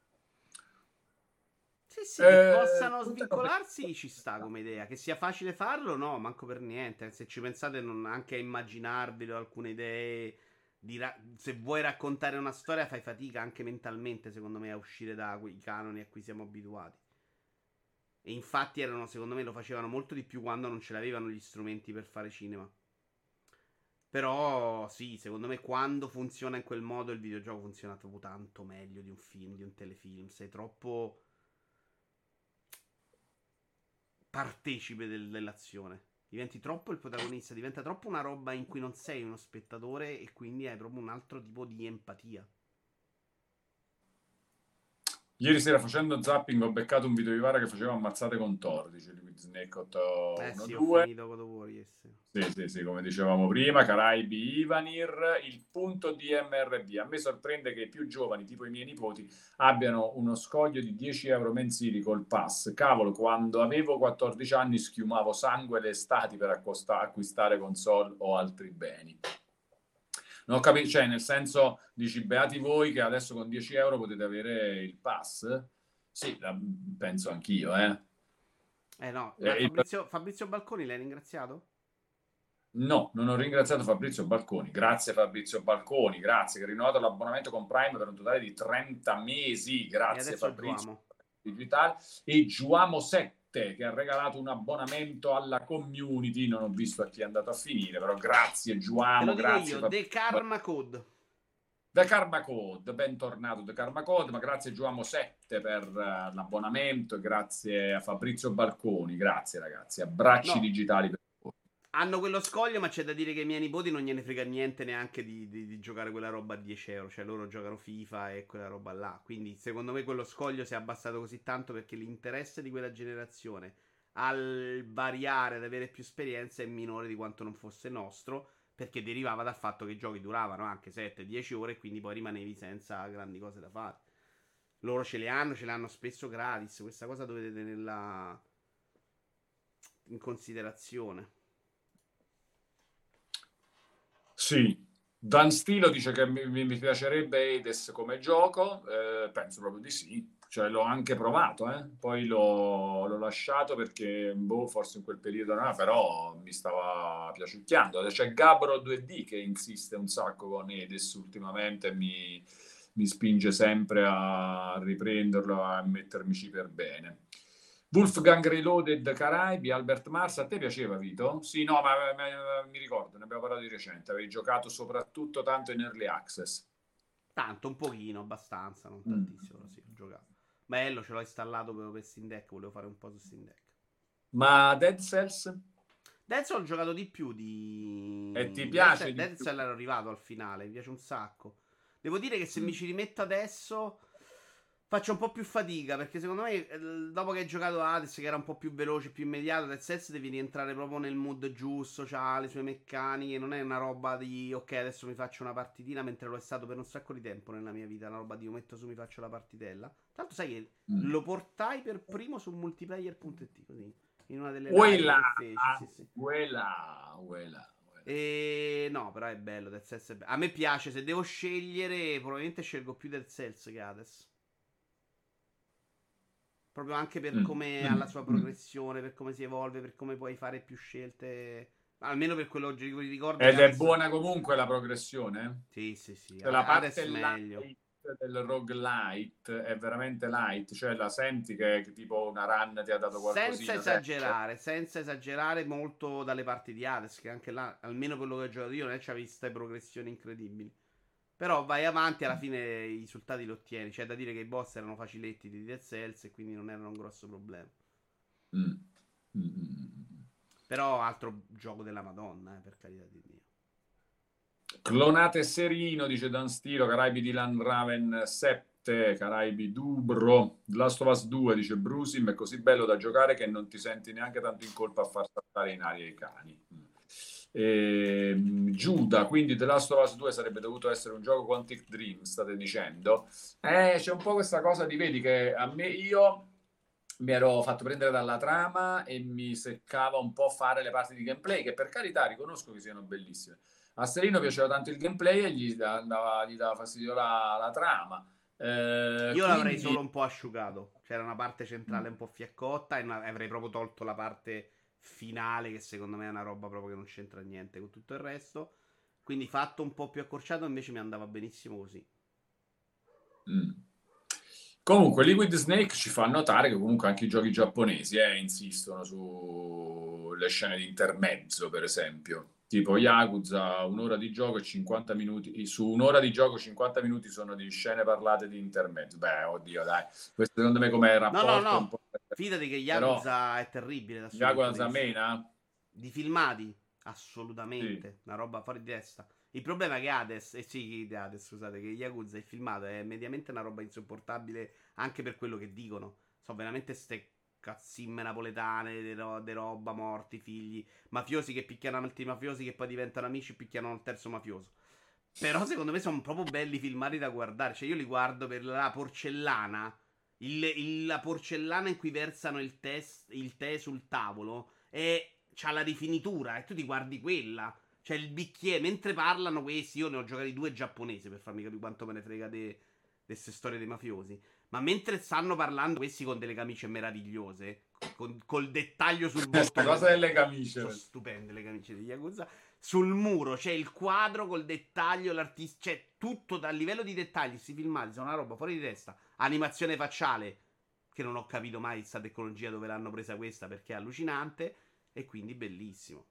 Sì, che possano svincolarsi ci sta come idea. Che sia facile farlo, no, manco per niente. Se ci pensate anche a immaginarvelo alcune idee Se vuoi raccontare una storia fai fatica anche mentalmente, secondo me, a uscire da quei canoni a cui siamo abituati. E infatti erano, secondo me, lo facevano molto di più quando non ce l'avevano gli strumenti per fare cinema. Però sì, secondo me quando funziona in quel modo il videogioco funziona proprio tanto meglio di un film, di un telefilm. Sei troppo partecipe dell'azione. Diventi troppo il protagonista, diventa troppo una roba in cui non sei uno spettatore e quindi hai proprio un altro tipo di empatia. Ieri sera facendo zapping ho beccato un video di Vara che faceva ammazzate con Thor, dice Liquid Snake Sì, ho 812. finito God of War ieri sera. Sì, come dicevamo prima, Caraibi Ivanir, il punto di MRB. A me sorprende che i più giovani, tipo i miei nipoti, abbiano uno scoglio di 10 euro mensili col pass. Cavolo, quando avevo 14 anni schiumavo sangue le estati per acquistare console o altri beni. Non ho capito, cioè nel senso, dici, beati voi che adesso con 10 euro potete avere il pass? Sì, penso anch'io, eh. No, ma Fabrizio Balconi l'hai ringraziato? No, non ho ringraziato Fabrizio Balconi. Grazie Fabrizio Balconi, grazie che ha rinnovato l'abbonamento con Prime per un totale di 30 mesi. E Grazie adesso Fabrizio Giuamo. Digitale. E Giuamo 7 che ha regalato un abbonamento alla community. Non ho visto a chi è andato a finire, però grazie Te lo Giuamo, dico grazie io, The Fabrizio. Karma Code. The Karma Code, bentornato The Karma Code, ma grazie Giuamo 7 per l'abbonamento e grazie a Fabrizio Balconi, grazie ragazzi, abbracci No, digitali per voi. hanno quello scoglio, ma c'è da dire che ai miei nipoti non gliene frega niente neanche di giocare quella roba a 10 euro. Cioè, loro giocano FIFA e quella roba là. Quindi, secondo me, quello scoglio si è abbassato così tanto perché l'interesse di quella generazione al variare, ad avere più esperienza è minore di quanto non fosse nostro. Perché derivava dal fatto che i giochi duravano anche 7-10 ore e quindi poi rimanevi senza grandi cose da fare. Loro ce le hanno spesso gratis. Questa cosa dovete tenerla in considerazione. Sì, Dan Stilo dice che mi piacerebbe Hades come gioco, penso proprio di sì, cioè l'ho anche provato, poi l'ho lasciato perché boh, forse in quel periodo no, però mi stava piaciucchiando. C'è Gabro 2D che insiste un sacco con Hades ultimamente e mi spinge sempre a riprenderlo, a mettermici per bene. Wolfgang Reloaded Caraibi, Albert Mars, a te piaceva Vito? Sì, no, ma mi ricordo, ne abbiamo parlato di recente, avevi giocato soprattutto tanto in Early Access. Tanto, un pochino, abbastanza, non Mm. tantissimo, però sì, ho giocato. Bello, ce l'ho installato per Steam Deck, volevo fare un po' su Steam Deck. Ma Dead Cells? Dead Cell ho giocato di più E ti di... piace di Dead più? Cell ero arrivato al finale, mi piace un sacco. Devo dire che se mi Mm. ci rimetto adesso faccio un po' più fatica, perché secondo me dopo che hai giocato Hades, che era un po' più veloce, più immediato, Dead Cells devi rientrare proprio nel mood giusto, c'ha le sue meccaniche, non è una roba di ok adesso mi faccio una partitina, mentre lo è stato per un sacco di tempo nella mia vita, una roba di io metto su mi faccio la partitella. Tanto sai che Mm. lo portai per primo su multiplayer.it, così, in una delle live Uela, che feci, sì sì. uela. E no, però è bello, Dead Cells è bello. A me piace, se devo scegliere, probabilmente scelgo più Dead Cells che Hades. Proprio anche per Mm. come ha la Mm. sua Mm. progressione, per come si evolve, per come puoi fare più scelte. Almeno per quello che ricordo di Ed è Hades. buona comunque la progressione? Sì, sì, sì. Cioè, la Hades parte meglio. light del roguelite è veramente light, cioè la senti che tipo una run ti ha dato qualcosina sempre. Senza esagerare molto dalle parti di Hades, che anche là, almeno quello che ho giocato io, non è che c'ha viste progressioni incredibili. Però vai avanti, alla fine i risultati li ottieni. C'è da dire che i boss erano faciletti di Dead Cells e quindi non erano un grosso problema. Mm. Mm. Però altro gioco della Madonna, per carità di Dio. Clonate Serino, dice Dan Stilo, Caraibi di Landraven 7, Caraibi Dubro, The Last of Us 2, dice Brusim, è così bello da giocare che non ti senti neanche tanto in colpa a far saltare in aria i cani. Giuda, quindi The Last of Us 2 sarebbe dovuto essere un gioco Quantic Dream, state dicendo? C'è un po' questa cosa di, vedi che io mi ero fatto prendere dalla trama e mi seccava un po' fare le parti di gameplay, che per carità riconosco che siano bellissime. A Serino piaceva tanto il gameplay e gli dava fastidio la trama. Io l'avrei Quindi solo un po' asciugato. C'era una parte centrale un po' fiaccotta e avrei proprio tolto la parte finale, che secondo me è una roba proprio che non c'entra niente con tutto il resto. Quindi fatto un po' più accorciato invece mi andava benissimo così. Mm. Comunque, Liquid Snake ci fa notare che comunque anche i giochi giapponesi insistono sulle scene di intermezzo, per esempio. Tipo Yakuza, un'ora di gioco e 50 minuti. Su un'ora di gioco, 50 minuti sono di scene parlate di intermezzo. Beh, oddio, dai. Questo secondo me come No, no, rapporto è un no. po'. Fidati che Però Yakuza è terribile dal suo punto di Yakuza vista. Mena? Di filmati, Sì. assolutamente. Una roba fuori di testa. Il problema è che Hades, sì, di Hades, scusate, che Yakuza il filmato è mediamente una roba insopportabile anche per quello che dicono. Sono veramente ste cazzime napoletane, de roba, morti, figli, mafiosi che picchiano altri mafiosi che poi diventano amici e picchiano il terzo mafioso. Però secondo me sono proprio belli filmati da guardare. Cioè io li guardo per la porcellana. La porcellana in cui versano il tè sul tavolo. E c'ha la rifinitura. E tu ti guardi quella. Cioè il bicchiere. Mentre parlano questi. Io ne ho giocati due giapponesi per farmi capire quanto me ne frega di queste storie dei mafiosi. Ma mentre stanno parlando questi con delle camicie meravigliose. Col dettaglio sul Questa bottone. cosa delle Sono camicie. stupende le camicie di Yakuza. Sul muro c'è il quadro col dettaglio, l'artista, c'è tutto dal livello di dettagli. Questi filmati sono una roba fuori di testa. Animazione facciale, che non ho capito mai questa tecnologia dove l'hanno presa questa perché è allucinante. E quindi bellissimo.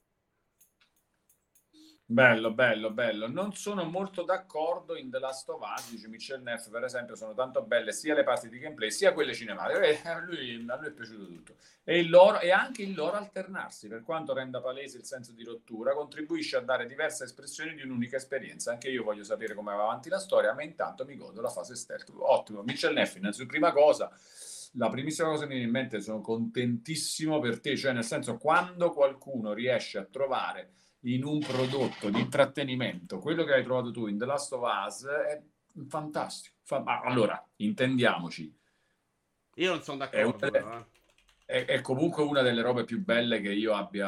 Bello, bello, bello. Non sono molto d'accordo in The Last of Us, dice Michel Neff, per esempio, sono tanto belle sia le parti di gameplay sia quelle cinematiche. A lui è piaciuto tutto. E anche il loro alternarsi, per quanto renda palese il senso di rottura, contribuisce a dare diverse espressioni di un'unica esperienza. Anche io voglio sapere come va avanti la storia, ma intanto mi godo la fase stealth. Ottimo. Michel Neff, innanzitutto, prima cosa, la primissima cosa che mi viene in mente, sono contentissimo per te, cioè nel senso, quando qualcuno riesce a trovare in un prodotto di intrattenimento quello che hai trovato tu in The Last of Us è fantastico. Allora, intendiamoci, Io non sono è, una d'accordo, però. è comunque una delle robe più belle che io abbia,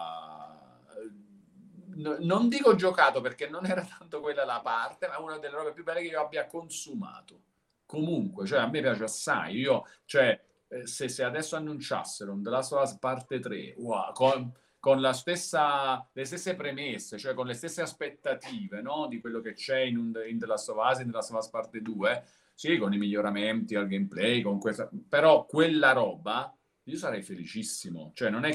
non dico giocato perché non era tanto quella la parte, ma una delle robe più belle che io abbia consumato. Comunque, cioè a me piace assai. Io, cioè, se adesso annunciassero un The Last of Us parte 3, wow, con le stesse premesse, cioè con le stesse aspettative, no? Di quello che c'è in The Last of Us, in The Last of Us parte 2, sì, con i miglioramenti al gameplay, con questa, però quella roba io sarei felicissimo. Cioè, non è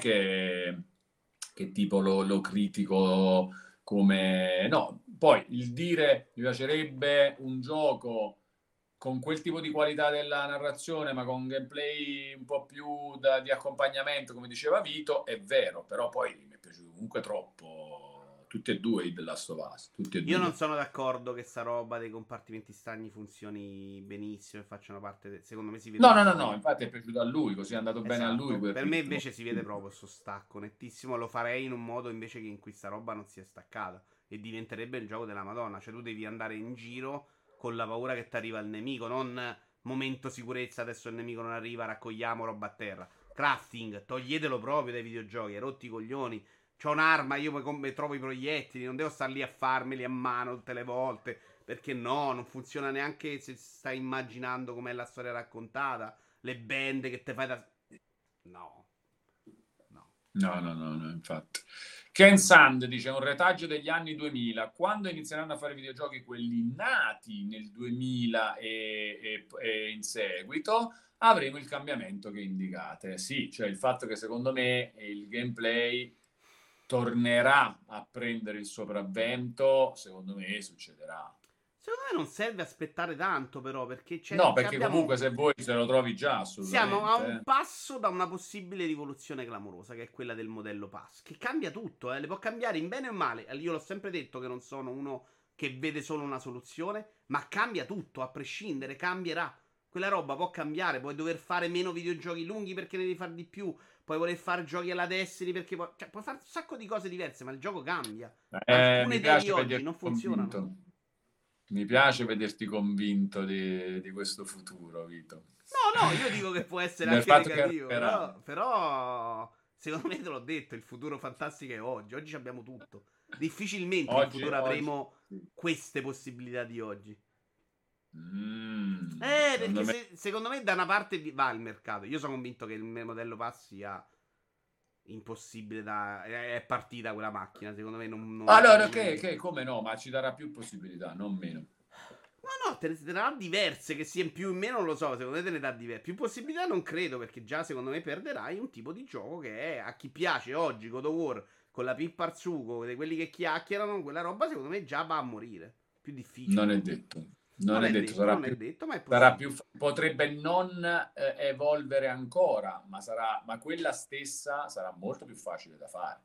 che tipo lo critico come. No, poi il dire mi piacerebbe un gioco con quel tipo di qualità della narrazione, ma con gameplay un po' più di accompagnamento, come diceva Vito, è vero, però poi mi è piaciuto comunque troppo tutti e due i The Last of Us, tutti e Io non due. sono d'accordo che sta roba dei compartimenti stagni funzioni benissimo e facciano parte. Secondo me si vede No, no, no, no, fuori. infatti è piaciuto a lui, così è andato bene a lui Esatto. quel Per me ritmo. invece si vede proprio questo stacco nettissimo. Lo farei in un modo invece che in cui sta roba non si è staccata. E diventerebbe il gioco della Madonna. Cioè tu devi andare in giro con la paura che ti arriva il nemico. Non momento sicurezza, adesso il nemico non arriva, raccogliamo roba a terra. Crafting, toglietelo proprio dai videogiochi. Hai rotti i coglioni. C'ho un'arma, io poi come trovo i proiettili. Non devo star lì a farmeli a mano tutte le volte. Perché no, non funziona neanche se stai immaginando com'è la storia raccontata. Le band che te fai da. No, no. No, no, no, no, infatti. Ken Sand dice un retaggio degli anni 2000. Quando inizieranno a fare videogiochi quelli nati nel 2000 e in seguito, avremo il cambiamento che indicate. Sì, cioè il fatto che secondo me il gameplay tornerà a prendere il sopravvento, secondo me succederà. Secondo me non serve aspettare tanto, però, perché No, perché abbiamo. comunque se vuoi se lo trovi già, Siamo a assolutamente. un passo da una possibile rivoluzione clamorosa, che è quella del modello pass. Che cambia tutto, le può cambiare in bene o in male. Io l'ho sempre detto che non sono uno che vede solo una soluzione, ma cambia tutto, a prescindere, cambierà. Quella roba può cambiare, puoi dover fare meno videogiochi lunghi perché ne devi fare di più, puoi voler fare giochi alla Destiny perché cioè, puoi fare un sacco di cose diverse, ma il gioco cambia. Alcune Mi idee di piace oggi vederti non funzionano. convinto. Mi piace vederti convinto di questo futuro, Vito. No, no, io dico che può essere Del anche fatto che negativo, arriverà. però secondo me te l'ho detto, il futuro fantastico è oggi. Oggi abbiamo tutto. Difficilmente in futuro Oggi avremo sì. queste possibilità di oggi. Secondo Perché me secondo me da una parte va il mercato. Io sono convinto che il modello pass sia impossibile da... È partita quella macchina, secondo me non Allora, c'è come no, ma ci darà più possibilità, non meno. No, te ne darà diverse, che sia in più o in meno, non lo so, secondo me te ne dà diverse. Più possibilità non credo, perché già secondo me perderai un tipo di gioco che è, a chi piace oggi God of War, con la pippa al sugo, di quelli che chiacchierano, quella roba secondo me già va a morire. Più difficile. Non è detto. Non Non è è detto, detto, non è detto, ma è sarà possibile. potrebbe non evolvere ancora, ma quella stessa sarà molto più facile da fare.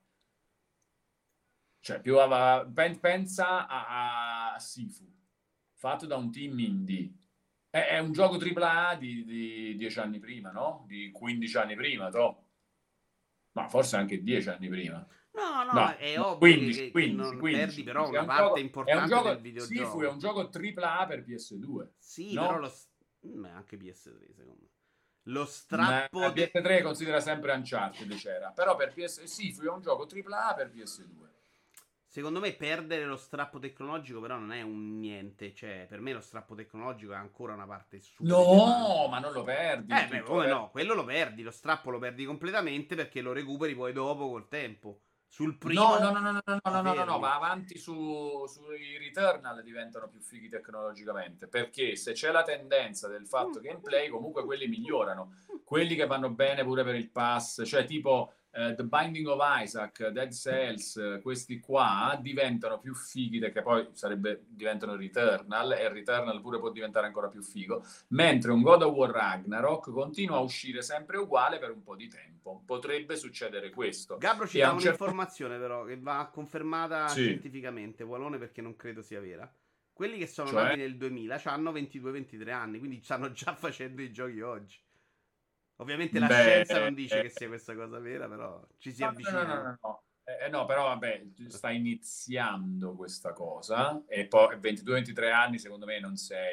Cioè, pensa a Sifu, fatto da un team indie. È un gioco AAA di 10 anni prima, no? Di 15 anni prima, to. Ma forse anche 10 anni prima. No, no, No, è no, ovvio 15, che 15, non perdi 15, però 15. una parte È un importante del gioco, Sifu è videogioco. un gioco AAA per PS2, Sì, però no? anche PS3 secondo me. Lo Ma strappo PS3 considera sempre Uncharted, c'era. Però per Sifu è un gioco AAA per PS2. Secondo me perdere lo strappo tecnologico però non è un niente, cioè per me lo strappo tecnologico è ancora una parte super No, rilevante. ma non lo perdi il Beh, tutto, lo come perdi. no, quello lo perdi, lo strappo lo perdi completamente perché lo recuperi poi dopo col tempo. Sul No, no, primo no, no, no, no, ti no, no, no, no, fermi. va avanti sui Returnal diventano più fighi tecnologicamente, perché se c'è la tendenza del fatto gameplay, comunque quelli migliorano, quelli che vanno bene pure per il pass, cioè tipo The Binding of Isaac, Dead Cells, questi qua diventano più fighi perché poi diventano Returnal e il Returnal pure può diventare ancora più figo, mentre un God of War Ragnarok continua a uscire sempre uguale per un po' di tempo. Potrebbe succedere questo. Gabbro ci E a dà un certo un'informazione però che va confermata sì, scientificamente, Walone perché non credo sia vera. Quelli che sono nati cioè nel 2000 hanno 22-23 anni, quindi stanno già facendo i giochi oggi. Ovviamente la beh, scienza non dice che sia questa cosa vera, però ci si no, no, no, no, avvicinano. no, no. No, però vabbè, sta iniziando questa cosa e poi 22-23 anni secondo me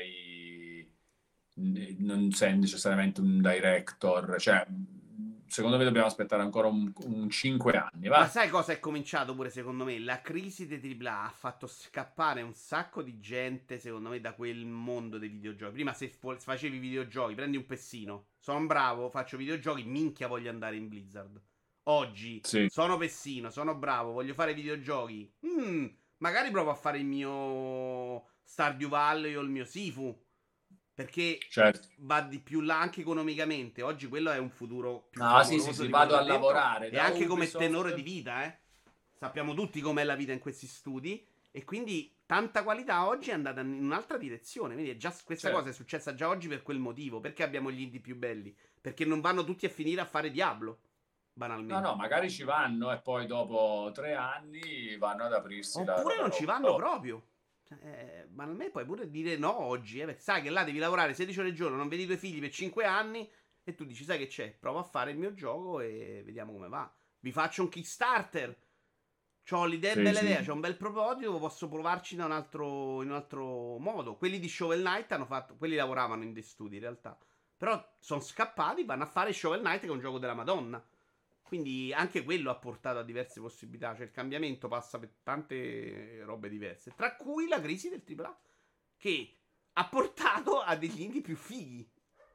non sei necessariamente un director, cioè secondo me dobbiamo aspettare ancora un 5 anni, Ma va? sai cosa è cominciato pure secondo me? La crisi dei AAA ha fatto scappare un sacco di gente, secondo me, da quel mondo dei videogiochi. Prima se facevi videogiochi, prendi un pessino, sono bravo, faccio videogiochi, minchia voglio andare in Blizzard. Oggi Sì, sono pessino, sono bravo, voglio fare videogiochi. Magari provo a fare il mio Stardew Valley o il mio Sifu. Perché certo. va di più là anche economicamente. Oggi quello è un futuro più No, sì, sì, clamoroso sì, di quello vado là a dentro. lavorare E da anche come tenore di Ubisoft. vita, eh. Sappiamo tutti com'è la vita in questi studi. E quindi tanta qualità oggi è andata in un'altra direzione. Quindi questa cosa Certo. è successa già oggi per quel motivo. Perché abbiamo gli indie più belli? Perché non vanno tutti a finire a fare Diablo. No, no, Banalmente. magari ci vanno e poi dopo 3 anni vanno ad aprirsi la Oppure non ci vanno roba. proprio. Banalmente puoi pure dire no oggi, perché sai che là devi lavorare 16 ore al giorno, non vedi i tuoi figli per 5 anni e tu dici sai che c'è, provo a fare il mio gioco e vediamo come va. Vi faccio un Kickstarter. C'ho l'idea, Sì, bella sì. idea, c'ho un bel prototipo, posso provarci in un altro modo. Quelli di Shovel Knight hanno fatto, quelli lavoravano in The Studio in realtà. Però sono scappati, vanno a fare Shovel Knight che è un gioco della Madonna. Quindi anche quello ha portato a diverse possibilità. Cioè il cambiamento passa per tante robe diverse. Tra cui la crisi del AAA. Che ha portato a degli indie più fighi.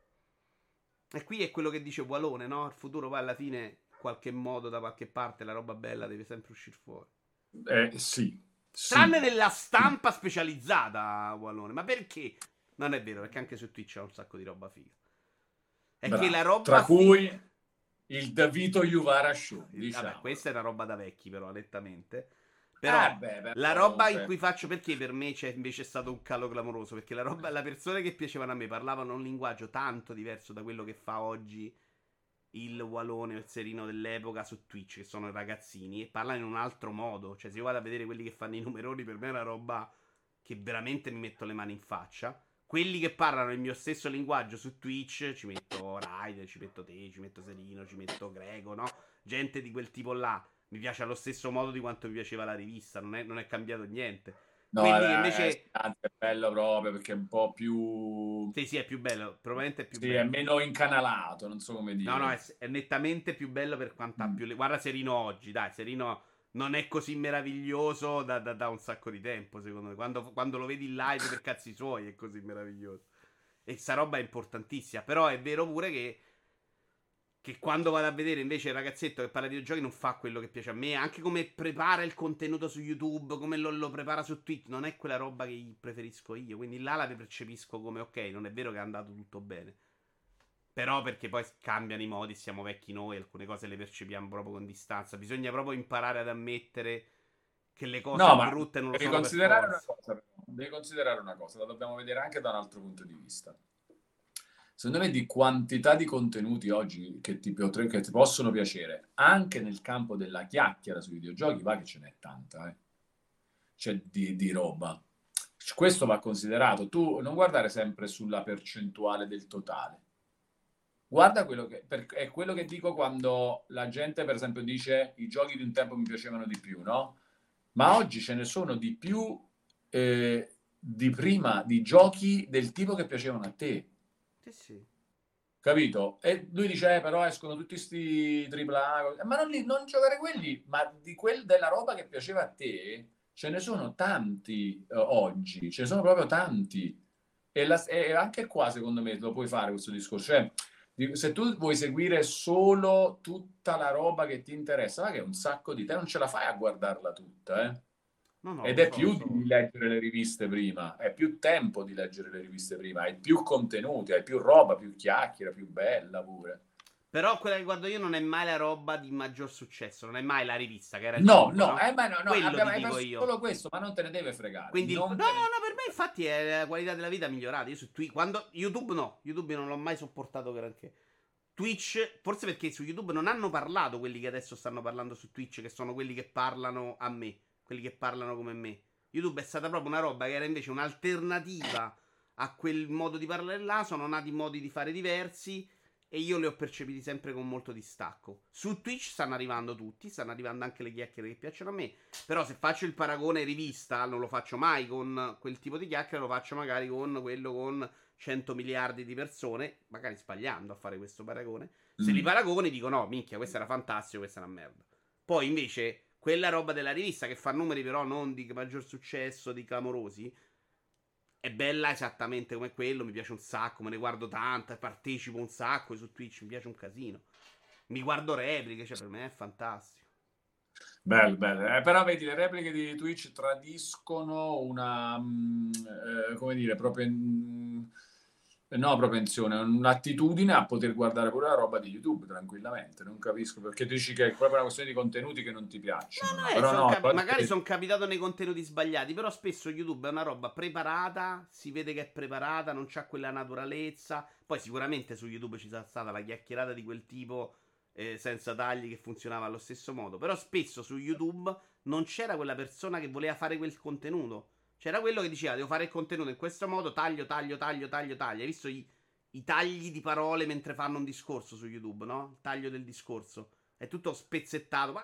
E qui è quello che dice Walone, no? Il futuro poi alla fine, in qualche modo, da qualche parte, la roba bella deve sempre uscire fuori. Sì, Tranne sì. nella stampa specializzata, Walone. Ma perché? Non è vero, perché anche su Twitch c'è un sacco di roba figa. È che la Bravo. roba Tra cui figa... il Davito Juvara Show, Vabbè, diciamolo. questa è una roba da vecchi, però, nettamente. Però Beh, la però roba in comunque... cui faccio perché per me c'è invece stato un calo clamoroso. Perché le persone che piacevano a me parlavano un linguaggio tanto diverso da quello che fa oggi il Walone o il Serino dell'epoca su Twitch, che sono i ragazzini, e parlano in un altro modo. Cioè, se io vado a vedere quelli che fanno i numeroni, per me è una roba che veramente mi metto le mani in faccia. Quelli che parlano il mio stesso linguaggio su Twitch, ci metto Raiden, ci metto te, ci metto Serino, ci metto Grego, no? Gente di quel tipo là. Mi piace allo stesso modo di quanto mi piaceva la rivista, non è cambiato niente. No, Quelli che invece... anzi, è bello proprio perché è un po' più... Sì, sì, è più bello, probabilmente è più Sì, è bello. meno incanalato, non so come No, no, dire. è nettamente più bello per quanta Mm. più... Guarda Serino oggi, dai, Serino non è così meraviglioso da un sacco di tempo, secondo me. Quando lo vedi in live per cazzi suoi è così meraviglioso. E sta roba è importantissima, però è vero pure che che quando vado a vedere invece il ragazzetto che parla di videogiochi non fa quello che piace a me, anche come prepara il contenuto su YouTube, come lo prepara su Twitch, non è quella roba che preferisco io, quindi là la percepisco come ok, non è vero che è andato tutto bene. Però perché poi cambiano i modi, siamo vecchi noi, alcune cose le percepiamo proprio con distanza, bisogna proprio imparare ad ammettere che le cose No, ma brutte non lo devi sono per considerare una forza. cosa, però. Devi considerare una cosa, la dobbiamo vedere anche da un altro punto di vista. Secondo me di quantità di contenuti oggi che ti possono piacere, anche nel campo della chiacchiera sui videogiochi, va che ce n'è tanta, eh. C'è di roba. Questo va considerato. Tu non guardare sempre sulla percentuale del totale. Guarda è quello che dico quando la gente, per esempio, dice i giochi di un tempo mi piacevano di più, no? Ma oggi ce ne sono di più di prima, di giochi del tipo che piacevano a te. Sì, sì. Capito? E lui dice, però escono tutti sti AAA, ma non giocare quelli, ma della roba che piaceva a te, ce ne sono tanti oggi, ce ne sono proprio tanti. E anche qua, secondo me, lo puoi fare questo discorso. Cioè, se tu vuoi seguire solo tutta la roba che ti interessa, ma che è un sacco di te, non ce la fai a guardarla tutta, eh? No, no, Ed lo è so, lo più di so. leggere le riviste prima, è più tempo di leggere le riviste prima, hai più contenuti, hai più roba, più chiacchiera, più bella pure. Però quella che guardo io non è mai la roba di maggior successo, non è mai la rivista, che era il No, trucco, no, no? ma no, Quello ti hai dico perso io. solo questo, ma non te ne deve fregare. Quindi no, Non no, te ne... per me infatti è la qualità della vita migliorata. Io su Twitch, quando YouTube no, YouTube non l'ho mai sopportato granché. Twitch, forse perché su YouTube non hanno parlato quelli che adesso stanno parlando su Twitch, che sono quelli che parlano a me, quelli che parlano come me. YouTube è stata proprio una roba che era invece un'alternativa a quel modo di parlare là, sono nati modi di fare diversi e io li ho percepiti sempre con molto distacco. Su Twitch stanno arrivando tutti, stanno arrivando anche le chiacchiere che piacciono a me, però se faccio il paragone rivista non lo faccio mai con quel tipo di chiacchiere, lo faccio magari con quello con 100 miliardi di persone, magari sbagliando a fare questo paragone. Se li Mm. paragoni dico no, minchia, questo era fantastico, questa è una merda. Poi invece quella roba della rivista che fa numeri però non di maggior successo, di clamorosi, è bella esattamente come quello, mi piace un sacco, me ne guardo tanta, partecipo un sacco su Twitch, mi piace un casino. Mi guardo repliche, cioè per me è fantastico. Bello, bello. Però vedi, le repliche di Twitch tradiscono una, come dire, no, propensione, un'attitudine a poter guardare pure la roba di YouTube tranquillamente. Non capisco perché tu dici che è proprio una questione di contenuti che non ti piacciono, no? No, Però no, magari sono capitato nei contenuti sbagliati, però spesso YouTube è una roba preparata, si vede che è preparata, non c'ha quella naturalezza. Poi sicuramente su YouTube ci sarà stata la chiacchierata di quel tipo senza tagli che funzionava allo stesso modo, però spesso su YouTube non c'era quella persona che voleva fare quel contenuto. C'era quello che diceva devo fare il contenuto in questo modo, taglio, taglio, taglio, taglio, taglio. Hai visto i tagli di parole mentre fanno un discorso su YouTube, no? Il taglio del discorso. È tutto spezzettato.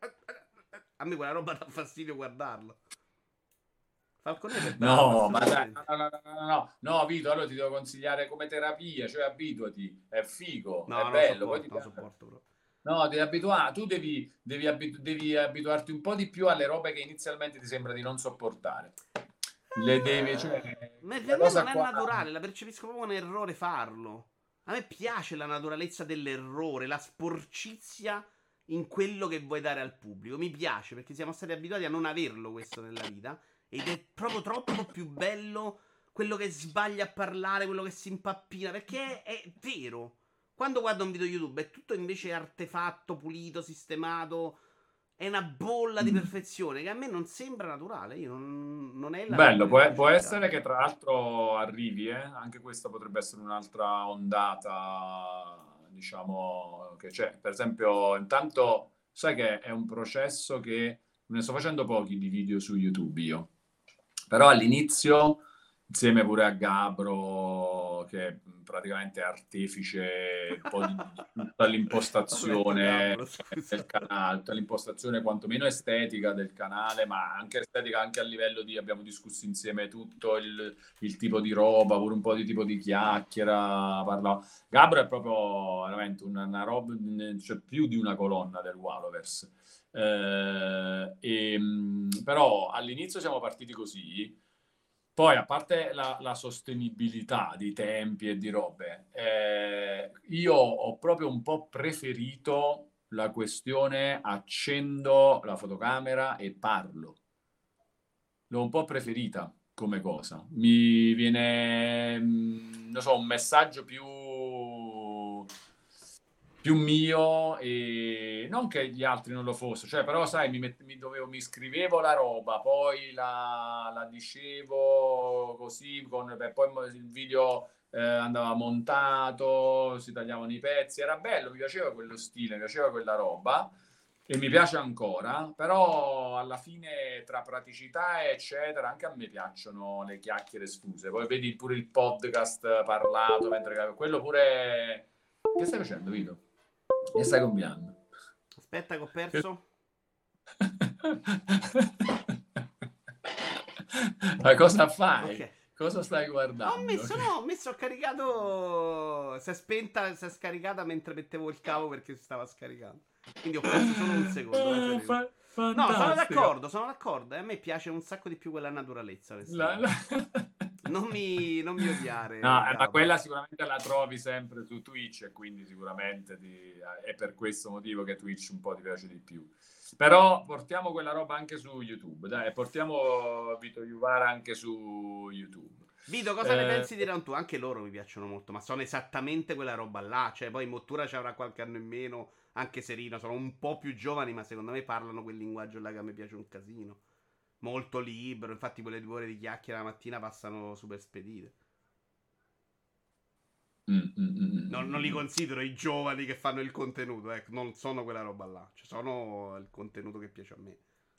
A me quella roba dà fastidio guardarlo. Falconeto è bravo, no, ma dai, assolutamente. no, Vito, allora ti devo consigliare come terapia, cioè abituati, è figo, è No, non lo bello, poi ti sopporto, non lo piace. sopporto proprio. No, devi abituare, tu devi abituarti un po' di più alle robe che inizialmente ti sembra di non sopportare. Le devi, cioè, Per la me cosa non è qua... naturale, la percepisco proprio un errore farlo. A me piace la naturalezza dell'errore, la sporcizia in quello che vuoi dare al pubblico. Mi piace perché siamo stati abituati a non averlo questo nella vita. Ed è proprio troppo più bello quello che sbaglia a parlare, quello che si impappina. Perché è vero. Quando guardo un video YouTube è tutto invece artefatto, pulito, sistemato. È una bolla di Mm. perfezione che a me non sembra naturale. Non è la roba Bello, che voglio può essere cercare. che tra l'altro arrivi, anche questa potrebbe essere un'altra ondata, diciamo, che c'è. Per esempio, intanto, sai che è un processo che ne sto facendo pochi di video su YouTube io, però all'inizio, insieme pure a Gabro, che praticamente è artefice un po' di tutta Ho letto l'impostazione Gabro, del scusa. canale, tutta l'impostazione quantomeno estetica del canale, ma anche estetica anche a livello di, abbiamo discusso insieme tutto il tipo di roba, pure un po' di tipo di chiacchiera, parla... Gabro è proprio veramente una roba, cioè più di una colonna del Waloverse. Però all'inizio siamo partiti così, Poi, a parte la sostenibilità di tempi e di robe, io ho proprio un po' preferito la questione accendo la fotocamera e parlo. L'ho un po' preferita come cosa. Mi viene, non so, un messaggio più mio, e non che gli altri non lo fossero, cioè, però sai, mi scrivevo la roba, poi la dicevo così, poi il video andava montato, si tagliavano i pezzi, era bello, mi piaceva quello stile, mi piaceva quella roba. E mi piace ancora, però alla fine tra praticità eccetera, anche a me piacciono le chiacchiere sfuse. Poi vedi pure il podcast parlato, mentre quello pure... Che stai facendo, Vito? Che stai combinando? Aspetta che ho perso. Ma cosa fai? Ok. Cosa stai guardando? Ho messo, ho caricato. Si è spenta, si è scaricata mentre mettevo il cavo perché si stava scaricando. Quindi ho perso solo un secondo. No, Fantastico. sono d'accordo. A me piace un sacco di più quella naturalezza. La- Onestamente. la- Non mi odiare, No, ma Gab. quella sicuramente la trovi sempre su Twitch e quindi sicuramente è per questo motivo che Twitch un po' ti piace di più. Però portiamo quella roba anche su YouTube, dai, portiamo Vito Juvara anche su YouTube. Vito, cosa ne Eh, pensi di Round 2? Anche loro mi piacciono molto, ma sono esattamente quella roba là. Cioè, poi Mottura ci avrà qualche anno in meno, anche Serino, sono un po' più giovani, ma secondo me parlano quel linguaggio là che a me piace un casino. Molto libero, infatti quelle 2 ore di chiacchiera la mattina passano super spedite. Non li mm. considero i giovani che fanno il contenuto, non sono quella roba là. Cioè, sono il contenuto che piace a me.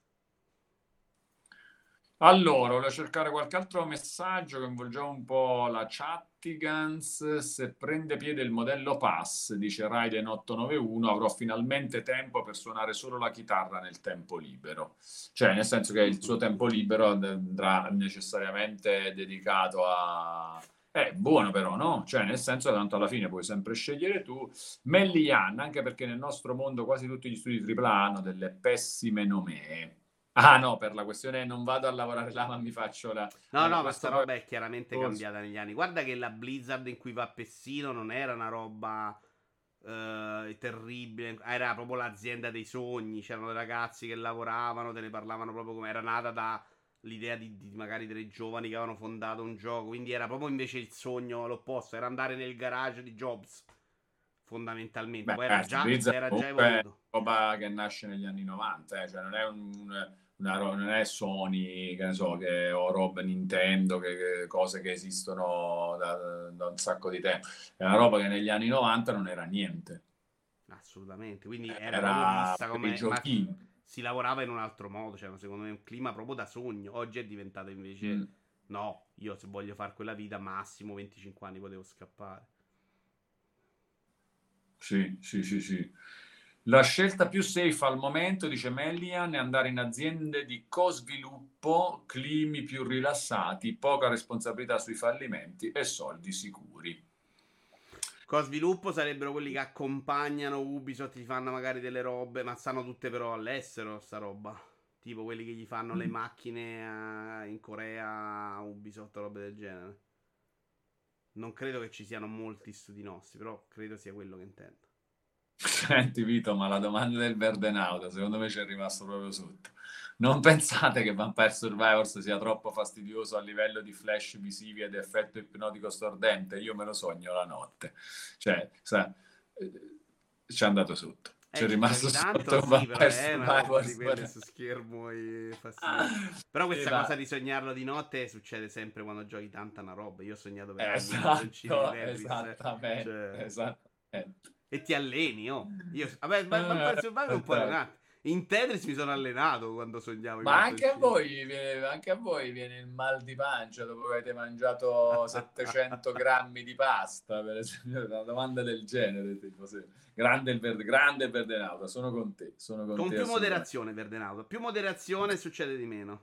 Allora, volevo cercare qualche altro messaggio che coinvolgeva un po' la Chattigans. Se prende piede il modello Pass, dice Raiden 891, avrò finalmente tempo per suonare solo la chitarra nel tempo libero. Cioè, nel senso che il suo tempo libero andrà necessariamente dedicato a... È buono però, no? Cioè, nel senso che tanto alla fine puoi sempre scegliere tu. Melly Yan, anche perché nel nostro mondo quasi tutti gli studi AAA hanno delle pessime nomee. Ah no, per la questione non vado a lavorare là, ma mi faccio la... No, no, ma sta Questo poi... roba è chiaramente cambiata negli anni. Guarda che la Blizzard in cui va Pessino non era una roba terribile, era proprio l'azienda dei sogni. C'erano dei ragazzi che lavoravano, te ne parlavano proprio come era nata dall'idea di magari dei giovani che avevano fondato un gioco. Quindi era proprio invece il sogno l'opposto, era andare nel garage di Jobs, fondamentalmente. Beh, Poi Blizzard era già comunque è evoluto. roba che nasce negli anni 90, cioè non è non è Sony, che ne so, o roba Nintendo, cose che esistono da un sacco di tempo. È una roba che negli anni 90 non era niente, Assolutamente, quindi era proprio era vista per i come... Ma giochini. si lavorava in un altro modo, cioè secondo me un clima proprio da sogno. Oggi è diventato invece... Mm. No, io se voglio fare quella vita massimo 25 anni potevo scappare. Sì, sì, sì, sì. La scelta più safe al momento, dice Mellian, è andare in aziende di co-sviluppo, climi più rilassati, poca responsabilità sui fallimenti e soldi sicuri. Co-sviluppo sarebbero quelli che accompagnano Ubisoft, gli fanno magari delle robe, ma stanno tutte però all'estero, sta roba. Tipo quelli che gli fanno le Mm. macchine in Corea, Ubisoft, robe del genere. Non credo che ci siano molti studi nostri, però credo sia quello che intendo. Senti Vito, ma la domanda del Verdenauta secondo me ci è rimasto proprio sotto. Non pensate che Vampire Survivors sia troppo fastidioso a livello di flash visivi ed effetto ipnotico stordente? Io me lo sogno la notte. Cioè, ci è andato sotto. Ci è Ci rimasto giochi tanto? sotto Sì, però Vampire è una roba di Survivors. quelle su schermo fastidioso. Però questa cosa Esatto, di sognarlo di notte succede sempre quando giochi tanta una roba. Io ho sognato per anni i mazzoncini di Tetris. esattamente, Cioè... esattamente. E ti alleni, oh. Io... Vabbè, Vampire Survivor un po' Fantastico. allenato. In Tetris mi sono allenato quando sognavo i Ma anche a mazzoncini. voi, anche a voi viene il mal di pancia dopo che avete mangiato 700 grammi di pasta, per esempio, una domanda del genere, tipo, sì. Grande il Verdenauta, sono con Con te più assolutamente. moderazione, Verdenauto. Più moderazione succede di meno.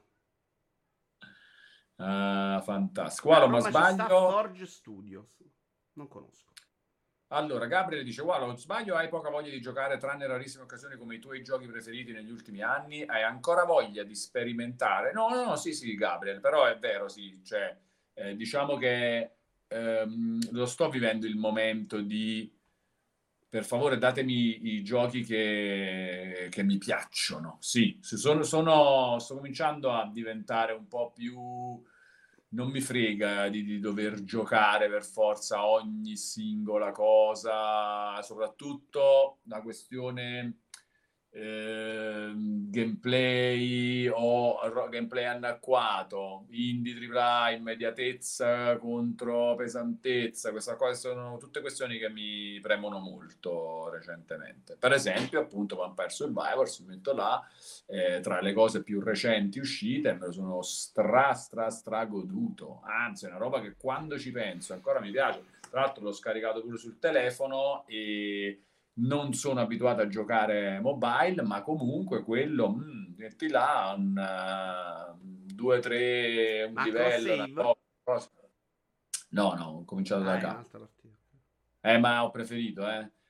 Ah, fantastico. Qua A non mi Roma ci sta sbaglio, Forge Studios. Non conosco. Allora, Gabriele dice: Guarda, non sbaglio, hai poca voglia di giocare tranne rarissime occasioni come i tuoi giochi preferiti negli ultimi anni? Hai ancora voglia di sperimentare? No, no, no, sì, sì, Gabriele, però è vero, sì, cioè, diciamo che lo sto vivendo il momento di, per favore, datemi i giochi che mi piacciono. Sì, sto cominciando a diventare un po' più. Non mi frega di dover giocare per forza ogni singola cosa, soprattutto la questione gameplay o gameplay anacquato, indie AAA, immediatezza contro pesantezza. Questa cosa sono tutte questioni che mi premono molto recentemente. Per esempio, appunto, Vampire Survivors, mi metto là, tra le cose più recenti uscite, me lo sono stra goduto. Anzi, è una roba che quando ci penso ancora mi piace. Tra l'altro l'ho scaricato pure sul telefono e non sono abituato a giocare mobile, ma comunque quello, metti là un 2-3, un Macro livello, una save? cosa. No, no, ho cominciato da Ah, è capo. un'altra partita. Ma ho preferito,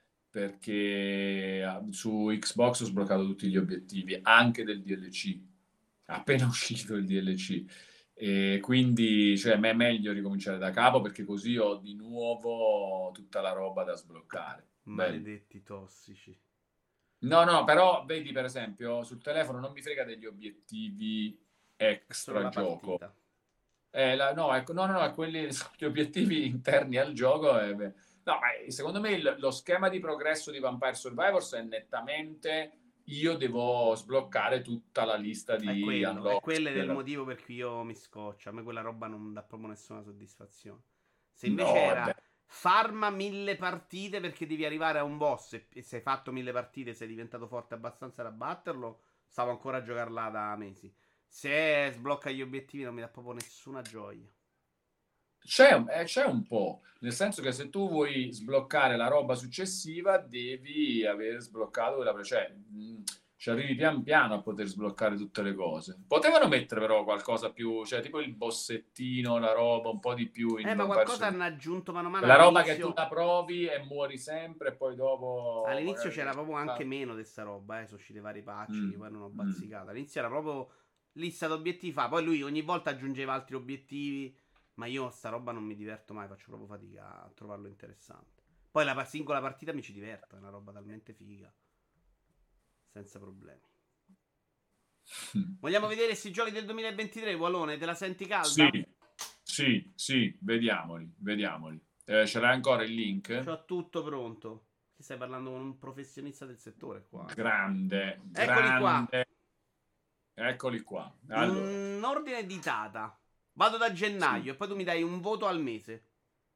perché su Xbox ho sbloccato tutti gli obiettivi, anche del DLC, appena uscito il DLC. E quindi, cioè, a me è meglio ricominciare da capo perché così ho di nuovo tutta la roba da sbloccare. Bello. Maledetti tossici. No, no, però vedi per esempio sul telefono non mi frega degli obiettivi È solo extra la gioco. partita. No, ecco, no, no, no, quelli sono gli obiettivi interni al gioco. Beh. No, ma secondo me lo schema di progresso di Vampire Survivors è nettamente io devo sbloccare tutta la lista di È unlock. quello il motivo per cui io mi scoccio. A me quella roba non dà proprio nessuna soddisfazione. Se invece No, vabbè. era farma 1000 partite perché devi arrivare a un boss e se hai fatto 1000 partite sei diventato forte abbastanza da batterlo, stavo ancora a giocarla da mesi. Se sblocca gli obiettivi non mi dà proprio nessuna gioia. C'è un po', nel senso che se tu vuoi sbloccare la roba successiva, devi aver sbloccato quella ci arrivi pian piano a poter sbloccare tutte le cose. Potevano mettere però qualcosa più, cioè tipo il bossettino, la roba un po' di più in Ma Vampire qualcosa Survivors. hanno aggiunto mano a mano Quella roba che tu all'inizio. la provi e muori sempre e poi dopo All'inizio magari c'era riesci proprio a anche fare. meno di sta roba, sono usciti vari patch che Mm, poi non ho mm. bazzicato. All'inizio era proprio lista d'obiettivi fa, poi lui ogni volta aggiungeva altri obiettivi, ma io sta roba non mi diverto mai, faccio proprio fatica a trovarlo interessante. Poi la singola partita mi ci diverto, è una roba talmente figa, senza problemi. Vogliamo vedere questi giochi del 2023, Wallone, te la senti Sì, calda? sì, sì, vediamoli, vediamoli. Ce l'hai ancora il link? C'ho tutto pronto. Ti stai parlando con un professionista del settore qua. Grande, Eccoli qua. grande. Eccoli qua. Allora, In ordine di data. Vado da sì, gennaio e poi tu mi dai un voto al mese.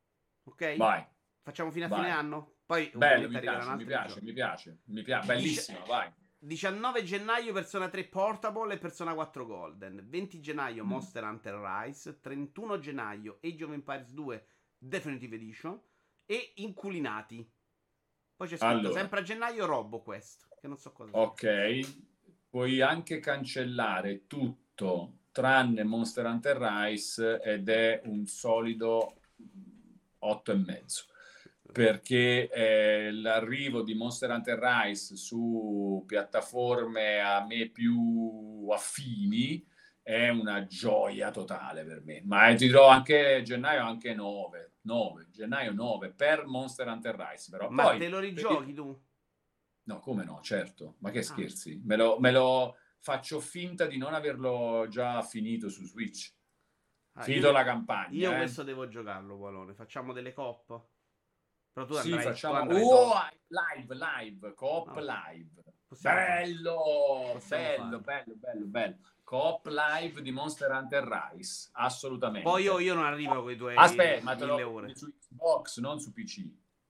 Ok? vai, Facciamo fino a fine vai. anno? Poi Bello, ovviamente mi arriveranno piace, mi altri piace, giochi. mi piace, mi piace. Dici- Bellissimo, vai. 19 gennaio Persona 3 Portable e Persona 4 Golden. 20 gennaio Mm. Monster Hunter Rise. 31 gennaio Age of Empires 2 Definitive Edition. E Inculinati. Poi c'è scritto Allora, sempre a gennaio RoboQuest. Che non so cosa sia. ok. Puoi anche cancellare tutto tranne Monster Hunter Rise ed è un solido 8 e mezzo. Perché l'arrivo di Monster Hunter Rise su piattaforme a me più affini è una gioia totale per me. Ma ti dirò anche gennaio anche 9, 9, gennaio 9 per Monster Hunter Rise. Però Ma poi te lo rigiochi tu? no, come no, certo. Ma che Ah. scherzi? Me lo faccio finta di non averlo già finito su Switch. Ah, Finito la io campagna, questo devo giocarlo, Walone. Facciamo delle coop? Però Sì, tu facciamo. andrai solo. Live, live, coop No, live. possiamo farlo. Bello, Possiamo bello, farlo. bello, bello, bello. Coop live di Monster Hunter Rise, Poi io, assolutamente. io non arrivo con i tuoi Aspetta, ma te 1000 lo ore. su Xbox, non su PC.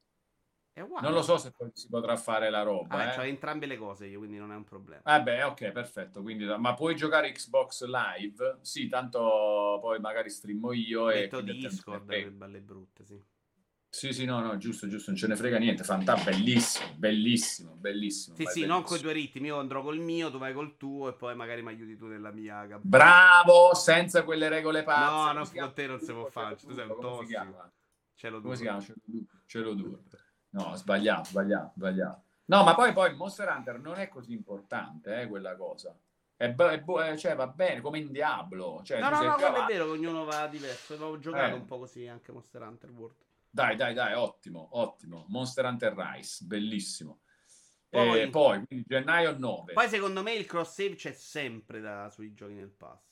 È Non lo uguale. so se poi si potrà fare la Vabbè, roba, c'ho eh. entrambe le cose io, quindi non è un problema. Vabbè, ok, perfetto. Quindi, ma puoi giocare Xbox Live? Sì, tanto poi magari streamo io e Metto quindi a te non te ne Discord per frega. belle brutte, sì. Sì, sì, no, no, giusto, giusto, non ce ne frega niente. Fanta, bellissimo, bellissimo, bellissimo, Sì, ma è sì, non coi bellissimo. tuoi ritmi. Io andrò col mio, tu vai col tuo e poi magari mi aiuti tu nella mia campagna. Bravo, senza quelle regole No, pazze. Come no, si chiama? con te non si può fare. Tu sei Cielo un duro, come si tossico. chiama? Cielo Come si duro. chiama? Cielo duro. Cielo duro. No, sbagliato, sbagliato, sbagliato. No, ma poi Monster Hunter non è così importante, quella cosa. Cioè, va bene, come in Diablo. Cioè, No, tu no, sei no, più quello è avanti. vero che ognuno va diverso. Avevo giocato un po' così anche Monster Hunter World. Dai, ottimo, ottimo. Monster Hunter Rise, bellissimo. E Poi, poi, quindi gennaio 9. poi secondo me il cross save c'è sempre sui giochi nel pass.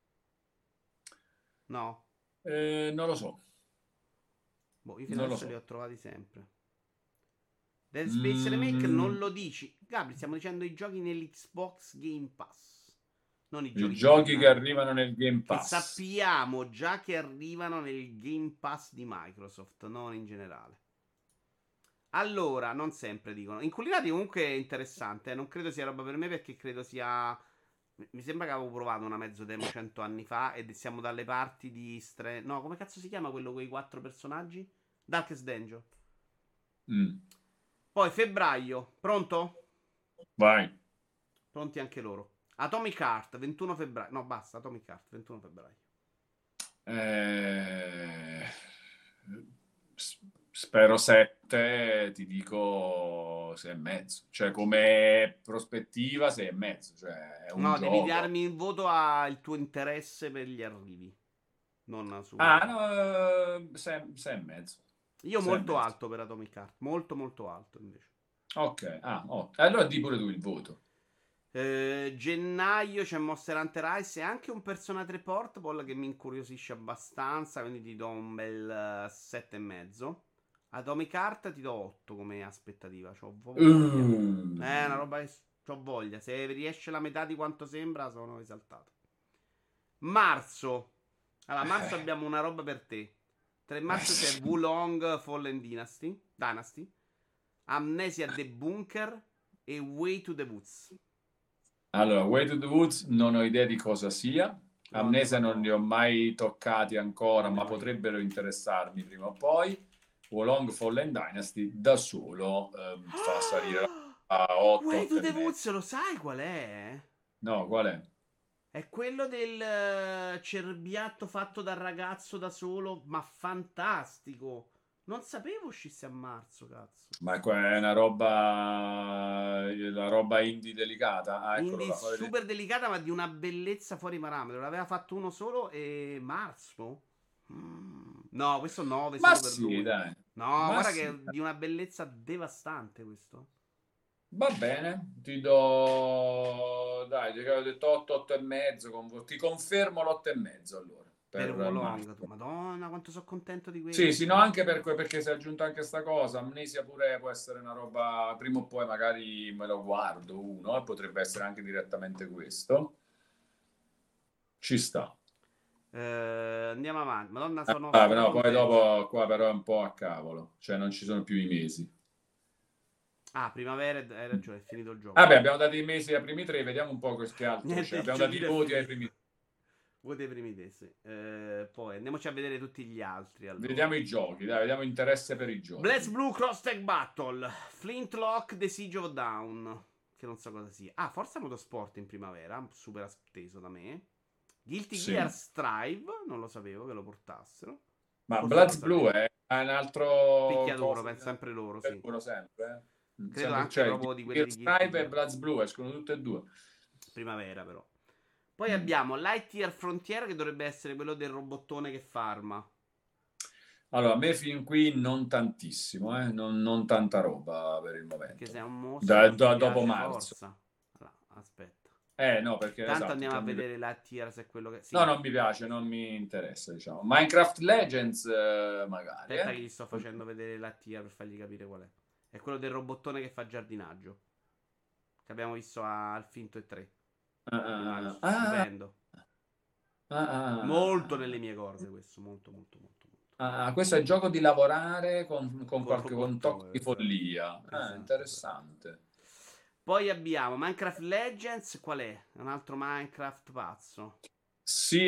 No? Non lo so, Boh, io fino non lo adesso li so. ho trovati sempre. Dead Space Remake Mm, non lo dici. Gabri, stiamo dicendo i giochi nell'Xbox Game Pass. Non i I giochi giochi che generali. arrivano nel Game Che Pass. sappiamo già che arrivano nel Game Pass di Microsoft, non in generale. Allora, non sempre dicono. Incullinati comunque è interessante. Non credo sia roba per me perché credo sia. Mi sembra che avevo provato una mezzo demo 100 anni fa ed siamo dalle parti di. No, come cazzo si chiama quello con i 4 personaggi? Darkest Dungeon. Mm, Poi febbraio. Pronto? vai. Pronti anche loro. Atomic Heart, 21 febbraio. No, basta, Atomic Heart, 21 febbraio. Eh, s- Spero 7, ti dico 6 e mezzo. Cioè, come prospettiva 6 e mezzo. Cioè, è un No, devi gioco. darmi il voto al tuo interesse per gli arrivi. Non su. Ah, no, 6, e mezzo. Io 6 e molto mezzo. alto per Atomic Heart. Molto, molto alto invece. Ok, allora di pure tu il voto. Gennaio c'è Monster Hunter Rise e anche un Persona 3 Portable che mi incuriosisce abbastanza, quindi ti do un bel 7 e mezzo. Atomic Heart ti do 8 come aspettativa, c'ho proprio voglia. È una roba che c'ho voglia, se riesce la metà di quanto sembra sono esaltato. Marzo. Allora, marzo Eh, abbiamo una roba per te. 3 marzo c'è Wulong Fallen Dynasty, Amnesia The Bunker e Way to the Woods. Allora, Way to the Woods non ho idea di cosa sia. No, ne Amnesia non li vado ho mai toccati ancora, ma nemmeno io. potrebbero interessarmi prima o poi. Wolong Fallen Dynasty da solo fa salire a 8, Way 8 to e the mezzo. Woods, lo sai qual è? No, qual è? È quello del cerbiatto fatto dal ragazzo da solo, ma fantastico. Non sapevo uscisse a marzo, cazzo. Ma è una roba, la roba indie delicata? Ah, eccolo Indie là. super delicata, ma di una bellezza fuori parametro. L'aveva fatto uno solo e marzo? No, questo 9 Ma solo per sì, lui. dai. No, Ma guarda che sì. è di una bellezza devastante questo. Va bene, ti do, dai, ti avevo detto 8, 8 e mezzo, ti confermo l'8 e mezzo allora, Per per Wolong, tu. marzo. Madonna, quanto sono contento di Sì, no, questo. anche perché si è aggiunta anche sta cosa, Amnesia pure può essere una roba, prima o poi magari me lo guardo uno, e potrebbe essere anche direttamente questo. Ci sta. Andiamo avanti. Madonna, sono Ah, no, poi stracontento. dopo qua però è un po' a cavolo, cioè non ci sono più i mesi. Ah, primavera, hai ragione, è finito il gioco. Vabbè, abbiamo dato i mesi ai primi tre, vediamo un po' che altro Niente, c'è. il Abbiamo dato i giochino è voti ai finito. primi tre. Voti ai primi testi. Poi andiamoci a vedere tutti gli altri allora. Vediamo i giochi, dai, vediamo interesse per i Blaze giochi. Blue Cross Tag Battle. Flintlock The Siege of Dawn. Che non so cosa sia. Ah, Forza Motorsport in primavera. Super atteso da me. Guilty Sì. Gear Strive. Non lo sapevo che lo portassero. Ma Forse lo Bloods sapevo. Blue è un altro Picchiaduro, coso penso sempre loro, sì. sicuro sempre. Credo anche Cioè, proprio di quelli Gear di Guilty Strive e Gear. Bloods Blue escono tutte e due. Primavera, però. Poi Mm. abbiamo Lightyear Frontier, che dovrebbe essere quello del robottone che farma. Allora, a me fin qui non tantissimo, non tanta roba per il Perché momento. sei un mostro non ti Dopo piace, marzo. forza. Allora, aspetta. No, perché Tanto esatto, andiamo a non mi piace. vedere Lightyear se è quello che. No, Sì. non mi piace, non mi interessa, diciamo. Minecraft Legends, magari, Aspetta che gli sto facendo vedere Lightyear per fargli capire qual è. È quello del robottone che fa giardinaggio. Che abbiamo visto al Finto e 3. Ah, ah, Stupendo. Molto ah. nelle mie corde questo. Molto, molto, molto, molto. Questo è il gioco di lavorare con Col qualche con tocco robottone, di esatto. follia. Esatto, esatto. Interessante. Poi abbiamo Minecraft Legends. Qual è? Un altro Minecraft pazzo. Sì,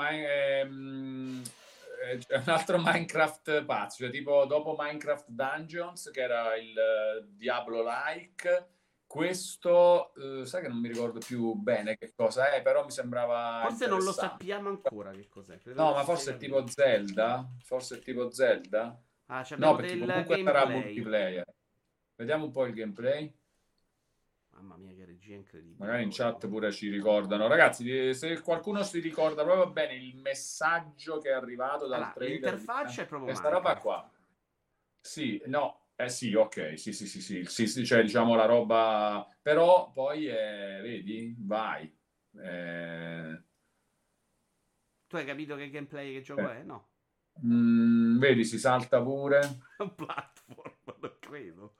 è un altro Minecraft pazzo, cioè tipo dopo Minecraft Dungeons, che era il Diablo-like, questo, sai che non mi ricordo più bene che cosa è, però mi sembrava Forse non lo interessante. sappiamo ancora che cos'è. Credo No, che ma si stia forse è tipo capendo. Zelda? Forse è tipo Zelda? Ah, No, abbiamo perché del comunque sarà gameplay. multiplayer. Vediamo un po' il gameplay. Mamma mia, che regia incredibile. Magari in proprio. chat pure ci ricordano. Ragazzi, se qualcuno si ricorda proprio bene il messaggio che è arrivato dal Allora, trailer di l'interfaccia è proprio questa roba Minecraft. qua. Sì, no, sì, ok, sì, cioè diciamo la roba, però poi, vedi, vai. Eh, Tu hai capito che gameplay, che gioco è? No. vedi, si salta pure. È un platform, non credo.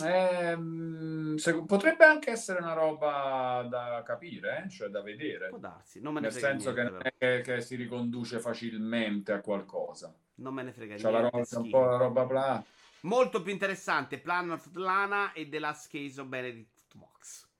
Potrebbe anche essere una roba da capire, cioè da Può vedere, darsi, non me ne nel frega senso che niente non però. è che si riconduce facilmente a qualcosa. Non me ne frega C'è la niente, roba, c'è un po' schifo. la roba bla. Molto più interessante Planet of Lana e The Last Case of Benedict Fox.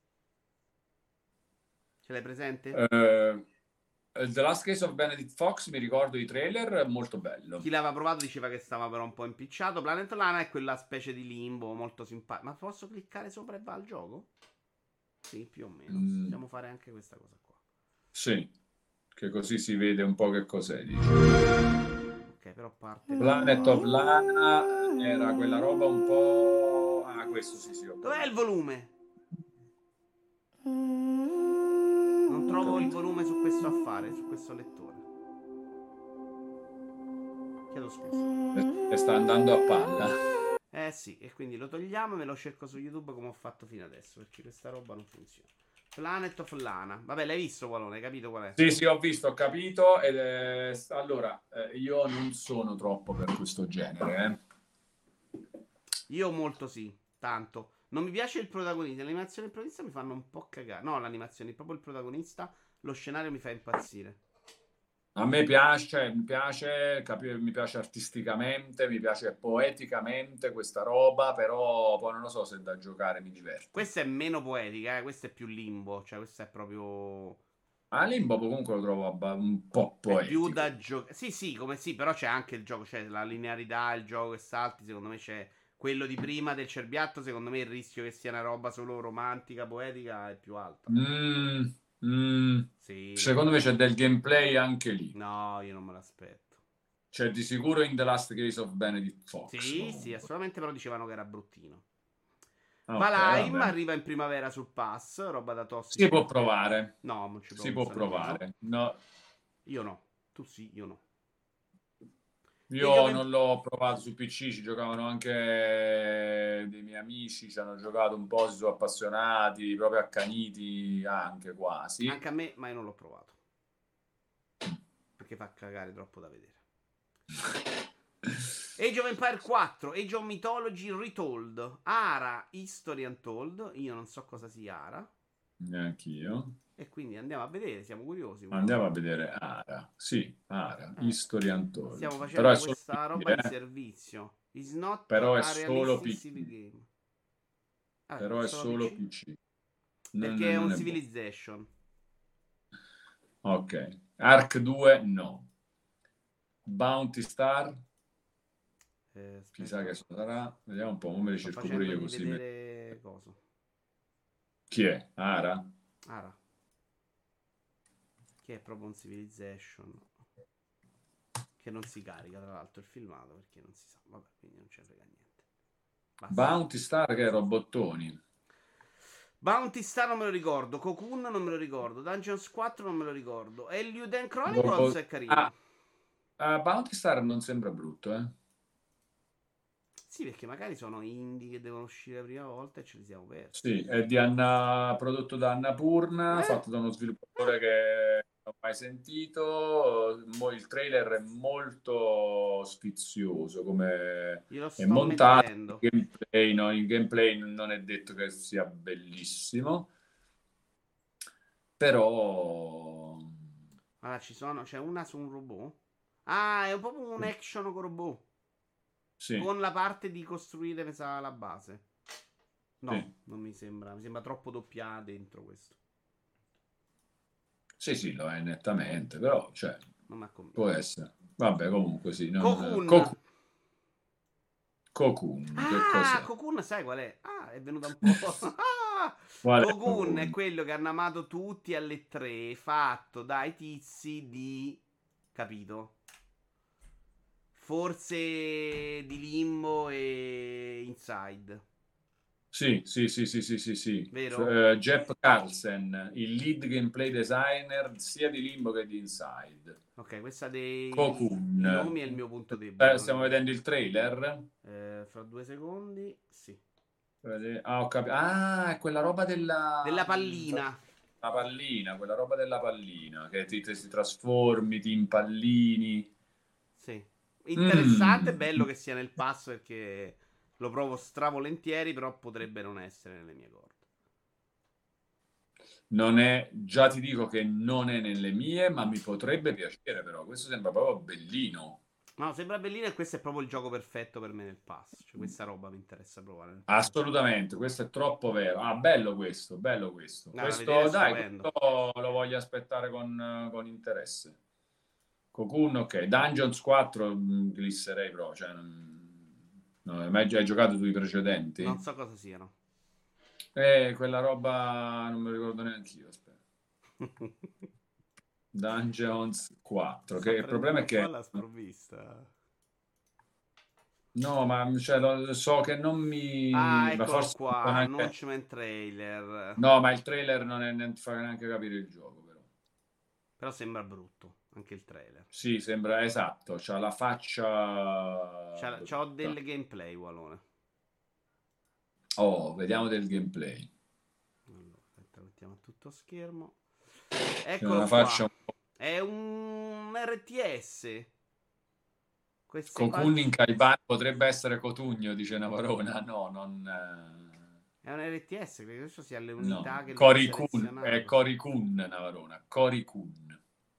Ce l'hai presente? Eh, The Last Case of Benedict Fox, mi ricordo i trailer, molto Chi bello. l'aveva provato diceva che stava però un po' impicciato. Planet Lana è quella specie di limbo molto simpatico. Ma posso cliccare sopra e va al gioco? Sì, più o meno. Mm, Possiamo fare anche questa cosa qua. sì, che così si vede un po' che cos'è, dice. Ok, però parte Planet qua. of Lana era quella roba un po'. Ah, questo sì, ho Dov'è il capito. volume? Non Ho trovo il capito. volume su questo affare, su questo lettore. Chiedo scusa. E sta andando a palla. Eh sì, e quindi lo togliamo e me lo cerco su YouTube come ho fatto fino adesso, perché questa roba non funziona. Planet of Lana. Vabbè, l'hai visto, Qualone? Hai capito qual è? Sì, ho visto, ho capito. Allora, io non sono troppo per questo genere, Io molto sì, tanto. Non mi piace il protagonista. L'animazione del protagonista mi fanno un po' cagare. No, l'animazione, proprio il protagonista. Lo scenario mi fa impazzire. A me piace, cioè, mi piace capire, mi piace artisticamente, mi piace poeticamente questa roba, però poi non lo so se da giocare mi diverte. Questa è meno poetica, questa è più limbo. Cioè, questa è proprio. A Limbo comunque lo trovo un po' È più poetico. da giocare. Sì, sì, come sì, però c'è anche il gioco. C'è la linearità, il gioco che salti. Secondo me c'è quello di prima del cerbiatto. Secondo me il rischio che sia una roba solo romantica, poetica è più alta. Mm, mm. Sì, no, Secondo me c'è del gameplay anche lì. no, io non me l'aspetto. C'è di sicuro in The Last Case of Benedict Fox Sì, sì, comunque. assolutamente, però dicevano che era bruttino. Ok, Valheim vabbè. arriva in primavera sul pass, roba da Si tossici può giocatori. provare. No, non ci Si provo può questo nemmeno. provare. No, Io no. Tu sì, io no. Age of io non l'ho provato su PC, ci giocavano anche dei miei amici, ci hanno giocato un po', si sono appassionati, proprio accaniti anche quasi. Anche a me, ma io non l'ho provato. Perché fa cagare troppo da vedere. Age of Empire 4, Age of Mythology Retold, Ara History Untold. Io non so cosa sia Ara. Neanch'io. E quindi andiamo a vedere, siamo curiosi. Andiamo a vedere Ara. Sì, Ara, History Stiamo Untold. Però è facendo solo questa PC, roba di servizio. Is not Però è a solo realistic civil PC. game. Ah, è Però è solo solo PC? PC. Perché è un Non è buono. Civilization. Ok. Arc 2 no. Bounty Star, chissà Aspetta, che sarà. Vediamo un po', ora me li sto cerco pure io facendogli così. vedere cosa. Chi è? Ara? Ara. Che è proprio un Civilization. Che non si carica, tra l'altro, il filmato perché non si sa. Vabbè, quindi non ci frega niente. Basta. Bounty Star che è robottoni. Bounty Star non me lo ricordo. Cocoon non me lo ricordo. Dungeons 4 non me lo ricordo. Eluden Chronicles Robo- è carino. Ah, Bounty Star non sembra brutto, eh? Sì, perché magari sono indie che devono uscire la prima volta e ce li siamo persi. Sì, è prodotto da Annapurna, Eh? fatto da uno sviluppatore che non ho mai sentito. Il trailer è molto sfizioso come Glielo è sto montato. mettendo. Il gameplay non è detto che sia bellissimo, però Allora, ci sono. C'è una su un robot. Ah, è proprio un action con robot. sì, Con la parte di costruire, mi sa, la base. sì, No, non mi sembra. Mi sembra troppo doppia A dentro questo. sì, lo è nettamente, però cioè, Non mi ha convinto. può essere. Vabbè, comunque sì. Cocoon. Cocoon, che Ah, cos'è? Cocoon, sai qual è? Ah, è venuta un po'. Ah! Qual è Cocoon è Cocoon? quello che hanno amato tutti alle 3, fatto dai tizi di. Capito? Forse di Limbo e Inside. Sì, sì, sì, sì, sì, sì, sì. Vero? Jeff Carlsen, il lead gameplay designer sia di Limbo che di Inside. Ok, questa dei Cocoon. nomi è il mio punto debole. Non Stiamo li vedendo il trailer. Fra 2 secondi, sì. Ah, ho capito. Ah, è quella roba Della pallina. la pallina, quella roba della pallina, che ti trasformi, ti impallini. Sì. Interessante, Mm. bello che sia nel pass perché lo provo stravolentieri, però potrebbe non essere nelle mie corde. Non è, già ti dico che non è nelle mie, ma mi potrebbe piacere però. Questo sembra proprio bellino. No, sembra bellino e questo è proprio il gioco perfetto per me nel pass. Cioè, questa roba mi interessa provare nel pass. Assolutamente, questo è troppo vero. Ah, bello questo, bello questo. No, da vedere è Questo, dai, stupendo. questo lo voglio aspettare con interesse. Cocoon, ok. Dungeons 4 glisserei però, cioè, no, hai giocato tu i Non precedenti? so cosa siano. Quella roba non me lo ricordo neanche io, aspetta. Dungeons 4, che Sta il problema prendendo è un po' che alla sprovvista. no, ma cioè, so che non Ah, mi... Ma eccolo forse qua. sono anche... Announcement trailer. No, ma il trailer non ti fa neanche capire il gioco, però. Però sembra brutto. Anche il trailer. Sì, sembra esatto, c'ha la faccia C'ho brutta. del gameplay, Walone. Oh, vediamo del gameplay. Allora, aspetta, mettiamo a tutto schermo. C'è una Eccolo qua. faccia un po'... È un RTS. Queste qua Cocoon in Caivano potrebbe essere Cotugno, dice Navarona. No, non... è un RTS, perché questo sia le no. unità che lui ha Cory Kun, è selezionato. Cory Kun, Navarona. Cory Kun.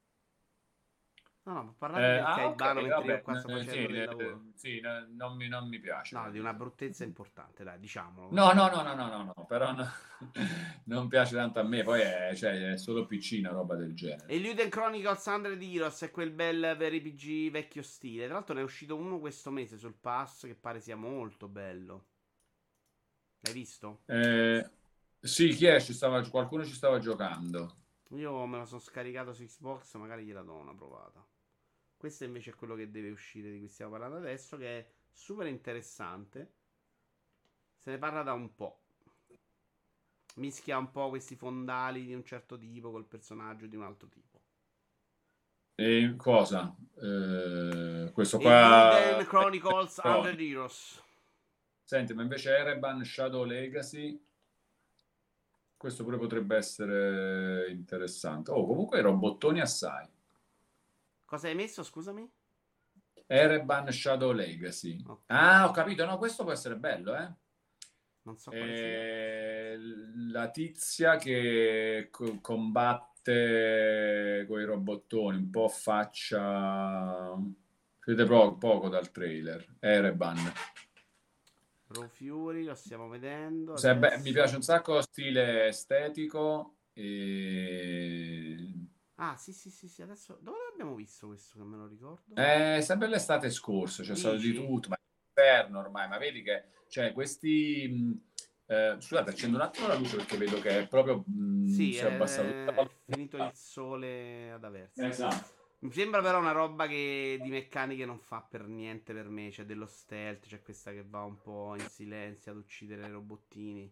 No, no, parlate del Caibano Ok, mentre io vabbè. qua sto Sì, facendo del lavoro. sì, non mi piace No, da di una dire. bruttezza importante, dai, diciamolo No, così. no, no, no, no, no, no, però non piace tanto a me, poi cioè, è solo PC una roba del genere. Eluden Chronicles 100 Heroes è quel bel veri PG vecchio stile. Tra l'altro ne è uscito uno questo mese sul pass che pare sia molto bello. L'hai visto? Sì, qualcuno ci stava giocando. Io me lo sono scaricato su Xbox, magari gliela do una provata. Questo invece è quello che deve uscire di cui stiamo parlando adesso, che è super interessante. Se ne parla da un po'. Mischia un po' questi fondali di un certo tipo col personaggio di un altro tipo. E cosa? Questo qua... Eluden Chronicles 100 Heroes. Senti, ma invece Ereban Shadow Legacy, questo pure potrebbe essere interessante. Oh, comunque robottoni assai. Cosa hai messo, scusami? Ereban Shadow Legacy. Ok, Ah, ho capito, no, questo può essere bello, eh? non so quale sia. La tizia che combatte con i robottoni, un po' faccia... Si vede poco dal trailer. Ereban. Raw Fury, lo stiamo vedendo Mi adesso. piace un sacco lo stile estetico. E... Ah, sì, sì, sì, sì, adesso... Dove l'abbiamo visto questo che me lo ricordo? Sempre l'estate scorsa, c'è stato di Dici? tutto, ma è inverno ormai, ma vedi che cioè, questi... scusate, accendo un attimo la luce perché vedo che è proprio... Sì, si è abbassato tutta è finito il sole ad Aversa. esatto. Mi sembra però una roba che di meccaniche non fa per niente per me. C'è dello stealth, c'è questa che va un po' in silenzio ad uccidere i robottini.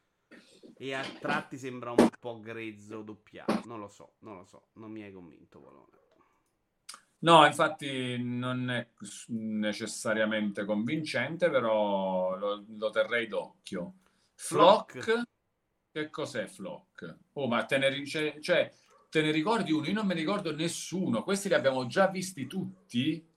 E a tratti sembra un po' grezzo doppiato. Non lo so, non lo so. Non mi hai convinto, Polone. No, infatti non è necessariamente convincente, però lo terrei d'occhio. Flock. Flock, che cos'è Flock? Oh, ma cioè, te ne ricordi uno? Io non me ne ricordo nessuno. Questi li abbiamo già visti tutti?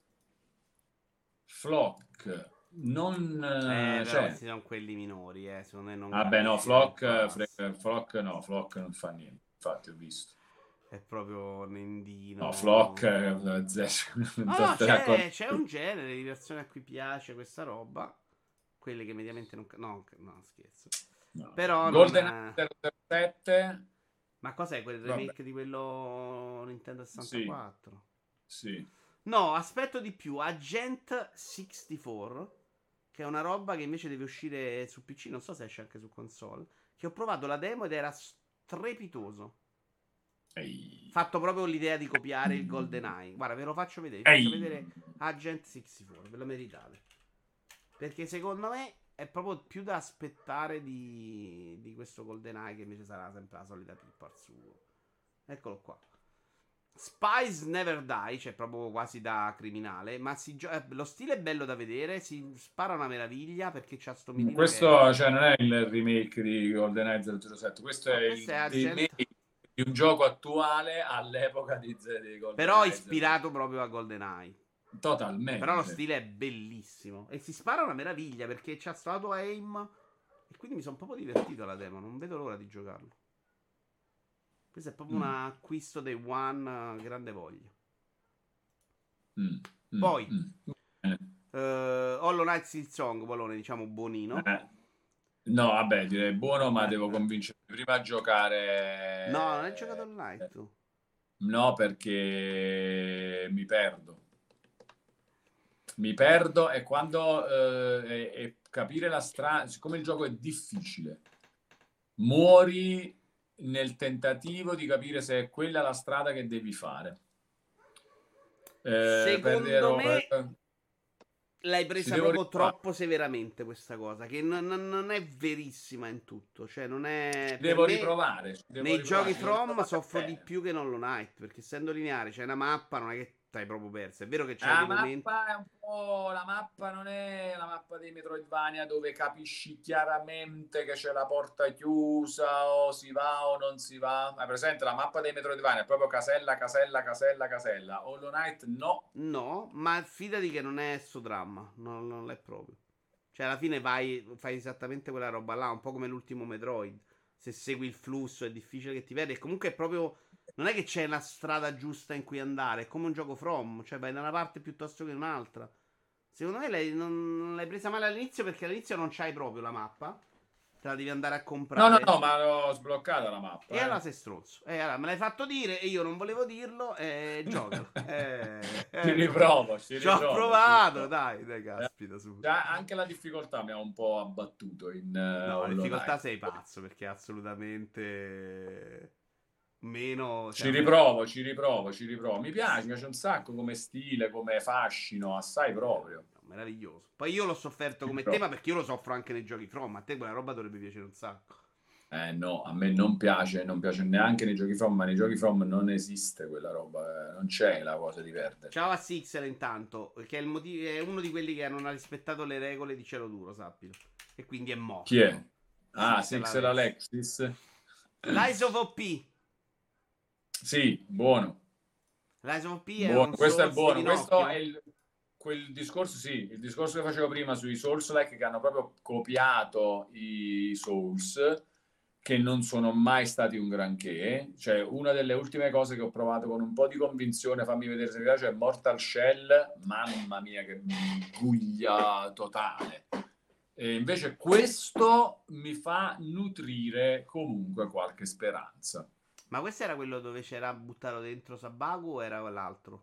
Flock, non... Però cioè, questi sono quelli minori, Secondo me non vabbè, no, capisci nel pass. Flock no, Flock non fa niente. Infatti ho visto. È proprio No, Flock, Nendino. No, non no, te ne accorgi c'è più. un genere di persone a cui piece questa roba. Quelle che mediamente non... No, no, scherzo. No. Però non... Golden 007, Ma cos'è quel vabbè, remake di quello Nintendo sì, 64? sì. No, aspetto di più. Agent 64, che è una roba che invece deve uscire su PC, non so se esce anche su console. Che ho provato la demo ed era strepitoso. Ehi. Fatto proprio l'idea di copiare il GoldenEye. Guarda, ve lo faccio vedere. Vi faccio Ehi. vedere Agent 64, ve lo meritate. Perché secondo me è proprio più da aspettare di questo GoldenEye, che invece sarà sempre la solita pippa al suo. Eccolo qua. Spies Never Die, cioè proprio quasi da criminale, ma lo stile è bello da vedere, si spara una meraviglia perché c'ha sto mirino Questo, cioè, non è il remake di GoldenEye 007, questo è questo il è Agent, remake di un gioco attuale all'epoca di GoldenEye però 007. ispirato proprio a GoldenEye. Però lo Totalmente. stile è bellissimo e si spara una meraviglia perché c'ha sto auto aim e quindi mi sono proprio divertito alla demo, non vedo l'ora di giocarlo. Questo è proprio un acquisto dei One, grande voglia. Poi Hollow Knight Silksong, Polone, diciamo buonino. No, vabbè, direi buono, ma devo convincermi prima a giocare. No, non hai giocato Hollow Knight tu? No, perché mi perdo. Mi perdo e quando e capire la strada, siccome il gioco è difficile, muori nel tentativo di capire se è quella la strada che devi fare. Secondo me l'hai ci presa devo proprio riprovare. troppo severamente questa cosa, che non è verissima in tutto. Cioè, non è. Ci Per devo me, riprovare. nei giochi From riprovare soffro di bene. più che in Hollow Knight, perché essendo lineare, c'è una mappa, non è che t'hai proprio perso. È vero che c'hai La dei momenti. mappa è un po'. La mappa non è la mappa dei Metroidvania dove capisci chiaramente che c'è la porta chiusa o si va o non si va. Hai presente? La mappa dei Metroidvania è proprio casella, casella, casella, casella. Hollow Knight no. No, ma fidati che non è sto dramma, non è proprio. Cioè, alla fine fai esattamente quella roba là, un po' come l'ultimo Metroid. Se segui il flusso è difficile che ti perdi. E comunque è proprio. Non è che c'è una strada giusta in cui andare, è come un gioco From, cioè vai da una parte piuttosto che in un'altra. Secondo me non l'hai presa male all'inizio perché all'inizio non c'hai proprio la mappa. Te la devi andare a No, comprare. ma l'ho sbloccata la E mappa. allora sei stronzo. E allora me l'hai fatto dire e io non volevo dirlo. E giocalo. Ci riprovo, ci Ci ho riprovo. provato, dai, caspita, su. Anche la difficoltà mi ha un po' abbattuto in No, Hollow difficoltà Knight. sei pazzo perché è assolutamente meno. Ci Cioè, riprovo, ci riprovo, ci riprovo. Mi piace un sacco come stile, come fascino, assai proprio. meraviglioso. Poi io l'ho sofferto Ci come te, riprovo. ma perché io lo soffro anche nei giochi From. A te quella roba dovrebbe piacere un sacco. No, a me non piace neanche nei giochi From, ma nei giochi From non esiste quella roba, non c'è la cosa di perdere. Ciao a Sixer intanto, che è, è uno di quelli che non ha rispettato le regole di Cielo Duro, sappilo. E quindi è morto. Chi è? Ah, Sixer Sixer Alexis. Lies of OP. Sì, buono. Lies of OP è Buono, un questo è Souls di buono. Questo è Pinocchio. quel discorso, sì, il discorso che facevo prima sui Souls-like che hanno proprio copiato i Souls, che non sono mai stati un granché. Cioè, una delle ultime cose che ho provato con un po' di convinzione, fammi vedere se mi piace, è Mortal Shell. Mamma mia, che guglia totale. E invece questo mi fa nutrire comunque qualche speranza. Ma questo era quello dove c'era buttato dentro Sabaku o era l'altro?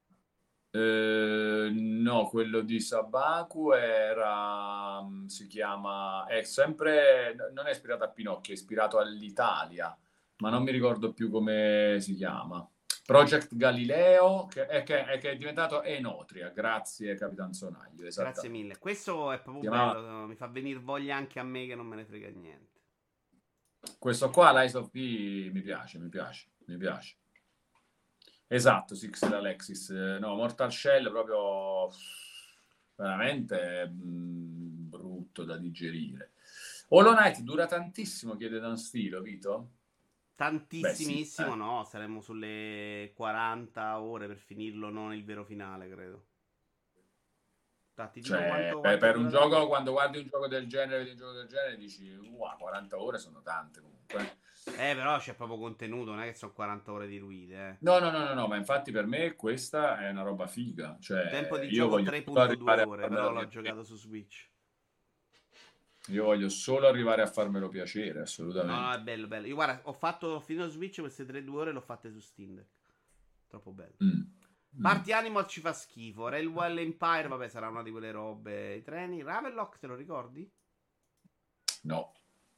No, quello di Sabaku era, si chiama, è sempre, non è ispirato a Pinocchio, è ispirato all'Italia, ma non mi ricordo più come si chiama. Project Galileo, che è diventato Enotria, grazie Capitan Sonaglio, Grazie mille. Questo è proprio bello, mi fa venire voglia anche a me che non me ne frega niente. Questo qua, Lies of P, mi piace, mi piace, mi piace. Esatto, Six Alexis. No, Mortal Shell proprio veramente brutto da digerire. Hollow Knight dura tantissimo, chiede Dan Stilo, Vito? Tantissimissimo, Beh, sì, no, saremmo sulle 40 ore per finirlo, non il vero finale, credo. Ti dico Cioè, quanto per un dura gioco, davvero. quando guardi un gioco del genere, vedi un gioco del genere, dici, 40 ore sono tante comunque. Però c'è proprio contenuto, non è che sono 40 ore di ruide, No, ma infatti per me questa è una roba figa. Tempo Cioè, di io gioco voglio solo 3.2 arrivare a ore, però farmelo l'ho piacere. giocato su Switch. Io voglio solo arrivare a farmelo piacere, No, assolutamente. è bello, bello. Io guarda, ho finito Switch queste 3-2 ore, l'ho fatte su Steam Deck. Troppo bello. Party Animal ci fa schifo. Railway Empire, vabbè, sarà una di quelle robe. I treni. Ravenlock, te lo ricordi? No.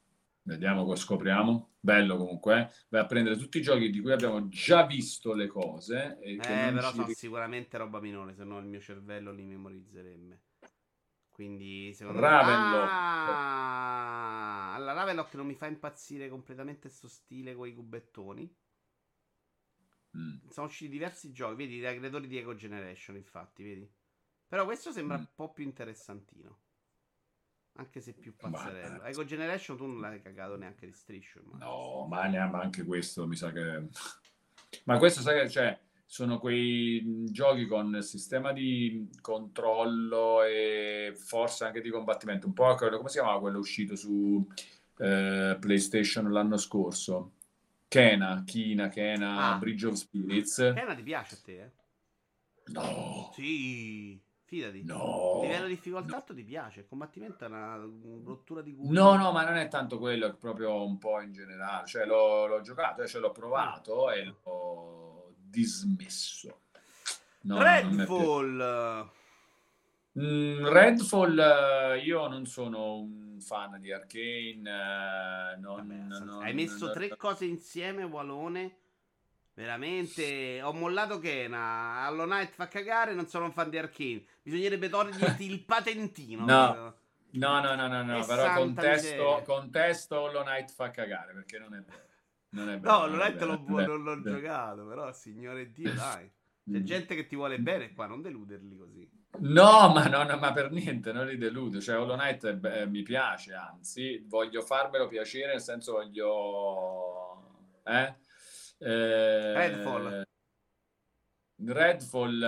Vediamo cosa scopriamo. Bello comunque, eh? Vai a prendere tutti i giochi di cui abbiamo già visto le cose e che non Però ci... sono sicuramente roba minore, se no il mio cervello li memorizzerebbe. Quindi, secondo me... Ravenlock. Ah! La Ravenlock non mi fa impazzire completamente sto stile con i cubettoni. Mm, Sono usciti diversi giochi, vedi, dai creatori di Eco Generation, infatti, vedi. Però questo sembra mm. un po' più interessantino. Anche se più Ma, pazzerello. Eco Generation tu non l'hai cagato neanche di striscio, immagino. no, ma anche questo mi sa che... Ma questo sai che cioè, sono quei giochi con sistema di controllo e forse anche di combattimento, un po' come si chiamava quello uscito su PlayStation l'anno scorso? Kena, Ah, Bridge of Spirits. Kena ti piace a te, eh? No, Sì, fidati. Livello no, di no. difficoltà alto ti piace. Il combattimento è una rottura di No, culo. no, ma non è tanto quello, è proprio un po' in generale. Cioè, l'ho giocato, ce l'ho Ah. provato e l'ho dismesso. No, no, non mi è piaciuto. Redfall. Redfall, io non sono un fan di Arcane, Vabbè, hai messo tre cose insieme, Walone. Veramente, ho mollato Kena. Hollow Knight fa cagare, non sono un fan di Arcane. Bisognerebbe toglierti il patentino, no, capito? E no, però santa miseria. contesto Hollow Knight fa cagare, perché non è vero. Non è No, vero, Hollow non è Knight vero. Non è non l'ho vero. giocato, però, signore Dio, dai. C'è gente che ti vuole bene qua, non deluderli così. No, ma per niente, non li deludo. Cioè, Hollow Knight mi piace, anzi, voglio farmelo piacere, nel senso voglio... Redfall. Redfall,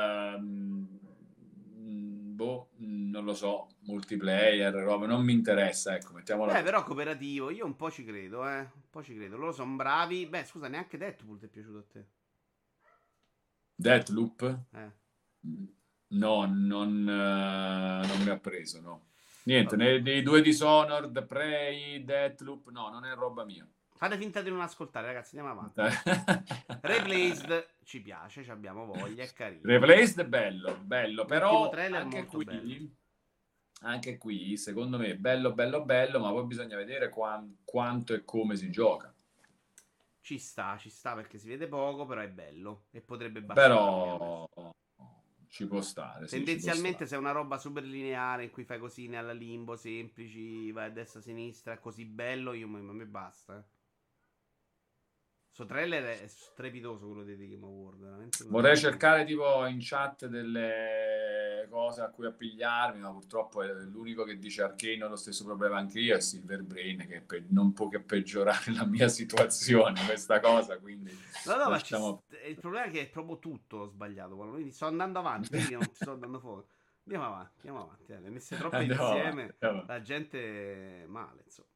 boh, non lo so, multiplayer, roba, non mi interessa, ecco, mettiamola Beh, così. però cooperativo, io un po' ci credo, eh. Un po' ci credo. Loro sono bravi. Beh, scusa, neanche Deadpool ti è piaciuto a te. Deathloop? Eh. No, non mi ha preso, no. Niente, Vabbè. nei due Dishonored, Prey, Deathloop, no, non è roba mia. Fate finta di non ascoltare, ragazzi, andiamo avanti. Replaced ci piace, ci abbiamo voglia, è carino. Replaced è bello, bello, L'ultimo però trailer molto bello. anche qui, secondo me, bello, bello, bello, ma poi bisogna vedere quanto e come si gioca. Ci sta perché si vede poco, però è bello. E potrebbe bastarmi a me. Però ci può stare, sì, ci può Tendenzialmente stare. se è una roba super lineare in cui fai cosine alla limbo, semplici, vai a destra a sinistra, così bello, a me basta. Sto trailer è strepitoso quello di The Game Award, veramente una Vorrei roba. cercare tipo in chat delle cose a cui appigliarmi, ma purtroppo è l'unico che dice Arcane ho lo stesso problema anche io, è Silver Brain, che non può che peggiorare la mia situazione, questa cosa, quindi No, no, ma lasciamo... il problema è che è proprio tutto sbagliato. Quindi sto andando avanti, vedi che non ti sto dando fuoco. Andiamo avanti. Le messe troppe Andiamo avanti, insieme, andiamo avanti. la gente è male, insomma.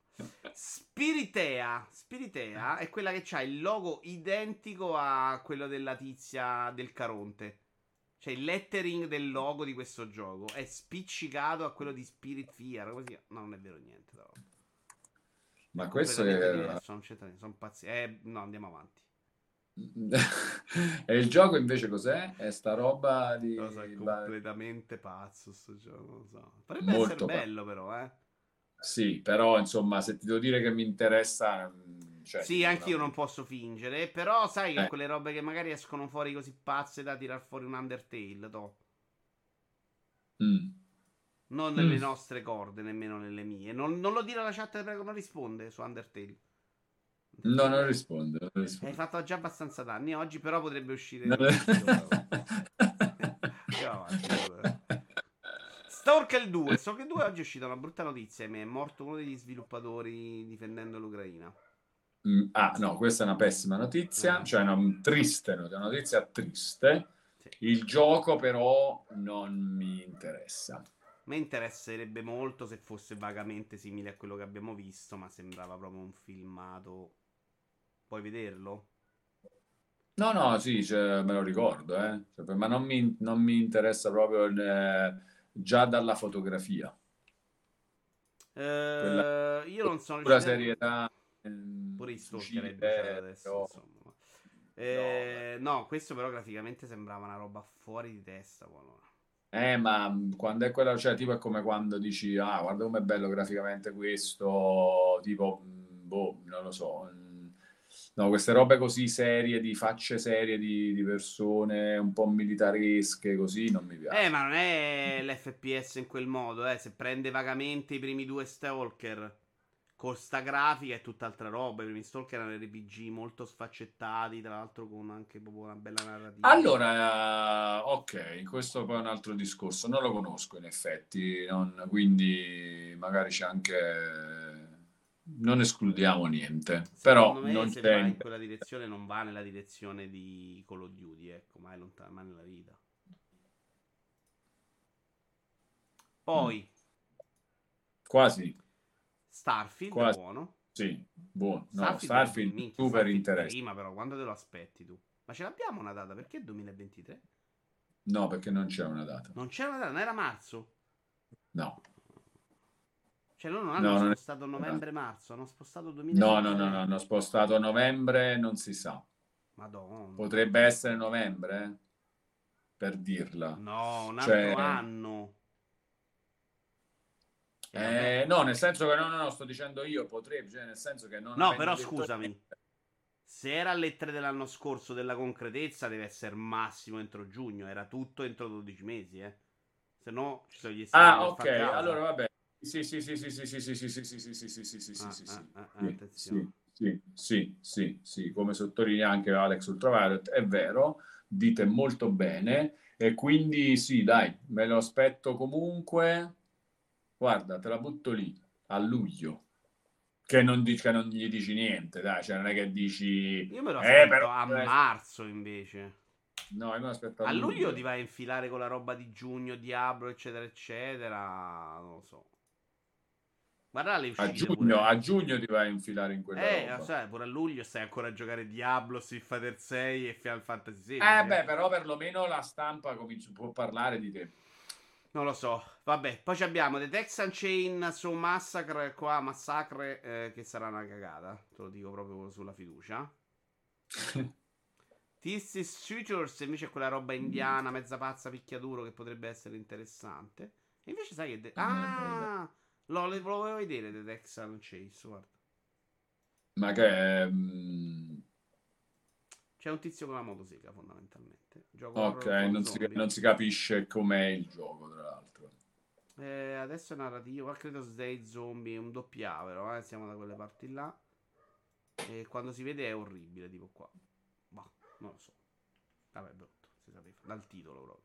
Spiritea è quella che ha il logo identico a quello della tizia del Caronte. Cioè il lettering del logo di questo gioco è spiccicato a quello di Spirit Fear. Così. No, non è vero niente. No. È Ma questo completamente è... diverso. Non c'entra niente. Sono pazzi. No, andiamo avanti. E il gioco invece cos'è? È sta roba Cosa è di... completamente pazzo sto gioco, non lo so. Potrebbe essere molto... bello però, eh. Sì, però insomma, se ti devo dire che mi interessa, cioè, Sì, dico anch'io non posso fingere, però sai che eh, quelle robe che magari escono fuori così pazze da tirar fuori un Undertale, to. mm, Non nelle mm. nostre corde, nemmeno nelle mie. Non lo dire alla chat, prego, non risponde su Undertale. No, non Undertale rispondo, non hai rispondo. fatto già abbastanza danni oggi, però potrebbe uscire Non- nello stesso ora. Andiamo avanti. Stalker 2 oggi è uscita una brutta notizia. Mi è morto uno degli sviluppatori difendendo l'Ucraina. No, questa è una pessima notizia, Eh, cioè una triste notizia, una notizia triste. sì. Il gioco però non mi interessa. Mi interesserebbe molto se fosse vagamente simile a quello che abbiamo visto, ma sembrava proprio un filmato. Puoi vederlo? No, no, sì, cioè, me lo ricordo, Cioè, ma non mi interessa proprio già dalla fotografia. Quella Io non sono pura riuscito. serietà Pure i Stalker hai bruciato suicide, adesso, però, insomma. no, dai. No, questo però graficamente sembrava una roba fuori di testa. Allora. Ma quando è quella, cioè, tipo è come quando dici, ah, guarda com'è bello graficamente questo, tipo boh, non lo so. No, queste robe così serie, di facce serie di persone un po' militaresche, così non mi piace. Ma non è l'FPS in quel modo, eh. Se prende vagamente i primi due Stalker con sta grafica è tutt'altra roba. I primi Stalker erano RPG molto sfaccettati, tra l'altro con anche proprio una bella narrativa. Allora, ok, questo poi è un altro discorso. Non lo conosco in effetti, quindi magari c'è anche... Non escludiamo niente, però Secondo me non se c'è... va in quella direzione non va nella direzione di Call of Duty, ecco, mai lontano, mai nella vita. Mm, Poi quasi, Starfield, quasi, buono. sì, buono. No, Starfield è Starfield minchia, super Starfield interessante. prima però, quando te lo aspetti tu? Ma ce l'abbiamo una data, perché 2023? No, perché non c'è una data. Non c'era una data, non era marzo. No, Cioè loro non hanno no, non è spostato una data. novembre-marzo, hanno spostato No, no, no, no, 2023. hanno spostato a novembre, non si sa. Madonna. Potrebbe essere novembre, per dirla. No, un altro Cioè, anno. E vabbè. no, nel senso che no, sto dicendo io, potrebbe, cioè nel senso che non No, avendo però detto scusami. niente. Se era alle 3 dell'anno scorso della concretezza, deve essere massimo entro giugno. Era tutto entro 12 mesi, eh. Se no, ci sono gli estratti Ah, per ok, far causa. allora vabbè. Sì, sì, sì, sì, sì, sì, sì, sì, sì, sì, sì, sì, sì, sì, sì, sì, sì, sì, Attenzione. sì, sì, sì, sì, come sottolinea anche Alex Ultraviolet, è vero, dite molto bene, e quindi sì, dai, me lo aspetto comunque, guarda, te la butto lì, a luglio, che non gli dici niente, dai, cioè non è che dici, Io me lo aspetto però, a marzo invece. no, io me lo aspetto a A luglio ti luglio. vai a infilare con la roba di giugno, Diablo, eccetera, eccetera. Non lo so. Guarda le uscite A pure. giugno ti vai a infilare in quella roba. Sai, pure a luglio stai ancora a giocare Diablo, Street Fighter 6 e Final Fantasy 16, Beh, però perlomeno la stampa può parlare di te. Non lo so. Vabbè, poi ci abbiamo The Texan Chain su Massacre, qua Massacre, che sarà una cagata. Te lo dico proprio sulla fiducia. Thesis Futures invece è quella roba indiana, mezza pazza, picchiaduro che potrebbe essere interessante. E invece sai che... lo volevo vedere The Texan Chase, guarda. Ma che è... C'è un tizio con la motosega, fondamentalmente. Gioco ok, horror con zombie. non si capisce com'è il gioco, tra l'altro. Adesso è narrativo, ma credo Slay Zombie, un doppia, però, siamo da quelle parti là. E quando si vede è orribile, tipo qua. Boh, non lo so. Vabbè, brutto, si sapeva, dal titolo proprio.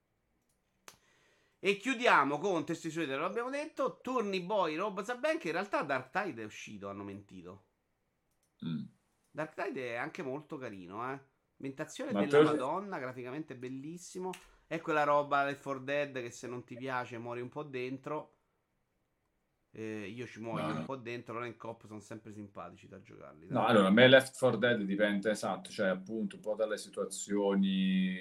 E chiudiamo con Testi Suoi, lo abbiamo detto. Turni Boy, Robots Bank. In realtà Dark Tide è uscito, hanno mentito. Mm. Dark Tide è anche molto carino, eh. Ambientazione Ma della Madonna, graficamente bellissimo. È quella roba Left 4 Dead che se non ti piace muori un po' dentro. Io ci muoio un no. po' dentro, però in coop sono sempre simpatici da giocarli. No, Dai. allora, a me Left 4 Dead dipende, esatto, cioè appunto un po' dalle situazioni,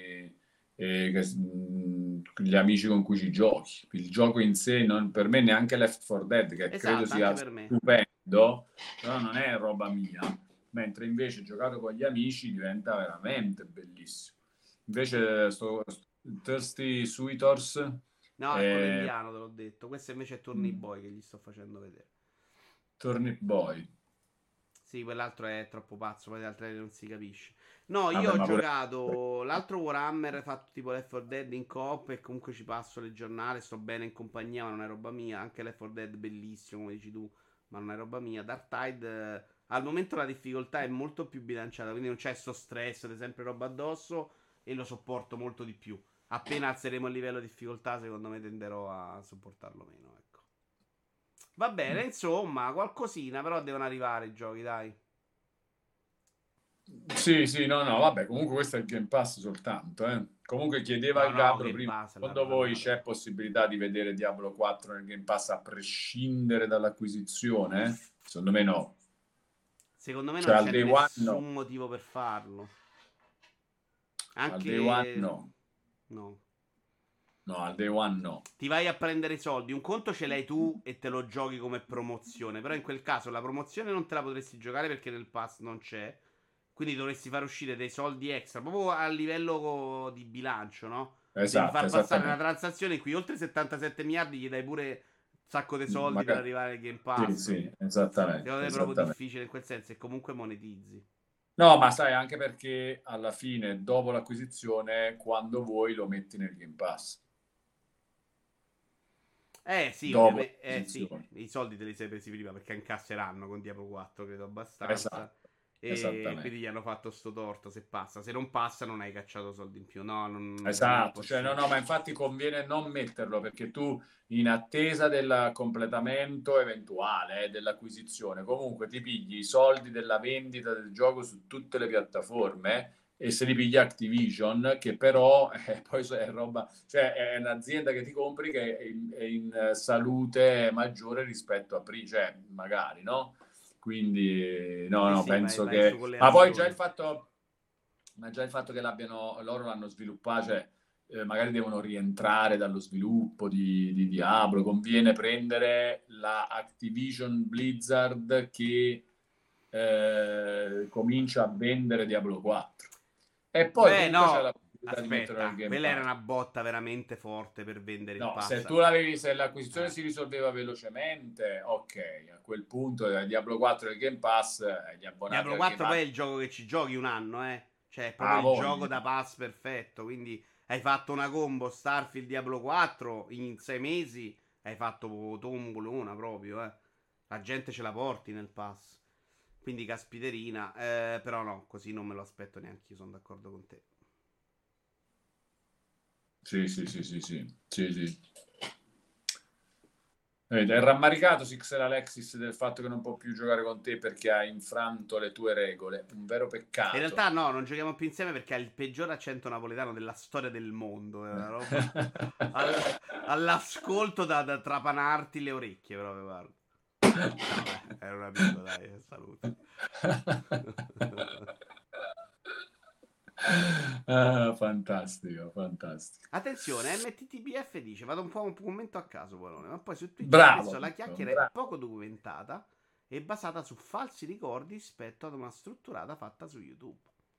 gli amici con cui ci giochi. Il gioco in sé, per me neanche Left 4 Dead, che credo Esatto, anche sia per me. stupendo, però non è roba mia. Mentre invece giocato con gli amici diventa veramente bellissimo. Invece Thirsty Suitors, No, è quello eh, indiano, te l'ho detto. Questo invece è Turni mm, Boy che gli sto facendo vedere. Turnip Boy. Sì, quell'altro è troppo pazzo, poi le altre non si capisce. No, io Vabbè, ho ma pure... giocato l'altro Warhammer fatto tipo Left 4 Dead in coop e comunque ci passo le giornate, sto bene in compagnia, ma non è roba mia. Anche Left 4 Dead bellissimo, come dici tu, ma non è roba mia. Dark Tide, al momento la difficoltà è molto più bilanciata, quindi non c'è sto stress, ad sempre roba addosso e lo sopporto molto di più. Appena alzeremo il livello di difficoltà, secondo me tenderò a sopportarlo meno, ecco. Va bene, insomma, qualcosina, però devono arrivare i giochi, dai. Sì, sì, no, vabbè, comunque questo è il Game Pass soltanto, eh. Comunque chiedeva No, il no, Gabbro Game prima, Pass è la secondo roba voi nata. c'è possibilità di vedere Diablo 4 nel Game Pass a prescindere dall'acquisizione? Secondo me no. Secondo me non Cioè al c'è day one no, nessun motivo per farlo. al day one Anche... no, No. no, al day one no. Ti vai a prendere i soldi. Un conto ce l'hai tu e te lo giochi come promozione. Però in quel caso la promozione non te la potresti giocare perché nel pass non c'è. Quindi dovresti far uscire dei soldi extra. Proprio a livello di bilancio, no? Devi Esatto, far passare una esattamente. transazione in cui oltre 77 miliardi gli dai pure sacco di soldi per magari arrivare al Game sì, Pass. sì, esattamente, Secondo me è proprio esattamente. difficile in quel senso e comunque monetizzi. No, ma sai, anche perché alla fine, dopo l'acquisizione, quando vuoi lo metti nel Game Pass. Sì, Dopo ovviamente, sì, l'acquisizione. i soldi te li sei presi prima perché incasseranno con Diablo 4, credo abbastanza. Esatto, E quindi esattamente. gli hanno fatto sto torto se passa. Se non passa non hai cacciato soldi in più. No, non è Esatto, cioè no, possibile. no, ma infatti conviene non metterlo perché tu in attesa del completamento eventuale dell'acquisizione, comunque ti pigli i soldi della vendita del gioco su tutte le piattaforme e se li piglia Activision, che però poi è roba, cioè è un'azienda che ti compri che è in salute maggiore rispetto a prima, cioè magari, no? Quindi no, Sì, no, sì, penso vai su che... con le Ma poi già il azioni. fatto... Ma già il fatto che loro l'hanno sviluppato, cioè, magari devono rientrare dallo sviluppo di Diablo, conviene prendere la Activision Blizzard che comincia a vendere Diablo 4. E poi Beh, comunque c'è la no, possibilità di metterlo nel aspetta, Game quella era Pass. una botta veramente forte per vendere il No, se pass. tu l'avevi, se l'acquisizione Eh. si risolveva velocemente, ok, a quel punto Diablo 4 e il Game Pass, gli abbonati Diablo al Game 4 poi è Pass, il gioco che ci giochi un anno, eh. Cioè, è proprio ha il gioco voglia. da pass perfetto. Quindi hai fatto una combo Starfield Diablo 4 in 6 mesi. Hai fatto tombolona proprio, eh. La gente ce la porti nel pass. Quindi caspiterina. Però no, così non me lo aspetto neanche io, sono d'accordo con te. Sì, sì, sì, sì, sì, sì, sì. È rammaricato Sixer Alexis del fatto che non può più giocare con te perché ha infranto le tue regole. Un vero In peccato. realtà no, non giochiamo più insieme perché ha il peggior accento napoletano della storia del mondo. È una roba all'ascolto da trapanarti le orecchie proprio, guarda. Vabbè, era un amico, dai, saluto. Ah, fantastico, fantastico. Attenzione, MTTBF dice, vado un po' un commento a caso, Polone, ma poi su Twitch Bravo, spesso la chiacchiera è bravo. poco documentata e basata su falsi ricordi rispetto ad una strutturata fatta su YouTube.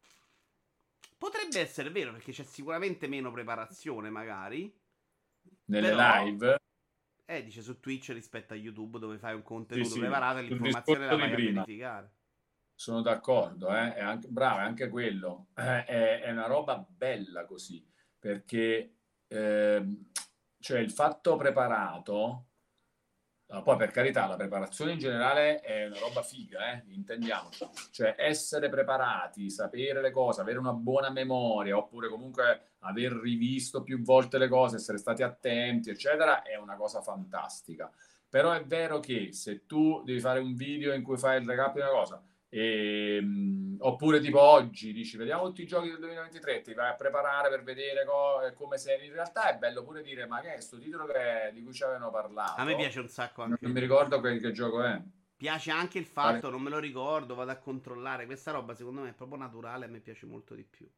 Potrebbe essere vero perché c'è sicuramente meno preparazione, magari, Nelle però live? dice su Twitch rispetto a YouTube dove fai un Sì, contenuto sì, preparato e sul l'informazione la discorso di vai a prima. verificare. Sono d'accordo, È anche, bravo, è anche quello. È una roba bella così, perché cioè il fatto preparato, poi per carità, la preparazione in generale è una roba figa, intendiamoci. Cioè essere preparati, sapere le cose, avere una buona memoria, oppure comunque aver rivisto più volte le cose, essere stati attenti, eccetera, è una cosa fantastica. Però è vero che se tu devi fare un video in cui fai il recap di una cosa, oppure tipo oggi dici vediamo tutti i giochi del 2023, ti vai a preparare per vedere come se in realtà è bello pure dire ma che è sto titolo di cui ci avevano A me parlato, piace un sacco non anche mi quello. ricordo che gioco è. Piace anche il Pare... fatto, non me lo ricordo, vado a controllare. Questa roba secondo me è proprio naturale, a me piace molto di più.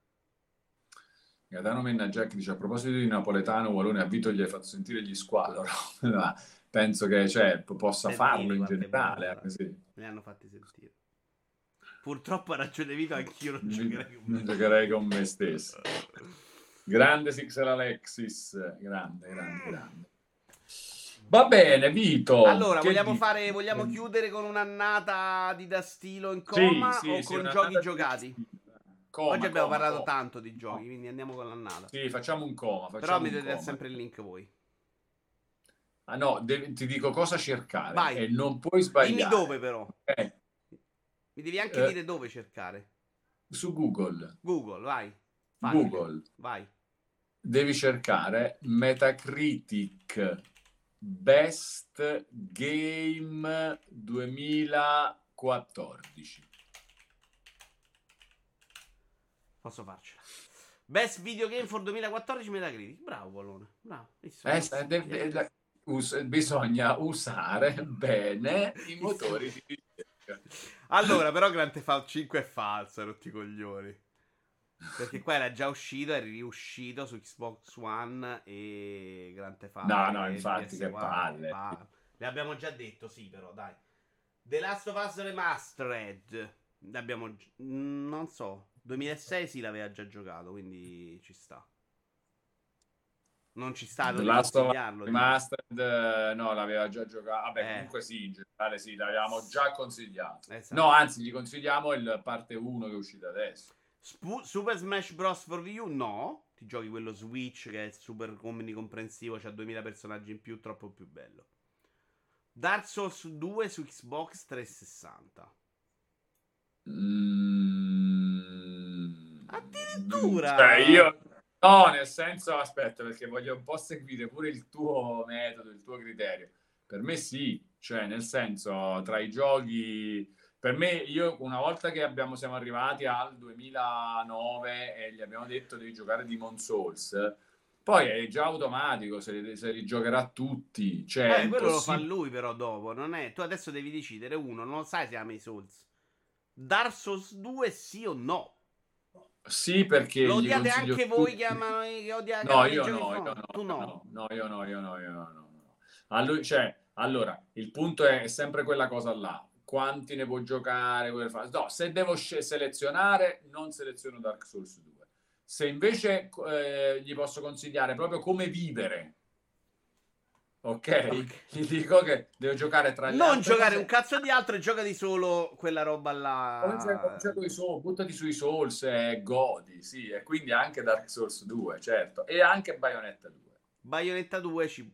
Gaetano Menna Jack dice a proposito di napoletano Walone a Vito gli hai fatto sentire gli squalo. Ma penso che cioè, possa farlo Sentiti in qualche generale, volta, dai. anche se Me li hanno fatti sentire. Purtroppo ha ragione Vito, anch'io non giocherei con non me. giocherei con me stesso. Grande Sixer Alexis, grande, grande, grande. Va bene, Vito, Allora, che vogliamo dici? chiudere con un'annata di Da Stilo in Sì, coma o sì, sì, con giochi un'annata di giocati? Oggi coma, abbiamo coma, parlato coma. tanto di giochi, No. quindi andiamo con l'annata. Sì, facciamo un coma, Però facciamo mi un dovete dare coma. sempre il link voi. Ah no, ti dico cosa cercare Vai, e non puoi dimmi dove sbagliare. però. Ok? Mi devi anche Eh, dire dove cercare. su Google, Google, vai. Facile, Google, vai. devi cercare Metacritic Best Game 2014. Posso farcela. Best Video Game for 2014 Metacritic. Bravo, Pallone. Bravo. Visto, Bisogna usare bene i motori di ricerca. Allora, però Grand Theft Auto 5 è falso, rotti i coglioni. Perché qua era già uscito, è riuscito su Xbox One e Grand Theft No, Auto no, e infatti, che PS1. palle. Le abbiamo già detto, sì, però, dai. The Last of Us Remastered. Non so. 2006 sì l'aveva già giocato, quindi ci sta. Non ci sta, The devi Last of Us consigliarlo. Remastered, no, l'aveva già giocato. Vabbè, Eh. comunque sì, in generale sì, l'avevamo già consigliato. Esatto. No, anzi, gli consigliamo il parte 1 che è uscito adesso. Super Smash Bros. For Wii U, no. Ti giochi quello Switch che è super omnicomprensivo, c'ha 2000 personaggi in più, troppo più bello. Dark Souls 2 su Xbox 360. Addirittura! Cioè, io no, nel senso, aspetta, perché voglio un po' seguire pure il tuo metodo, il tuo criterio. Per me sì, cioè, nel senso, tra i giochi, per me, io una volta che siamo arrivati al 2009 e gli abbiamo detto devi giocare Demon Souls, poi è già automatico, se li giocherà tutti, cioè è Quello lo fa impossibile. lui però dopo, non è... Tu adesso devi decidere uno, non lo sai se ama i Souls. Dark Souls 2 sì o no? Sì, perché Lo gli odiate consiglio anche voi tutti. che amano, che No, amano i io giochi no, io front? Tu no, no? no, no, io no, io no, io no, no. Allora, allora, il punto è sempre quella cosa là. Quanti ne può giocare? No, se devo selezionare, non seleziono Dark Souls 2. Se invece gli posso consigliare proprio come vivere, ok? Ok. Gli dico che devo giocare tra le Non altre giocare un cose. cazzo di altro e giocati solo quella roba Comincia là. con i Souls, buttati sui Souls e godi, sì, e quindi anche Dark Souls 2, certo, e anche Bayonetta 2. Bayonetta 2 ci...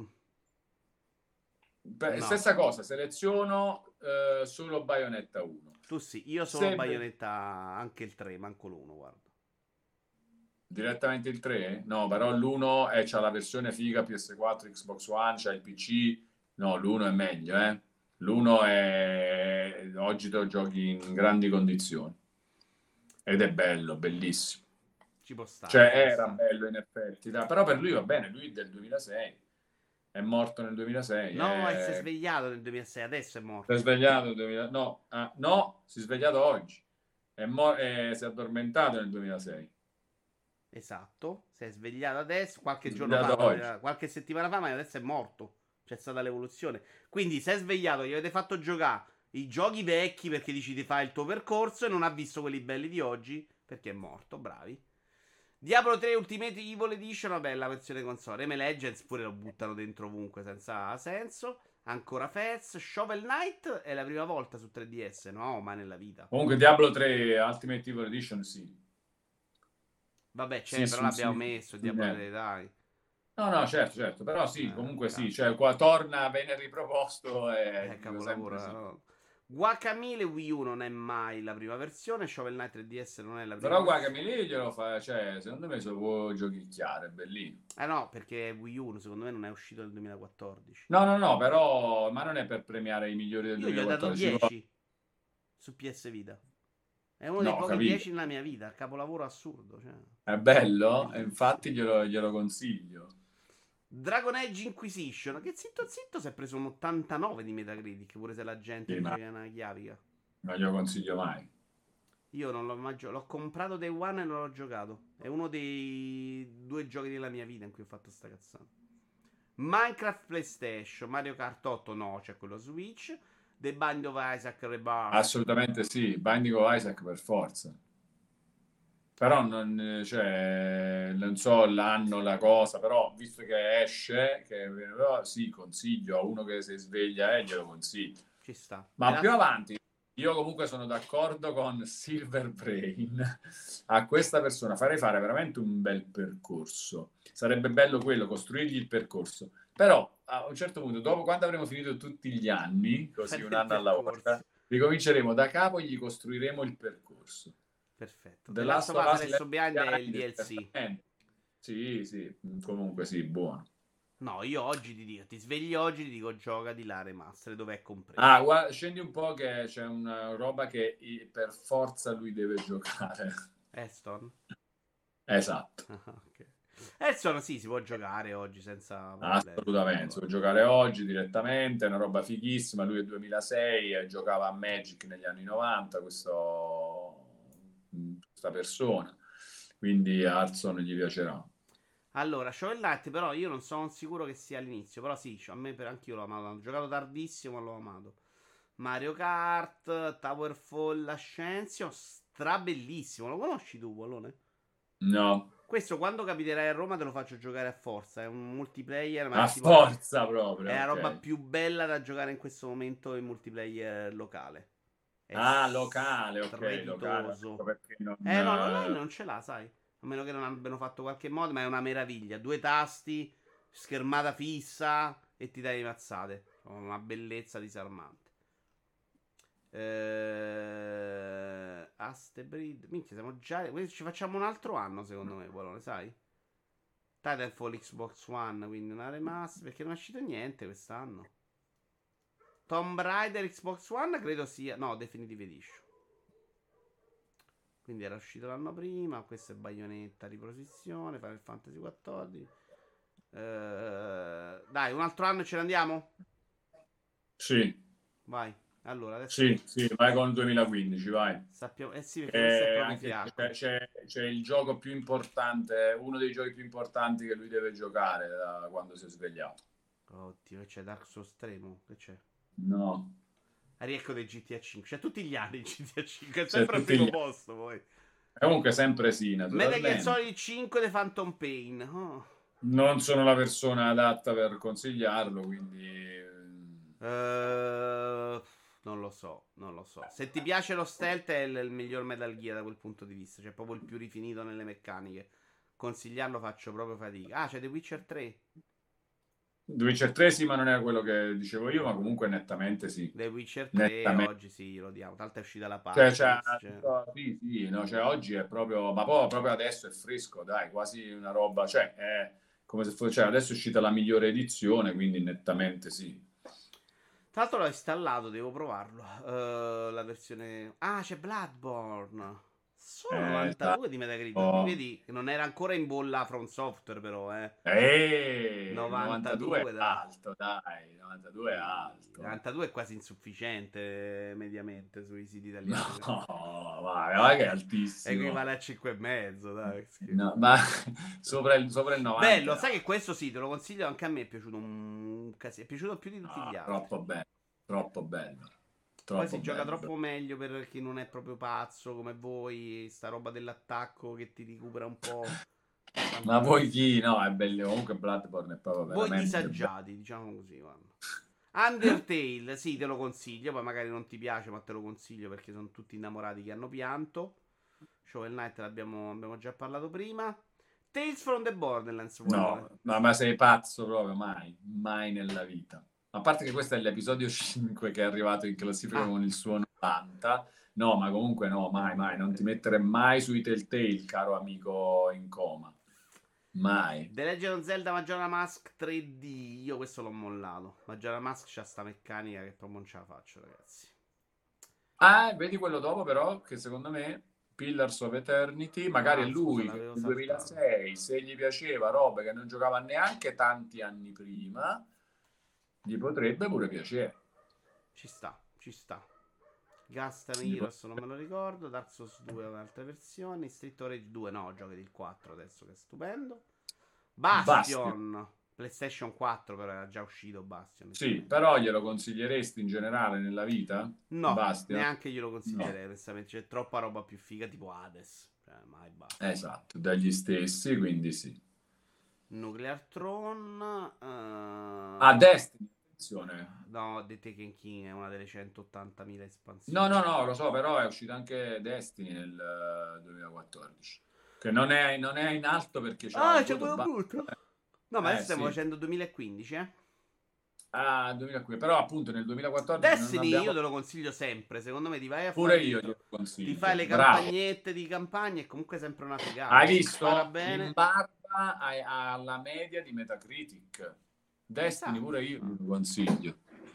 no. Stessa cosa, seleziono solo Bayonetta 1. Tu sì, io solo Se Bayonetta anche il 3, manco l'1, guarda. direttamente il 3? No, però l'1 c'ha la versione figa PS4, Xbox One, c'ha il PC. No, l'1 è meglio, eh. L'1 è... Oggi te lo giochi in grandi condizioni. Ed è bello, bellissimo. Ci può stare, Cioè, ci può era stare. bello in effetti. Però per lui va bene, lui è del 2006. È morto nel 2006. No, e si è svegliato nel 2006, adesso è Si è morto. svegliato nel 2000... No, no, si è svegliato oggi. Si è addormentato nel 2006. Esatto, si è svegliato adesso, Si qualche è giorno fa, svegliato oggi. qualche settimana fa, ma adesso è morto. C'è stata l'evoluzione. Quindi si è svegliato, gli avete fatto giocare i giochi vecchi perché dici ti fai il tuo percorso e non ha visto quelli belli di oggi perché è morto, bravi. Diablo 3 Ultimate Evil Edition, vabbè, la versione console. Reme Legends pure lo buttano dentro ovunque senza senso. Ancora Fez. Shovel Knight è la prima volta su 3DS, no, ma nella vita. Comunque Diablo 3 Ultimate Evil Edition sì. Vabbè, Sì, c'è, però l'abbiamo sì, messo, sì, Diablo 3, dai. no, no, certo, certo, però sì, comunque sì, Cazzo. cioè qua torna, viene riproposto e dico Capolavoro. sempre sì. No. Guacamole Wii U non è mai la prima versione. Shovel Knight 3DS non è la prima Però guarda, versione. Camille glielo fa, cioè, secondo me se lo può giochicchiare, è bellino. No, perché Wii U secondo me non è uscito nel 2014. No, no, no, però, ma non è per premiare i migliori del Io gli ho dato 2014. 10 su PS Vita. È uno dei No, pochi capito. 10 nella mia vita. Capolavoro assurdo. Cioè. È bello, e Bellissimo. infatti glielo consiglio. Dragon Age Inquisition. Che zitto zitto si è preso un 89 di Metacritic. Pure se la gente Sì, dice ma che è una chiavica. non glielo consiglio mai. Io non l'ho mai giocato. L'ho comprato Day One e non l'ho giocato. È uno dei 2 giochi della mia vita in cui ho fatto sta cazzata. Minecraft PlayStation. Mario Kart 8 no, c'è quello Switch. The Band of Isaac Rebirth. Assolutamente sì, Binding of Isaac per forza. Però non, cioè, non so l'anno, la cosa, però visto che esce, però, sì, consiglio a uno che si sveglia e glielo consiglio. Ci sta. Ma più avanti, io comunque sono d'accordo con Silver Brain. A questa persona farei fare veramente un bel percorso. Sarebbe bello quello, costruirgli il percorso. Però a un certo punto, dopo quando avremo finito tutti gli anni, così Fare un il anno alla percorso. volta, ricominceremo da capo e gli costruiremo il percorso. Perfetto. The The Last Last of of Us Us Adesso Behind è il Legacy, DLC. certamente. Sì, sì, comunque sì, buono. No, io oggi ti dico, ti svegli oggi, ti dico gioca di là remaster, dov'è compreso. Ah, guarda, scendi un po' che c'è una roba che per forza lui deve giocare. Aston? Esatto, Ok. Aston sì, si può giocare oggi senza problemi. assolutamente. Si può giocare oggi direttamente, è una roba fighissima. Lui è 2006, giocava a Magic negli anni 90, questa persona. Quindi a Hearthstone gli piacerà. Allora, Shovel Knight però io non sono sicuro che sia all'inizio, però sì, a me anch'io l'ho amato. Ho giocato tardissimo, ma l'ho amato. Mario Kart, Towerfall Ascension, strabellissimo. Lo conosci tu, Polone? No, Questo quando capiterai a Roma te lo faccio giocare a forza. È un multiplayer, ma A è tipo forza proprio, è la roba ok. più bella da giocare in questo momento in multiplayer locale. È Ah, locale, ok, locale. Ecco strepitoso. perché non... No, l'online non ce l'ha, sai. A meno che non abbiano fatto qualche mod, ma è una meraviglia. Due tasti, schermata fissa e ti dai le mazzate. Una bellezza disarmante. Astebreed. Minchia, siamo già. Quindi ci facciamo un altro anno, secondo me, Bolone, sai? Titanfall Xbox One, quindi una remaster. Perché non è uscito niente quest'anno. Tomb Raider Xbox One credo sia. No, Definitive Edition. Quindi era uscito l'anno prima. Questo è Bayonetta riposizione. Final Fantasy XIV. Dai, un altro anno e ce ne andiamo? Sì, Vai. Allora, adesso sì, sì, vai con il 2015, vai. sappiamo. Eh sì, perché questo è proprio Anche fiacco. c'è il gioco più importante, uno dei giochi più importanti che lui deve giocare da quando si è svegliato. Oddio, c'è Dark Souls 3, che c'è? No, Riecco dei GTA 5. C'è tutti gli anni GTA 5. È c'è sempre al tutti primo gli... posto poi. Comunque sempre sì, Metal Gear naturalmente. Solid 5 The Phantom Pain. Oh. Non sono la persona adatta per consigliarlo, quindi... Non lo so, non lo so. Se ti piace lo stealth è il miglior Metal Gear da quel punto di vista. Cioè, proprio il più rifinito nelle meccaniche. Consigliarlo faccio proprio fatica. Ah, c'è The Witcher 3. The Witcher 3 sì, ma non era quello che dicevo io, ma comunque nettamente sì. The Witcher 3 Nettamente. oggi sì, lo diamo. Tanto è uscita la Cioè, patch. Cioè. sì, sì, no, cioè, oggi è proprio, ma poi proprio adesso è fresco, dai, quasi una roba, cioè, è come se fosse, cioè, adesso è uscita la migliore edizione, quindi nettamente sì. Tra l'altro l'ho installato, devo provarlo. La versione. Ah, c'è Bloodborne. Solo Dai, 92 di Metacritic. Qui oh. vedi che non era ancora in bolla From Software, però, eh. Il 92 è 92, dai. alto, dai, il 92 è Sì, alto. 92 è quasi insufficiente mediamente sui siti No, italiani. vai, che è altissimo. Equivale a 5 e mezzo, dai. Che schifo. No, ma sopra il 90 Bello, è sai che alto. questo sì, te lo consiglio anche a me. È piaciuto un casino. È piaciuto più di tutti gli No, altri. troppo bello, troppo bello, Poi troppo si gioca bello. troppo meglio per chi non è proprio pazzo come voi. Sta roba dell'attacco che ti recupera un po'. Ma poi Fantastico. chi? No, è bello. Comunque Bloodborne è proprio Voi veramente bello. disagiati, diciamo così. Guarda. Undertale, sì, te lo consiglio. Poi magari non ti piace, ma te lo consiglio perché sono tutti innamorati che hanno pianto. Shovel Knight abbiamo già parlato prima. Tales from the Borderlands, Wallone. No, ma sei pazzo proprio, mai, mai nella vita. A parte che questo è l'episodio 5 che è arrivato in classifica Ah, con il suo 90. No, ma comunque no, mai, mai. Non ti mettere mai sui Telltale, caro amico in coma. Mai. The Legend of Zelda Majora Mask 3D. Io questo l'ho mollato. Majora Mask c'ha sta meccanica che proprio non ce la faccio, ragazzi. Ah, vedi quello dopo però, che secondo me, Pillars of Eternity, magari è Ah, scusa, lui che l'avevo nel saltato. 2006, se gli piaceva robe che non giocava neanche tanti anni prima, gli potrebbe pure piacere. Ci sta, ci sta. Gaston Gli pot- Heroes non me lo ricordo. Dark Souls 2 aveva altre versioni. Street Rage 2 no, giochi del 4 adesso che è stupendo. Bastion. Bastion. PlayStation 4 però era già uscito Bastion, mi Sì, sembra. però glielo consiglieresti in generale nella vita? No, Bastion? neanche glielo No. consiglierei onestamente. C'è troppa roba più figa tipo Hades. Cioè, mai basta. Esatto, dagli stessi, quindi sì. Nuclear Throne. Ah, Destiny, attenzione. No, The Taken King è una delle 180.000 No, espansioni. no, no, lo so, però è uscito anche Destiny nel 2014, che non è in alto perché c'ha Ah, il c'è voto quello basso. brutto. No, ma adesso stiamo Sì. facendo 2015, eh. Ah, 2015, però appunto nel 2014 non Destiny io abbiamo... te lo consiglio sempre. Secondo me ti vai a Pure fare io glielo ti fai consiglio, le bravo. campagnette di campagna e comunque è sempre una Hai figata. Spara visto? In bene. barba alla media di Metacritic. Ci Destiny sta, pure ci io sta. glielo consiglio.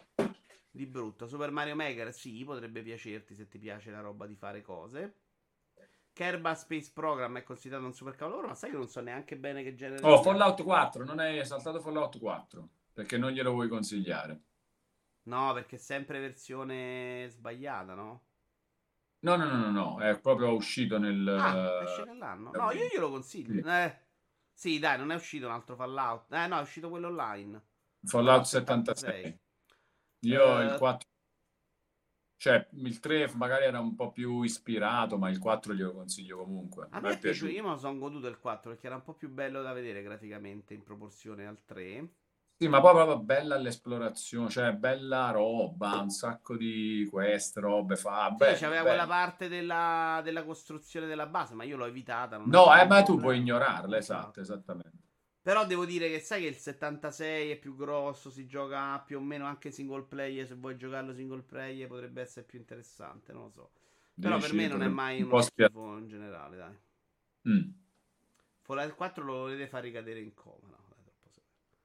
Di brutto. Super Mario Maker, sì, potrebbe piacerti se ti piace la roba di fare cose. Kerbal Space Program è considerato un super capolavoro, ma sai che non so neanche bene che genere Oh, sia? Fallout 4, non hai saltato Fallout 4, perché non glielo vuoi consigliare. No, perché è sempre versione sbagliata, no? No, no, no, no, no, è proprio uscito nel... Ah, esce nell'anno. No, io 20. glielo consiglio. Sì. Sì, dai, non è uscito un altro Fallout. No, è uscito quello online. Fallout Fallout 76. 76. Io il Eh, 4 Cioè, il 3 magari era un po' più ispirato, ma il 4 glielo consiglio comunque. A Mi me è è piaciuto, piaciuto. io me lo sono goduto il 4 perché era un po' più bello da vedere graficamente in proporzione al 3. Sì, ma poi proprio bella l'esplorazione, cioè bella roba, un sacco di queste robe fa, Sì, bello, c'aveva quella bello. parte della costruzione della base, ma io l'ho evitata, non è No, stato un ma tu puoi problema. ignorarla, Esatto. esatto, esattamente. Però devo dire che sai che il 76 è più grosso, si gioca più o meno anche single player, se vuoi giocarlo single player potrebbe essere più interessante, non lo so. Però per me Dici, non è potrebbe mai un uno po' spiaciere. schifo in generale, dai. Mm. Fallout 4 lo volete far ricadere in coma, no? Dai, troppo severo.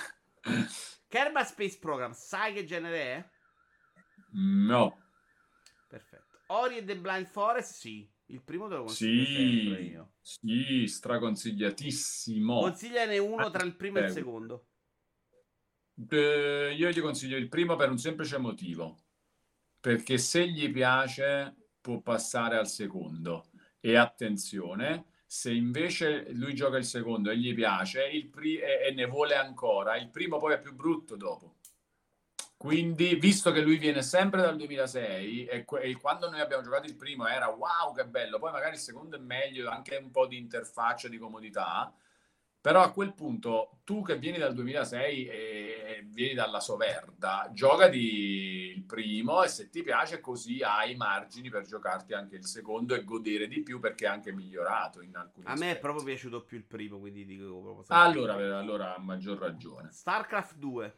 Kerbal Space Program, sai che genere è? No, Perfetto. Ori e the Blind Forest, sì. Il primo te lo consiglio sempre sì, io. sì, straconsigliatissimo. Consigliane uno tra Anche il primo e il seguito. secondo. Io ti consiglio il primo per un semplice motivo, perché se gli piace può passare al secondo. E attenzione, se invece lui gioca il secondo e gli piace e ne vuole ancora, il primo poi è più brutto dopo. Quindi, visto che lui viene sempre dal 2006 e quando noi abbiamo giocato il primo era wow, che bello, poi magari il secondo è meglio, anche un po' di interfaccia, di comodità, però a quel punto tu che vieni dal 2006 e vieni dalla Soverda, giocati il primo e se ti piace così hai i margini per giocarti anche il secondo e godere di più perché è anche migliorato in alcuni A me è proprio aspetti. piaciuto più il primo, quindi dico proprio senza Allora, dubbio. allora a maggior ragione. StarCraft 2.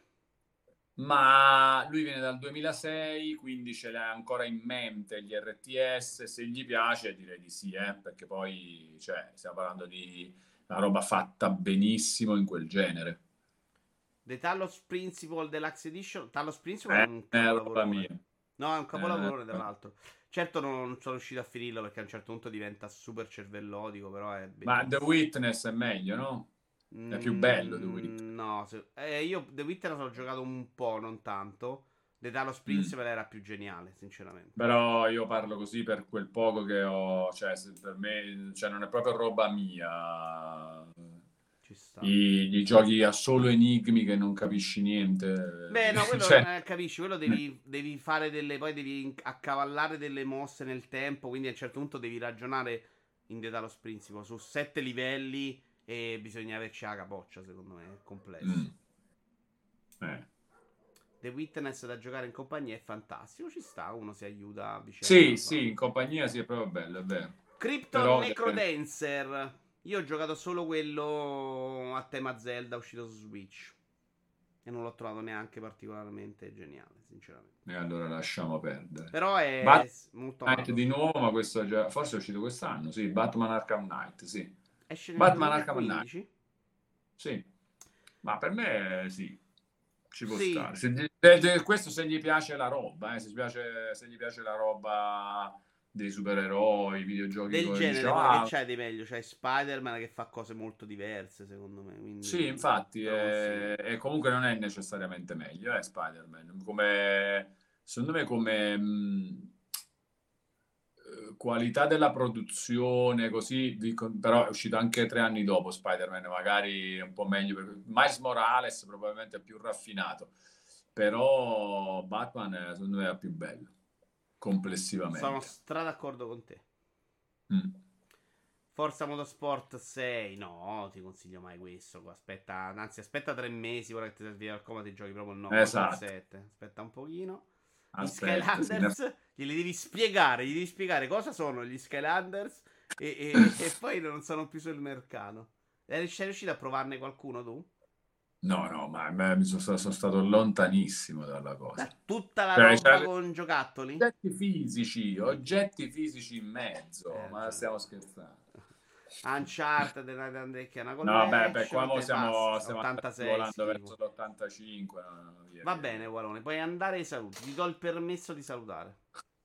Ma lui viene dal 2006, quindi ce l'ha ancora in mente gli RTS, se gli piace direi di sì, perché poi cioè, stiamo parlando di una roba fatta benissimo in quel genere. The Talos Principle Deluxe Edition. Talos Principle è un Roba capolavorone. mia. No, è un capolavorone, tra Roba- l'altro. Certo non sono riuscito a finirlo perché a un certo punto diventa super cervellotico, però è Ma The bellissimo. Witness è meglio, no? È più bello The Witness. No, io The Witness l'ho giocato un po', non tanto. The Talos Mm. Principle era più geniale, sinceramente. Però io parlo così per quel poco che ho, cioè per me cioè, non è proprio roba mia. Ci sta. I giochi a solo enigmi che non capisci Beh, niente. no, quello Cioè, capisci, quello devi fare delle. Poi devi accavallare delle mosse nel tempo. Quindi a un certo punto devi ragionare in The Talos Principle su 7 livelli. E bisogna averci la capoccia, secondo me. È complesso. mm, eh. The Witness da giocare in compagnia è fantastico. Ci sta, uno si aiuta a Sì, vicenda. sì, in compagnia sì, è proprio bello, è vero. Krypton Però deve- Necrodancer. Io ho giocato solo quello a tema Zelda uscito su Switch. E non l'ho trovato neanche particolarmente geniale, sinceramente. e allora lasciamo perdere. Però è Batman molto Knight amato. di nuovo, ma questo è già, forse è uscito quest'anno, sì, Batman Arkham Knight, sì. Esce nel Batman Arkham Knight, 2015? sì. Ma per me sì, ci può Sì, stare. Questo se gli piace la roba, se gli piace la roba dei supereroi, videogiochi del come genere dice, poi che ah, c'hai di meglio? C'hai Spider-Man che fa cose molto diverse, secondo me. sì, Quindi infatti, te lo consiglio. e comunque non è necessariamente meglio, Spider-Man. Secondo me come qualità della produzione, così, però è uscito anche 3 anni dopo Spider-Man, magari è un po' meglio. Miles Morales probabilmente è più raffinato, però Batman secondo me è più bello, Sono complessivamente. stra d'accordo con te. Mm. Forza Motorsport 6, no, ti consiglio mai questo. Aspetta, anzi, aspetta 3 mesi. Ora che ti serve al coma, ti giochi proprio il 9, manco il Esatto, 7. Aspetta un pochino. Gli aspetta, sì, ne- Skylanders, gli devi spiegare cosa sono gli Skylanders e poi non sono più sul mercato. Sei riuscito a provarne qualcuno tu? no, no, ma sono stato lontanissimo dalla cosa. Tutta la Cioè, roba c'è con giocattoli? oggetti fisici in mezzo, ma Già. stiamo scherzando. Uncharted, Night and Day, che è una No, vabbè, per qua collection, mo te basta. stiamo andando 86, volando verso schifo. l'85. No, no, via, Va via, bene, via. Walone, puoi andare ai saluti. Ti do il permesso di salutare.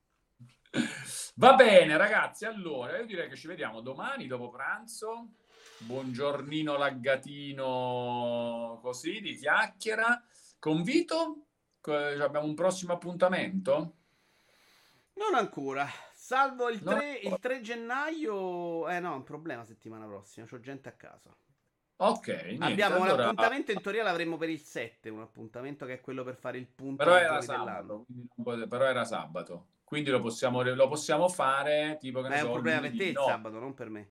Va bene, ragazzi, allora io direi che ci vediamo domani dopo pranzo. Buongiornino laggatino così di chiacchiera. Con Vito abbiamo un prossimo appuntamento? Non ancora. Salvo Non il 3 gennaio. No, è un problema settimana prossima. C'ho gente a casa. Ok, niente, Abbiamo un allora... appuntamento, in teoria l'avremmo per il 7, un appuntamento che è quello per fare il punto Però ai era giochi dell'anno. sabato, quindi però era sabato. Quindi lo possiamo fare tipo, che Ma ne è un so, problema per te lunedì, il no? sabato, non per me.